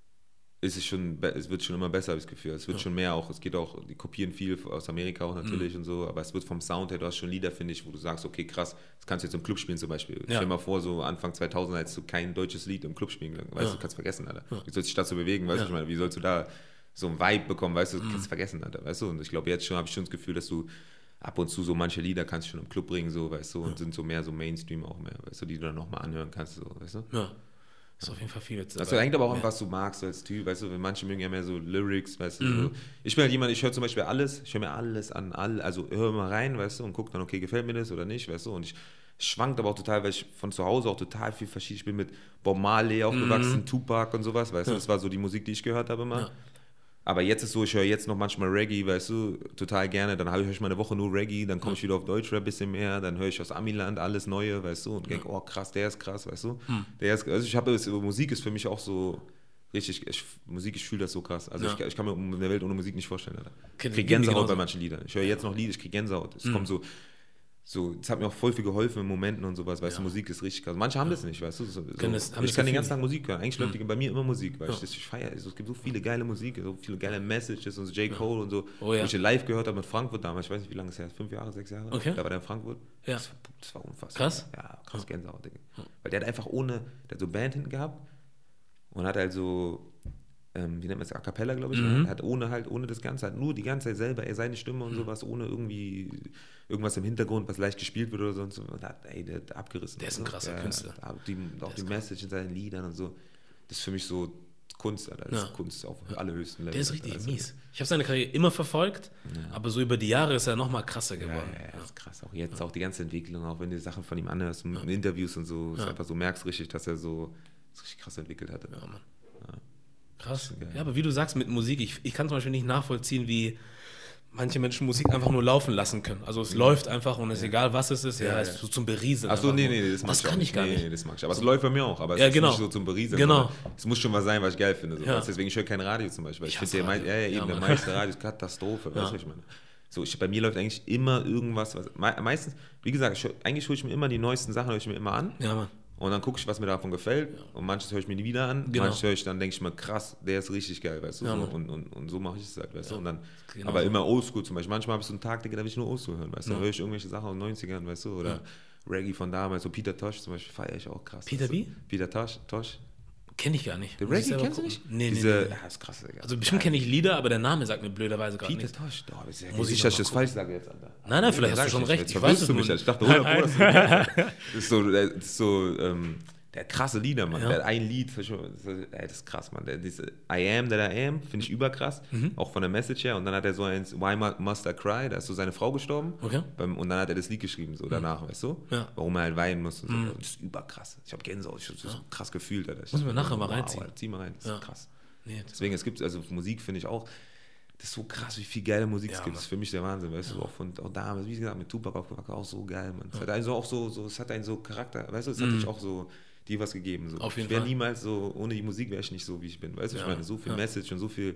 [SPEAKER 1] Ist es schon, be- es wird schon immer besser, habe ich das Gefühl. Es wird schon mehr auch, es geht auch, die kopieren viel aus Amerika auch natürlich
[SPEAKER 3] Mhm.
[SPEAKER 1] und so, aber es wird vom Sound her, du hast schon Lieder, finde ich, wo du sagst, okay, krass, das kannst du jetzt im Club spielen zum Beispiel.
[SPEAKER 3] Ja.
[SPEAKER 1] Stell dir mal vor, so Anfang zweitausend, als du kein deutsches Lied im Club spielen kannst, weißt
[SPEAKER 3] Ja.
[SPEAKER 1] du, kannst vergessen, Alter. Wie sollst du dich dazu bewegen, weißt du,
[SPEAKER 3] Ja.
[SPEAKER 1] ich meine, wie sollst du da so ein Vibe bekommen, weißt du,
[SPEAKER 3] Mhm.
[SPEAKER 1] kannst vergessen, Alter, weißt du, und ich glaube, jetzt schon habe ich schon das Gefühl, dass du ab und zu so manche Lieder kannst du schon im Club bringen, so, weißt du, und sind so mehr so Mainstream auch mehr, weißt du, die du dann nochmal anhören kannst, so, weißt du.
[SPEAKER 3] Ja, ist auf jeden Fall viel jetzt.
[SPEAKER 1] Das hängt aber auch an, was du magst als Typ, weißt du, manche mögen ja mehr so Lyrics, weißt du,
[SPEAKER 3] Mhm.
[SPEAKER 1] so. Ich bin halt jemand, ich höre zum Beispiel alles, ich höre mir alles an, all, also höre mal rein, weißt du, und gucke dann, okay, gefällt mir das oder nicht, weißt du, und ich schwankt aber auch total, weil ich von zu Hause auch total viel verschieden, ich bin mit Bob Marley aufgewachsen, Tupac und sowas, weißt du,
[SPEAKER 3] Ja.
[SPEAKER 1] das war so die Musik, die ich gehört habe immer.
[SPEAKER 3] Ja.
[SPEAKER 1] Aber jetzt ist so, ich höre jetzt noch manchmal Reggae, weißt du, total gerne. Dann höre ich mal eine Woche nur Reggae, dann komme ich wieder auf Deutschrap ein bisschen mehr, dann höre ich aus Amiland alles Neue, weißt du, und denke, oh krass, der ist krass, weißt du. Der ist, also ich habe, Musik ist für mich auch so richtig, ich, Musik, ich fühle das so krass. Also
[SPEAKER 3] Ja.
[SPEAKER 1] ich, ich kann mir eine Welt ohne Musik nicht vorstellen, Alter. Ich
[SPEAKER 3] Geht-
[SPEAKER 1] kriege
[SPEAKER 3] geht mir
[SPEAKER 1] Gänsehaut
[SPEAKER 3] genauso.
[SPEAKER 1] bei manchen Liedern. Ich höre jetzt noch Lieder, ich kriege Gänsehaut. Es kommt so, so, das hat mir auch voll viel geholfen in Momenten und sowas, weißt
[SPEAKER 3] Ja.
[SPEAKER 1] du, Musik ist richtig krass. Manche haben das nicht, weißt du. So, so.
[SPEAKER 3] Können das- haben
[SPEAKER 1] Ich
[SPEAKER 3] das
[SPEAKER 1] kann den
[SPEAKER 3] Gefühl
[SPEAKER 1] ganzen Tag Musik hören. Eigentlich läuft die bei mir immer Musik, weil
[SPEAKER 3] Ja.
[SPEAKER 1] ich das ich feiere. Also, es gibt so viele geile Musik, so viele geile Messages und so J. Cole und so.
[SPEAKER 3] Oh ja.
[SPEAKER 1] Wo ich den live gehört habe mit Frankfurt damals, ich weiß nicht, wie lange es her ist, fünf Jahre, sechs Jahre?
[SPEAKER 3] Okay.
[SPEAKER 1] Da war der in Frankfurt.
[SPEAKER 3] Ja.
[SPEAKER 1] Das, war- das war unfassbar.
[SPEAKER 3] Krass?
[SPEAKER 1] Ja, krass Gänsehaut, Digga. Weil der hat einfach ohne, der hat so Band hinten gehabt und hat halt so, ähm, wie nennt man das, A Cappella, glaube ich,
[SPEAKER 3] Mhm.
[SPEAKER 1] hat ohne halt, ohne das Ganze, halt nur die ganze Zeit selber, ey, seine Stimme und sowas, ohne irgendwie irgendwas im Hintergrund, was leicht gespielt wird oder sonst so. Und hat, ey, der hat abgerissen.
[SPEAKER 3] Der ist ein krasser
[SPEAKER 1] ja,
[SPEAKER 3] Künstler.
[SPEAKER 1] ja, Die, auch die Message in seinen Liedern und so. Das ist für mich so Kunst, Alter. Das
[SPEAKER 3] Ja.
[SPEAKER 1] ist Kunst auf allerhöchsten Level.
[SPEAKER 3] Der ist richtig
[SPEAKER 1] also,
[SPEAKER 3] mies. Ich habe seine Karriere immer verfolgt, aber so über die Jahre ist er noch mal krasser
[SPEAKER 1] Ja,
[SPEAKER 3] geworden.
[SPEAKER 1] ja, ja, das ist krass. Auch jetzt, auch die ganze Entwicklung, auch wenn du Sachen von ihm anhörst, in Interviews und so, ist
[SPEAKER 3] Ja.
[SPEAKER 1] einfach so, merkst richtig, dass er so das richtig krass entwickelt hatte.
[SPEAKER 3] Ja, Mann. Krass.
[SPEAKER 1] geil.
[SPEAKER 3] Ja, aber wie du sagst mit Musik, ich, ich kann zum Beispiel nicht nachvollziehen, wie manche Menschen Musik einfach nur laufen lassen können. Also es mhm. läuft einfach und es ist ja. egal, was es ist, ja, ja, es ist so zum Berieseln.
[SPEAKER 1] Achso, nee, nee, das,
[SPEAKER 3] das
[SPEAKER 1] mag
[SPEAKER 3] kann
[SPEAKER 1] ich
[SPEAKER 3] ich gar
[SPEAKER 1] nee,
[SPEAKER 3] nicht.
[SPEAKER 1] Nee, das mag ich. Aber so. Es läuft bei mir auch, aber es
[SPEAKER 3] ja,
[SPEAKER 1] ist
[SPEAKER 3] genau.
[SPEAKER 1] nicht so zum Berieseln.
[SPEAKER 3] Genau.
[SPEAKER 1] Es muss schon was sein, was ich geil finde. So.
[SPEAKER 3] Ja.
[SPEAKER 1] Deswegen, ich höre kein Radio zum Beispiel. Ich, ich finde, der, ja, ja, eben,
[SPEAKER 3] ja,
[SPEAKER 1] der meiste Radio ist Katastrophe. Ja. Weißt du, was ich meine? So, ich, bei mir läuft eigentlich immer irgendwas, was, meistens, wie gesagt, ich, eigentlich höre ich mir immer die neuesten Sachen, höre ich mir immer an.
[SPEAKER 3] Ja, Mann.
[SPEAKER 1] Und dann gucke ich, was mir davon gefällt. Ja. Und manches höre ich mir nie wieder an. Genau. Manches höre ich dann, denke ich mir, krass, der ist richtig geil, weißt du. Ja, so, und, und, und so mache ich es halt, weißt ja. du. Und dann, genau. Aber immer Oldschool zum Beispiel. Manchmal habe ich so einen Tag, da will ich nur Oldschool hören, weißt du. Ja. Da höre ich irgendwelche Sachen aus den neunzigern, weißt du. Oder ja. Reggae von damals. So Peter Tosh zum Beispiel feiere ich auch krass.
[SPEAKER 3] Peter wie?
[SPEAKER 1] Peter Tosh. Tosh.
[SPEAKER 3] Kenne ich gar nicht.
[SPEAKER 1] Der Reggae kennst du nicht?
[SPEAKER 3] Nee,
[SPEAKER 1] Diese,
[SPEAKER 3] nee, nee.
[SPEAKER 1] Ja, ist krass. Digga.
[SPEAKER 3] Also bestimmt kenne ich Lieder, aber der Name sagt mir blöderweise gar
[SPEAKER 1] Peter
[SPEAKER 3] nichts.
[SPEAKER 1] Tosh, doch, ist ja
[SPEAKER 3] muss
[SPEAKER 1] ich, dass ich das falsch sage jetzt, Alter.
[SPEAKER 3] Nein, nein, vielleicht
[SPEAKER 1] ja,
[SPEAKER 3] hast du schon recht.
[SPEAKER 1] Ich weiß es nicht. Ich dachte, hundert Pro, dass du das ist so, das ist so, ähm, der hat krasse Lieder, Mann. Ja. Der hat ein Lied, das ist krass, Mann. Der, diese I Am That I Am, finde ich überkrass, mhm. auch von der Message her. Und dann hat er so eins, Why Must I Cry, da ist so seine Frau gestorben. Okay. Und dann hat er das Lied geschrieben, so danach, mhm. weißt du? Ja. Warum er halt weinen muss. Und so. Mhm. Das ist überkrass. Ich habe Gänsehaut, ich habe das so krass gefühlt. Alter.
[SPEAKER 3] Muss man nachher mal
[SPEAKER 1] wow,
[SPEAKER 3] reinziehen.
[SPEAKER 1] Alter, zieh mal rein, das
[SPEAKER 3] ja.
[SPEAKER 1] ist krass. Nee, Deswegen, es gibt, also Musik finde ich auch, das ist so krass, wie viel geile Musik es ja, gibt. Das ist für mich der Wahnsinn, weißt ja. du, auch von auch damals, wie gesagt, mit Tupac aufgewachsen, auch so geil, man. Es ja. hat einen so auch so, so, es hat einen so Charakter, weißt du, es hat mhm. dich auch so dir was gegeben. So.
[SPEAKER 3] Auf jeden
[SPEAKER 1] ich wäre
[SPEAKER 3] Fall.
[SPEAKER 1] niemals so, ohne die Musik wäre ich nicht so, wie ich bin. Weißt du, ja. ich meine, so viel ja. Message und so viel,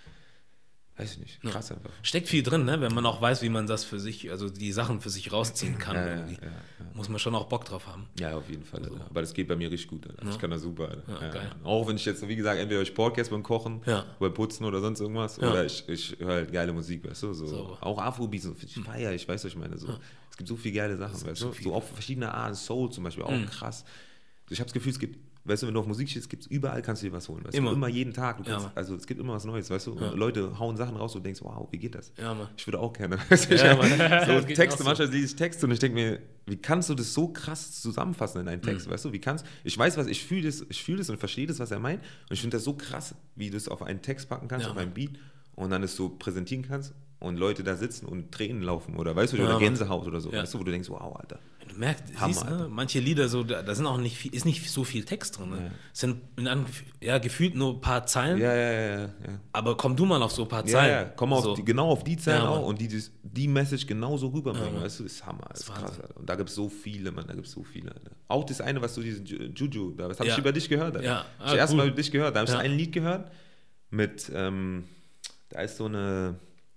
[SPEAKER 1] weiß ich nicht, krass ja. einfach.
[SPEAKER 3] Steckt viel drin, ne? Wenn man auch weiß, wie man das für sich, also die Sachen für sich rausziehen kann.
[SPEAKER 1] Ja,
[SPEAKER 3] irgendwie.
[SPEAKER 1] Ja, ja, ja.
[SPEAKER 3] Muss man schon auch Bock drauf haben.
[SPEAKER 1] Ja, auf jeden Fall. Also. Aber das geht bei mir richtig gut. Also. Ich kann das super.
[SPEAKER 3] Ja, geil.
[SPEAKER 1] Auch wenn ich jetzt, wie gesagt, entweder ich Podcast beim Kochen, beim Putzen oder sonst irgendwas, oder ich, ich höre halt geile Musik, weißt du, so. so. Auch Afrobeats, so, ich feier, ich weiß, was ich meine, so. Es gibt so viele geile Sachen, weißt du, so, so auf verschiedene Arten, Soul zum Beispiel, auch mhm. krass. Ich habe das Gefühl, es gibt, weißt du, wenn du auf Musik stehst, gibt's überall kannst du dir was holen. Weißt immer. Du? Immer jeden Tag. Du kannst, ja, also es gibt immer was Neues, weißt du? Ja. Leute hauen Sachen raus und du denkst, wow, wie geht das?
[SPEAKER 3] Ja, Mann.
[SPEAKER 1] Ich würde auch gerne. Ja, so Texte, manchmal lese ich Texte und ich denke mir, wie kannst du das so krass zusammenfassen in einen Text, mhm. weißt du? Wie kannst, ich weiß, was ich fühle das, ich fühle das und verstehe das, was er meint. Und ich finde das so krass, wie du es auf einen Text packen kannst, ja, auf einen Beat und dann es so präsentieren kannst. Und Leute da sitzen und Tränen laufen oder weißt du, ja, oder Gänsehaut oder so, ja. weißt du, wo du denkst, wow, Alter.
[SPEAKER 3] Du merkst, Hammer, siehst, ne, manche Lieder, so, da, da sind auch nicht viel, ist nicht so viel Text drin. Ne? Ja. Es sind in einem, ja, gefühlt nur ein paar Zeilen.
[SPEAKER 1] Ja, ja, ja, ja.
[SPEAKER 3] Aber komm du mal auf so ein paar Zeilen.
[SPEAKER 1] Ja, ja. Komm auf
[SPEAKER 3] so.
[SPEAKER 1] die, genau auf die Zeilen ja, auch und die, die, die Message genauso rüberbringen, ja, weißt du, das ist Hammer, das ist krass, Alter. Und da gibt es so viele, Mann, da gibt es so viele, Alter. Auch das eine, was du, diesen Juju, das habe ja. ich über dich gehört, Alter. Ja. Ah, ich habe erst mal über dich gehört, da habe ich ja. ein Lied gehört mit, ähm, da ist so eine...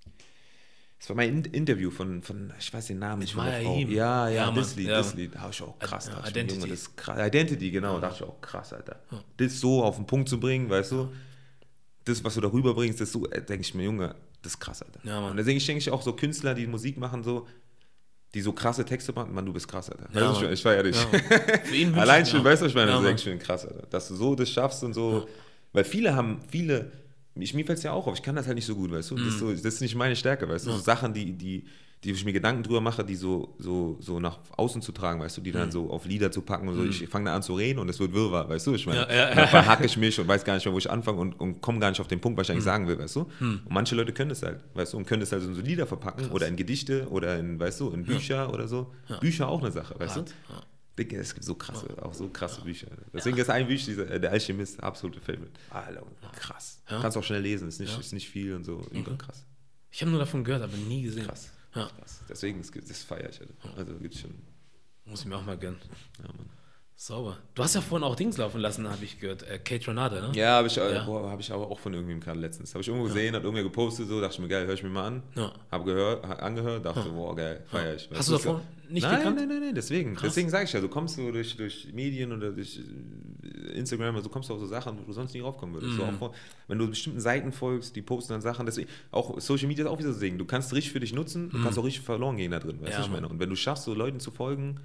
[SPEAKER 1] Das war mein Interview von, von, ich weiß den Namen nicht von der Frau. Ja, ja, ja, das Lied, ja. das Lied. Da habe ich auch krass. Ja,
[SPEAKER 3] Identity.
[SPEAKER 1] Junge, das krass. Identity, genau, ja. Da dachte ich auch krass, Alter. Ja. Das so auf den Punkt zu bringen, weißt du, das, was du darüber bringst, das so, denke ich mir, Junge, das ist krass, Alter. Ja, und deswegen denke ich auch so Künstler, die Musik machen, so, die so krasse Texte machen, Mann, du bist krass, Alter. Ja, weißt du, ich feiere dich. Ja. Allein schon, weißt du, ich meine, das ist eigentlich krass, Alter. Dass du so das schaffst und so, weil viele haben, viele... Ich, mir fällt es ja auch auf, ich kann das halt nicht so gut, weißt du? Das ist, so, das ist nicht meine Stärke, weißt du? Ja. So Sachen, die, die, die ich mir Gedanken drüber mache, die so, so, so nach außen zu tragen, weißt du? Die dann so auf Lieder zu packen und so. Ich fange da an zu reden und es wird wirrwarr, weißt du? Ich meine, ja, ja, dann verhacke ich mich und weiß gar nicht mehr, wo ich anfange und, und komme gar nicht auf den Punkt, was ich eigentlich mhm. sagen will, weißt du? Mhm. Und manche Leute können das halt, weißt du? Und können das halt in so Lieder verpacken Krass. Oder in Gedichte oder in, weißt du, in Bücher ja. oder so. Ja. Bücher auch eine Sache, weißt Hart. Du? Ja. Es gibt so krasse, auch so krasse ja. Bücher. Deswegen ja. ist ein Bücher, dieser, der Alchemist, absolute Favorite. Alter, krass. Ja. Kannst auch schnell lesen, ist nicht, ja. ist nicht viel und so. Mhm. Krass.
[SPEAKER 3] Ich habe nur davon gehört, aber nie gesehen.
[SPEAKER 1] Krass.
[SPEAKER 3] Ja.
[SPEAKER 1] krass. Deswegen, das feiere ich. Also gibt's schon.
[SPEAKER 3] Muss ich mir auch mal gönnen.
[SPEAKER 1] Ja, Mann.
[SPEAKER 3] Sauber. Du hast ja vorhin auch Dings laufen lassen, habe ich gehört. Äh, Kate Renata, ne?
[SPEAKER 1] Ja, habe ich, ja. hab ich aber auch von irgendwem gerade letztens. Habe ich irgendwo gesehen, ja. hat irgendwer gepostet, so, dachte ich mir, geil, höre ich mir mal an. Ja. Habe gehört, angehört, dachte, ja. boah, geil, feier ich.
[SPEAKER 3] Hast du davon nicht
[SPEAKER 1] nein,
[SPEAKER 3] gekannt?
[SPEAKER 1] Nein, nein, nein, deswegen. Krass. Deswegen sage ich ja, du kommst so durch, durch Medien oder durch Instagram, also du kommst auf so Sachen, wo du sonst nie raufkommen würdest. Mhm. So auch vor, wenn du bestimmten Seiten folgst, die posten dann Sachen, deswegen, auch Social Media ist auch wieder so Ding. Du kannst richtig für dich nutzen, du mhm. kannst auch richtig verloren gehen da drin, weißt du, ja, ich meine. Und wenn du schaffst, so Leuten zu folgen,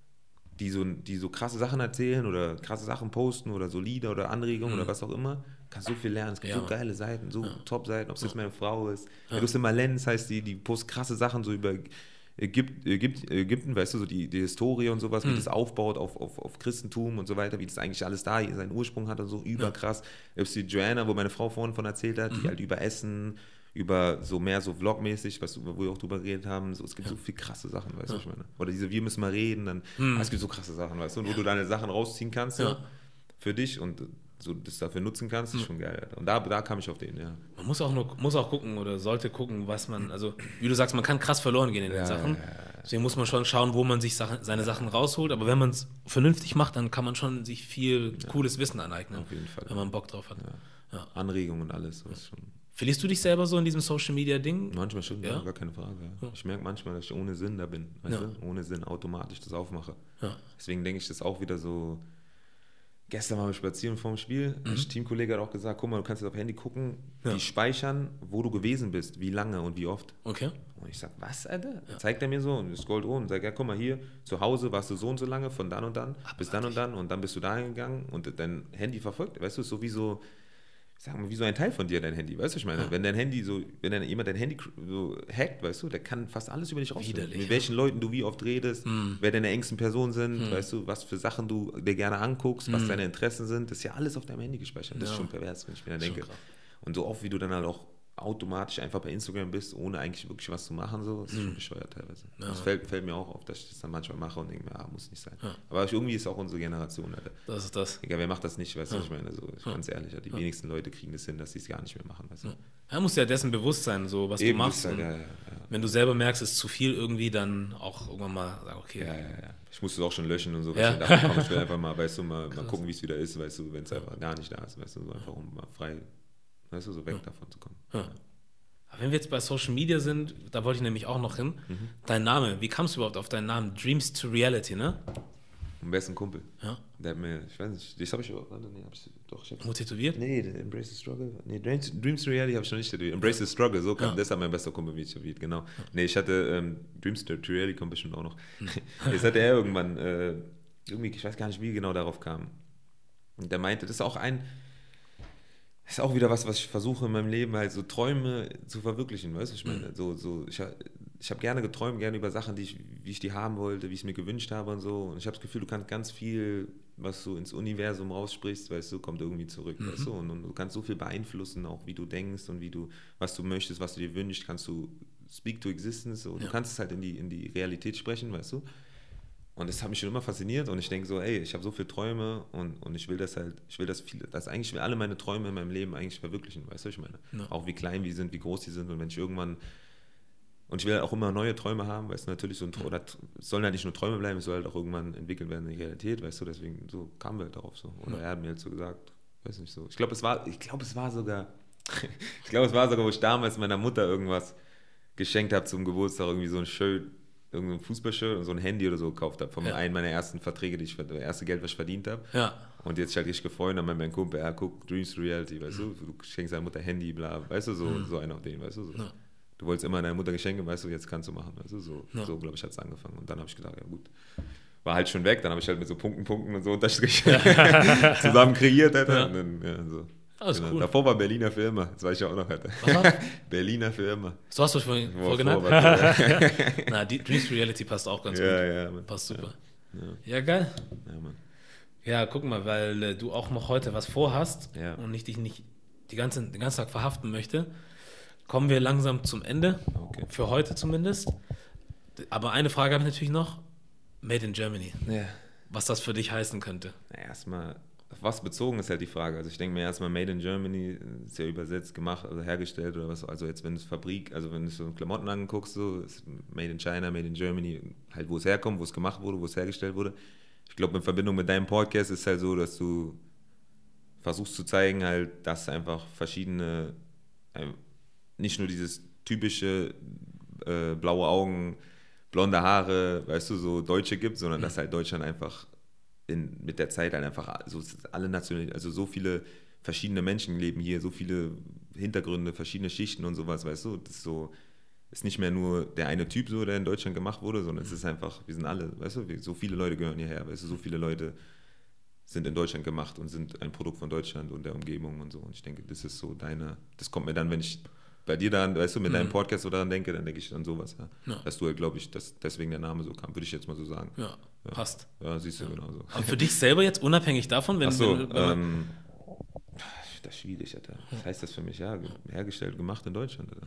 [SPEAKER 1] die so, die so krasse Sachen erzählen oder krasse Sachen posten oder so Lieder oder Anregungen mhm. oder was auch immer, kannst so viel lernen. Es gibt ja, so geile Seiten, so ja. Top-Seiten, ob es ja. jetzt meine Frau ist. Ja. Lucinda Lenz heißt die, die postet krasse Sachen so über Ägypt, Ägypt, Ägypten, weißt du, so die, die Historie und sowas, mhm. wie das aufbaut auf, auf, auf Christentum und so weiter, wie das eigentlich alles da seinen Ursprung hat und so, überkrass. Ja. Die Joanna, wo meine Frau vorhin von erzählt hat, mhm. die halt über Essen, über so mehr so vlogmäßig, was, wo wir auch drüber geredet haben, so, es gibt ja. so viel krasse Sachen, weißt du, ja. ich meine. Oder diese Wir müssen mal reden, dann, hm. ah, es gibt so krasse Sachen, weißt du, und wo ja. du deine Sachen rausziehen kannst, ja. so, für dich und so das dafür nutzen kannst, ist schon geil. Alter. Und da, da kam ich auf den, ja.
[SPEAKER 3] Man muss auch, nur, muss auch gucken oder sollte gucken, was man, also wie du sagst, man kann krass verloren gehen in den
[SPEAKER 1] Ja,
[SPEAKER 3] Sachen.
[SPEAKER 1] ja, ja, ja.
[SPEAKER 3] Deswegen muss man schon schauen, wo man sich Sachen, seine Sachen rausholt. Aber wenn man es vernünftig macht, dann kann man schon sich viel cooles Wissen aneignen.
[SPEAKER 1] Auf jeden Fall.
[SPEAKER 3] Wenn man Bock drauf hat.
[SPEAKER 1] Ja.
[SPEAKER 3] Ja.
[SPEAKER 1] Anregungen und alles. So ist schon
[SPEAKER 3] Verlierst du dich selber so in diesem Social-Media-Ding?
[SPEAKER 1] manchmal schon,
[SPEAKER 3] Ja?
[SPEAKER 1] ja? gar keine Frage. Ja. Ich merke manchmal, dass ich ohne Sinn da bin. Weißt
[SPEAKER 3] Ja.
[SPEAKER 1] du? Ohne Sinn automatisch das aufmache.
[SPEAKER 3] Ja.
[SPEAKER 1] Deswegen denke ich, das auch wieder so. Gestern waren wir spazieren vorm Spiel. Mhm. Ein Teamkollege hat auch gesagt: Guck mal, du kannst jetzt auf Handy gucken,
[SPEAKER 3] Ja.
[SPEAKER 1] die speichern, wo du gewesen bist, wie lange und wie oft.
[SPEAKER 3] Okay.
[SPEAKER 1] Und ich sag: Was, Alter? Dann zeigt er mir so und scrollt rum und sagt: Ja, guck mal hier, zu Hause warst du so und so lange, von dann und dann, bis dann und dann und dann bist du da hingegangen und dein Handy verfolgt. Weißt du, ist so wie so. Sag mal, wie so ein Teil von dir, dein Handy, weißt du, ich meine, ja. wenn dein Handy so, wenn dann jemand dein Handy so hackt, weißt du, der kann fast alles über dich rausfinden. Mit
[SPEAKER 3] ja.
[SPEAKER 1] welchen Leuten du wie oft redest,
[SPEAKER 3] mm.
[SPEAKER 1] wer deine engsten Personen sind,
[SPEAKER 3] Mm.
[SPEAKER 1] weißt du, was für Sachen du dir gerne anguckst, was
[SPEAKER 3] Mm.
[SPEAKER 1] deine Interessen sind, das ist ja alles auf deinem Handy gespeichert. Das
[SPEAKER 3] ja.
[SPEAKER 1] ist schon pervers, wenn ich mir da denke.
[SPEAKER 3] Krass.
[SPEAKER 1] Und so oft, wie du dann halt auch automatisch einfach bei Instagram bist, ohne eigentlich wirklich was zu machen, so, das ist
[SPEAKER 3] Mm.
[SPEAKER 1] schon bescheuert teilweise.
[SPEAKER 3] Ja.
[SPEAKER 1] Das fällt, fällt mir auch auf, dass ich das dann manchmal mache und denke mir, ah, muss nicht sein.
[SPEAKER 3] Ja.
[SPEAKER 1] Aber irgendwie ist auch unsere Generation, Alter.
[SPEAKER 3] Das ist das.
[SPEAKER 1] Egal, wer macht das nicht, weißt du,
[SPEAKER 3] Ja.
[SPEAKER 1] was ich meine? So,
[SPEAKER 3] Ja.
[SPEAKER 1] ganz ehrlich, die
[SPEAKER 3] Ja.
[SPEAKER 1] wenigsten Leute kriegen das hin, dass sie es gar nicht mehr machen, weißt du?
[SPEAKER 3] Ja. Er muss ja dessen bewusst sein, so was
[SPEAKER 1] Eben,
[SPEAKER 3] du machst.
[SPEAKER 1] das ist
[SPEAKER 3] Und
[SPEAKER 1] halt, ja, ja, ja.
[SPEAKER 3] wenn du selber merkst, es ist zu viel irgendwie, dann auch irgendwann mal sagen, okay.
[SPEAKER 1] Ja, ja, ja. Ich musste es auch schon löschen und so.
[SPEAKER 3] Ja.
[SPEAKER 1] Ich dachte, komm, ich will einfach mal, weißt du, mal, mal gucken, wie es wieder ist, weißt du, wenn es einfach gar nicht da ist, weißt du, so einfach um mal frei, weißt du, so weg
[SPEAKER 3] Ja.
[SPEAKER 1] davon zu kommen.
[SPEAKER 3] Ja. Aber wenn wir jetzt bei Social Media sind, da wollte ich nämlich auch noch hin.
[SPEAKER 1] Mhm.
[SPEAKER 3] Dein Name, wie kamst du überhaupt auf deinen Namen? Dreams to Reality, ne?
[SPEAKER 1] Am besten Kumpel.
[SPEAKER 3] Ja.
[SPEAKER 1] Der hat mir, ich weiß nicht, das habe ich auch, warte, nee, hab ich, doch, ich hab's.
[SPEAKER 3] Wo tätowiert?
[SPEAKER 1] Nee, der Embrace the Struggle. Nee, Dreams, Dreams to Reality habe ich noch nicht tätowiert. Embrace the Struggle, so kam,
[SPEAKER 3] Ja.
[SPEAKER 1] das hat mein bester Kumpel wie tätowiert, genau. Nee, ich hatte, ähm, Dreams to Reality kommt bestimmt auch noch. Jetzt hatte er irgendwann, äh, irgendwie, ich weiß gar nicht, wie wir genau darauf kam. Und der meinte, das ist auch ein, das ist auch wieder was, was ich versuche in meinem Leben, halt so Träume zu verwirklichen, weißt du, ich meine, so, so, ich, ich habe gerne geträumt, gerne über Sachen, die ich, wie ich die haben wollte, wie ich es mir gewünscht habe und so, und ich habe das Gefühl, du kannst ganz viel, was du ins Universum raussprichst, weißt du, kommt irgendwie zurück, mhm. weißt du, und, und du kannst so viel beeinflussen, auch wie du denkst und wie du, was du möchtest, was du dir wünschst, kannst du speak to existence, so, ja. Du kannst es halt in die, in die Realität sprechen, weißt du. Und das hat mich schon immer fasziniert und ich denke so, ey, ich habe so viele Träume und, und ich will das halt, ich will das viele, das eigentlich, ich will alle meine Träume in meinem Leben eigentlich verwirklichen, weißt du, ich meine. Ja. Auch wie klein die sind, wie groß die sind und wenn ich irgendwann, und ich will halt auch immer neue Träume haben, weißt du, natürlich so ein Traum, oder es sollen halt nicht nur Träume bleiben, es soll halt auch irgendwann entwickelt werden in die Realität, weißt du, deswegen so kamen wir halt darauf so. Oder ja. Er hat mir halt so gesagt, weiß nicht so, ich glaube, es war, ich glaube, es war sogar, ich glaube, es war sogar, wo ich damals meiner Mutter irgendwas geschenkt habe zum Geburtstag, irgendwie so ein Shirt, irgendein Fußballshirt und so ein Handy oder so gekauft habe, von ja. einem meiner ersten Verträge, die ich, das erste Geld, was ich verdient habe.
[SPEAKER 3] Ja.
[SPEAKER 1] Und jetzt halt richtig gefreut, dann mein Kumpel, ja, guck, Dreams to Reality, weißt mhm. du, du schenkst deiner Mutter Handy, bla, weißt du, so, mhm. so einer auf den, weißt du, so. Ja. Du wolltest immer deiner Mutter Geschenke, weißt du, jetzt kannst du machen, weißt du, so, ja. so glaube ich, hat es angefangen. Und dann habe ich gedacht, ja gut, war halt schon weg, dann habe ich halt mit so Punkten, Punkten und so Unterstrichen zusammen kreiert, Alter, ja. Und dann, ja, so.
[SPEAKER 3] Alles genau. Cool.
[SPEAKER 1] Davor war Berliner für immer, das weiß ich auch noch, Alter. Berliner für immer.
[SPEAKER 3] So hast du es vorhin vorgenannt? Na, die Dreams to Reality passt auch ganz
[SPEAKER 1] ja,
[SPEAKER 3] gut.
[SPEAKER 1] Ja, Mann.
[SPEAKER 3] Passt super.
[SPEAKER 1] Ja,
[SPEAKER 3] ja geil.
[SPEAKER 1] Ja, Mann.
[SPEAKER 3] Ja, guck mal, weil äh, du auch noch heute was vorhast
[SPEAKER 1] ja.
[SPEAKER 3] und ich dich nicht die ganze, den ganzen Tag verhaften möchte, kommen wir langsam zum Ende.
[SPEAKER 1] Okay.
[SPEAKER 3] Für heute zumindest. Aber eine Frage habe ich natürlich noch. Made in Germany.
[SPEAKER 1] Ja.
[SPEAKER 3] Was das für dich heißen könnte.
[SPEAKER 1] Na, erstmal... Auf was bezogen ist halt die Frage. Also ich denke mir erstmal, Made in Germany ist ja übersetzt, gemacht, also hergestellt oder was. Also jetzt, wenn es Fabrik, also wenn du so Klamotten anguckst, so ist Made in China, Made in Germany, halt wo es herkommt, wo es gemacht wurde, wo es hergestellt wurde. Ich glaube, in Verbindung mit deinem Podcast ist es halt so, dass du versuchst zu zeigen, halt, dass einfach verschiedene, nicht nur dieses typische äh, blaue Augen, blonde Haare, weißt du, so Deutsche gibt, sondern mhm. dass halt Deutschland einfach In, mit der Zeit halt einfach so alle Nationalitäten, also so viele verschiedene Menschen leben hier, so viele Hintergründe, verschiedene Schichten und sowas, weißt du, das ist so, ist nicht mehr nur der eine Typ so, der in Deutschland gemacht wurde, sondern es ist einfach, wir sind alle, weißt du, so viele Leute gehören hierher, weißt du, so viele Leute sind in Deutschland gemacht und sind ein Produkt von Deutschland und der Umgebung und so, und ich denke, das ist so deine, das kommt mir dann, wenn ich bei dir dann, weißt du, mit mhm. deinem Podcast so daran denke, dann denke ich an sowas, ja. Ja. Dass du halt, glaube ich, dass deswegen der Name so kam, würde ich jetzt mal so sagen.
[SPEAKER 3] Ja, ja. Passt.
[SPEAKER 1] Ja, siehst du, ja. Genau so.
[SPEAKER 3] Aber für dich selber jetzt, unabhängig davon, wenn...
[SPEAKER 1] Ach so,
[SPEAKER 3] wenn, wenn
[SPEAKER 1] ähm, das ist schwierig, Alter. Was heißt das für mich? Ja, hergestellt, gemacht in Deutschland, Alter.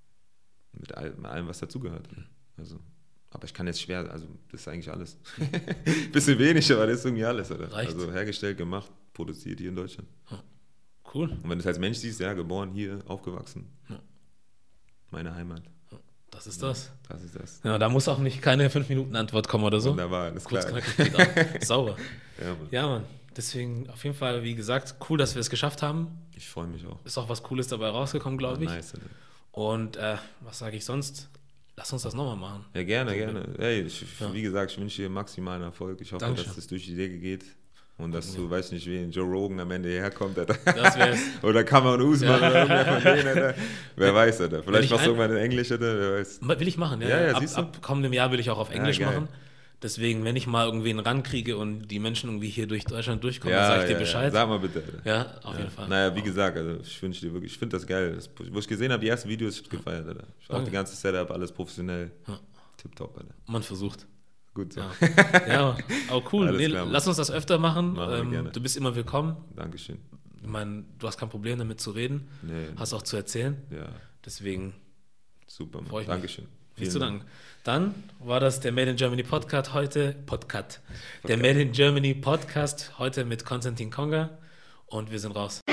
[SPEAKER 1] Mit, all, mit allem, was dazugehört. Also, aber ich kann jetzt schwer, also das ist eigentlich alles. Bisschen wenig, aber das ist irgendwie alles, Alter.
[SPEAKER 3] Reicht.
[SPEAKER 1] Also hergestellt, gemacht, produziert hier in Deutschland.
[SPEAKER 3] Ja. Cool.
[SPEAKER 1] Und wenn du es als Mensch siehst, ja, geboren hier, aufgewachsen.
[SPEAKER 3] Ja.
[SPEAKER 1] Meine Heimat.
[SPEAKER 3] Das ist das.
[SPEAKER 1] Das ist das.
[SPEAKER 3] Ja, da muss auch nicht keine fünf Minuten Antwort kommen oder so.
[SPEAKER 1] Wunderbar, alles
[SPEAKER 3] Kurz
[SPEAKER 1] klar.
[SPEAKER 3] knackig geht auch. Sauber.
[SPEAKER 1] Ja, Mann.
[SPEAKER 3] Ja, Mann. Deswegen auf jeden Fall, wie gesagt, cool, dass wir es geschafft haben.
[SPEAKER 1] Ich freue mich auch.
[SPEAKER 3] Ist auch was Cooles dabei rausgekommen, glaube ich.
[SPEAKER 1] Nice, Alter.
[SPEAKER 3] Und äh, was sage ich sonst? Lass uns das nochmal machen.
[SPEAKER 1] Ja, gerne, gerne. Hey, ich,
[SPEAKER 3] Ja.
[SPEAKER 1] wie gesagt, ich wünsche dir maximalen Erfolg. Ich hoffe,
[SPEAKER 3] Dankeschön.
[SPEAKER 1] dass es durch die Decke geht. Und dass du, weiß nicht, wie Joe Rogan am Ende herkommt, Alter.
[SPEAKER 3] Das wär's.
[SPEAKER 1] Oder Cameron Usman
[SPEAKER 3] Ja.
[SPEAKER 1] oder irgendwer von denen, Alter. Wer weiß, Alter.
[SPEAKER 3] Wenn
[SPEAKER 1] Vielleicht
[SPEAKER 3] ich
[SPEAKER 1] machst du
[SPEAKER 3] ein-
[SPEAKER 1] irgendwann in Englisch, Alter. Wer weiß.
[SPEAKER 3] Will ich machen, ja.
[SPEAKER 1] Ja, ja,
[SPEAKER 3] ab,
[SPEAKER 1] siehst du?
[SPEAKER 3] ab kommendem Jahr will ich auch auf Englisch
[SPEAKER 1] geil.
[SPEAKER 3] machen. Deswegen, wenn ich mal irgendwen rankriege und die Menschen irgendwie hier durch Deutschland durchkommen,
[SPEAKER 1] Ja,
[SPEAKER 3] dann sag ich dir
[SPEAKER 1] ja,
[SPEAKER 3] Bescheid.
[SPEAKER 1] Ja. Sag mal bitte, Alter.
[SPEAKER 3] Ja, auf
[SPEAKER 1] Ja.
[SPEAKER 3] jeden Fall.
[SPEAKER 1] Naja, wie gesagt, also ich wünsche dir wirklich, ich finde das geil. Das, wo ich gesehen habe, die ersten Videos, ich hab's gefeiert, Alter. Ich auch
[SPEAKER 3] Danke.
[SPEAKER 1] die ganze Setup, alles professionell.
[SPEAKER 3] Ja.
[SPEAKER 1] Tipptopp, Alter.
[SPEAKER 3] Man versucht.
[SPEAKER 1] Gut so.
[SPEAKER 3] Ja, ja aber cool.
[SPEAKER 1] Alles
[SPEAKER 3] Nee,
[SPEAKER 1] klar, Mann.
[SPEAKER 3] lass uns das öfter machen.
[SPEAKER 1] Machen wir
[SPEAKER 3] ähm,
[SPEAKER 1] gerne.
[SPEAKER 3] du bist immer willkommen.
[SPEAKER 1] Dankeschön.
[SPEAKER 3] Ich meine, du hast kein Problem damit zu reden.
[SPEAKER 1] Nee,
[SPEAKER 3] Hast auch zu erzählen.
[SPEAKER 1] ja,
[SPEAKER 3] Deswegen
[SPEAKER 1] super,
[SPEAKER 3] Freu
[SPEAKER 1] Mann.
[SPEAKER 3] ich mich.
[SPEAKER 1] Dankeschön.
[SPEAKER 3] nichts
[SPEAKER 1] Vielen
[SPEAKER 3] zu
[SPEAKER 1] Dank.
[SPEAKER 3] danken. Dann war das der Made in Germany Podcast heute. Podcast. Der Made in Germany Podcast heute mit Konstantin Konga. Und wir sind raus.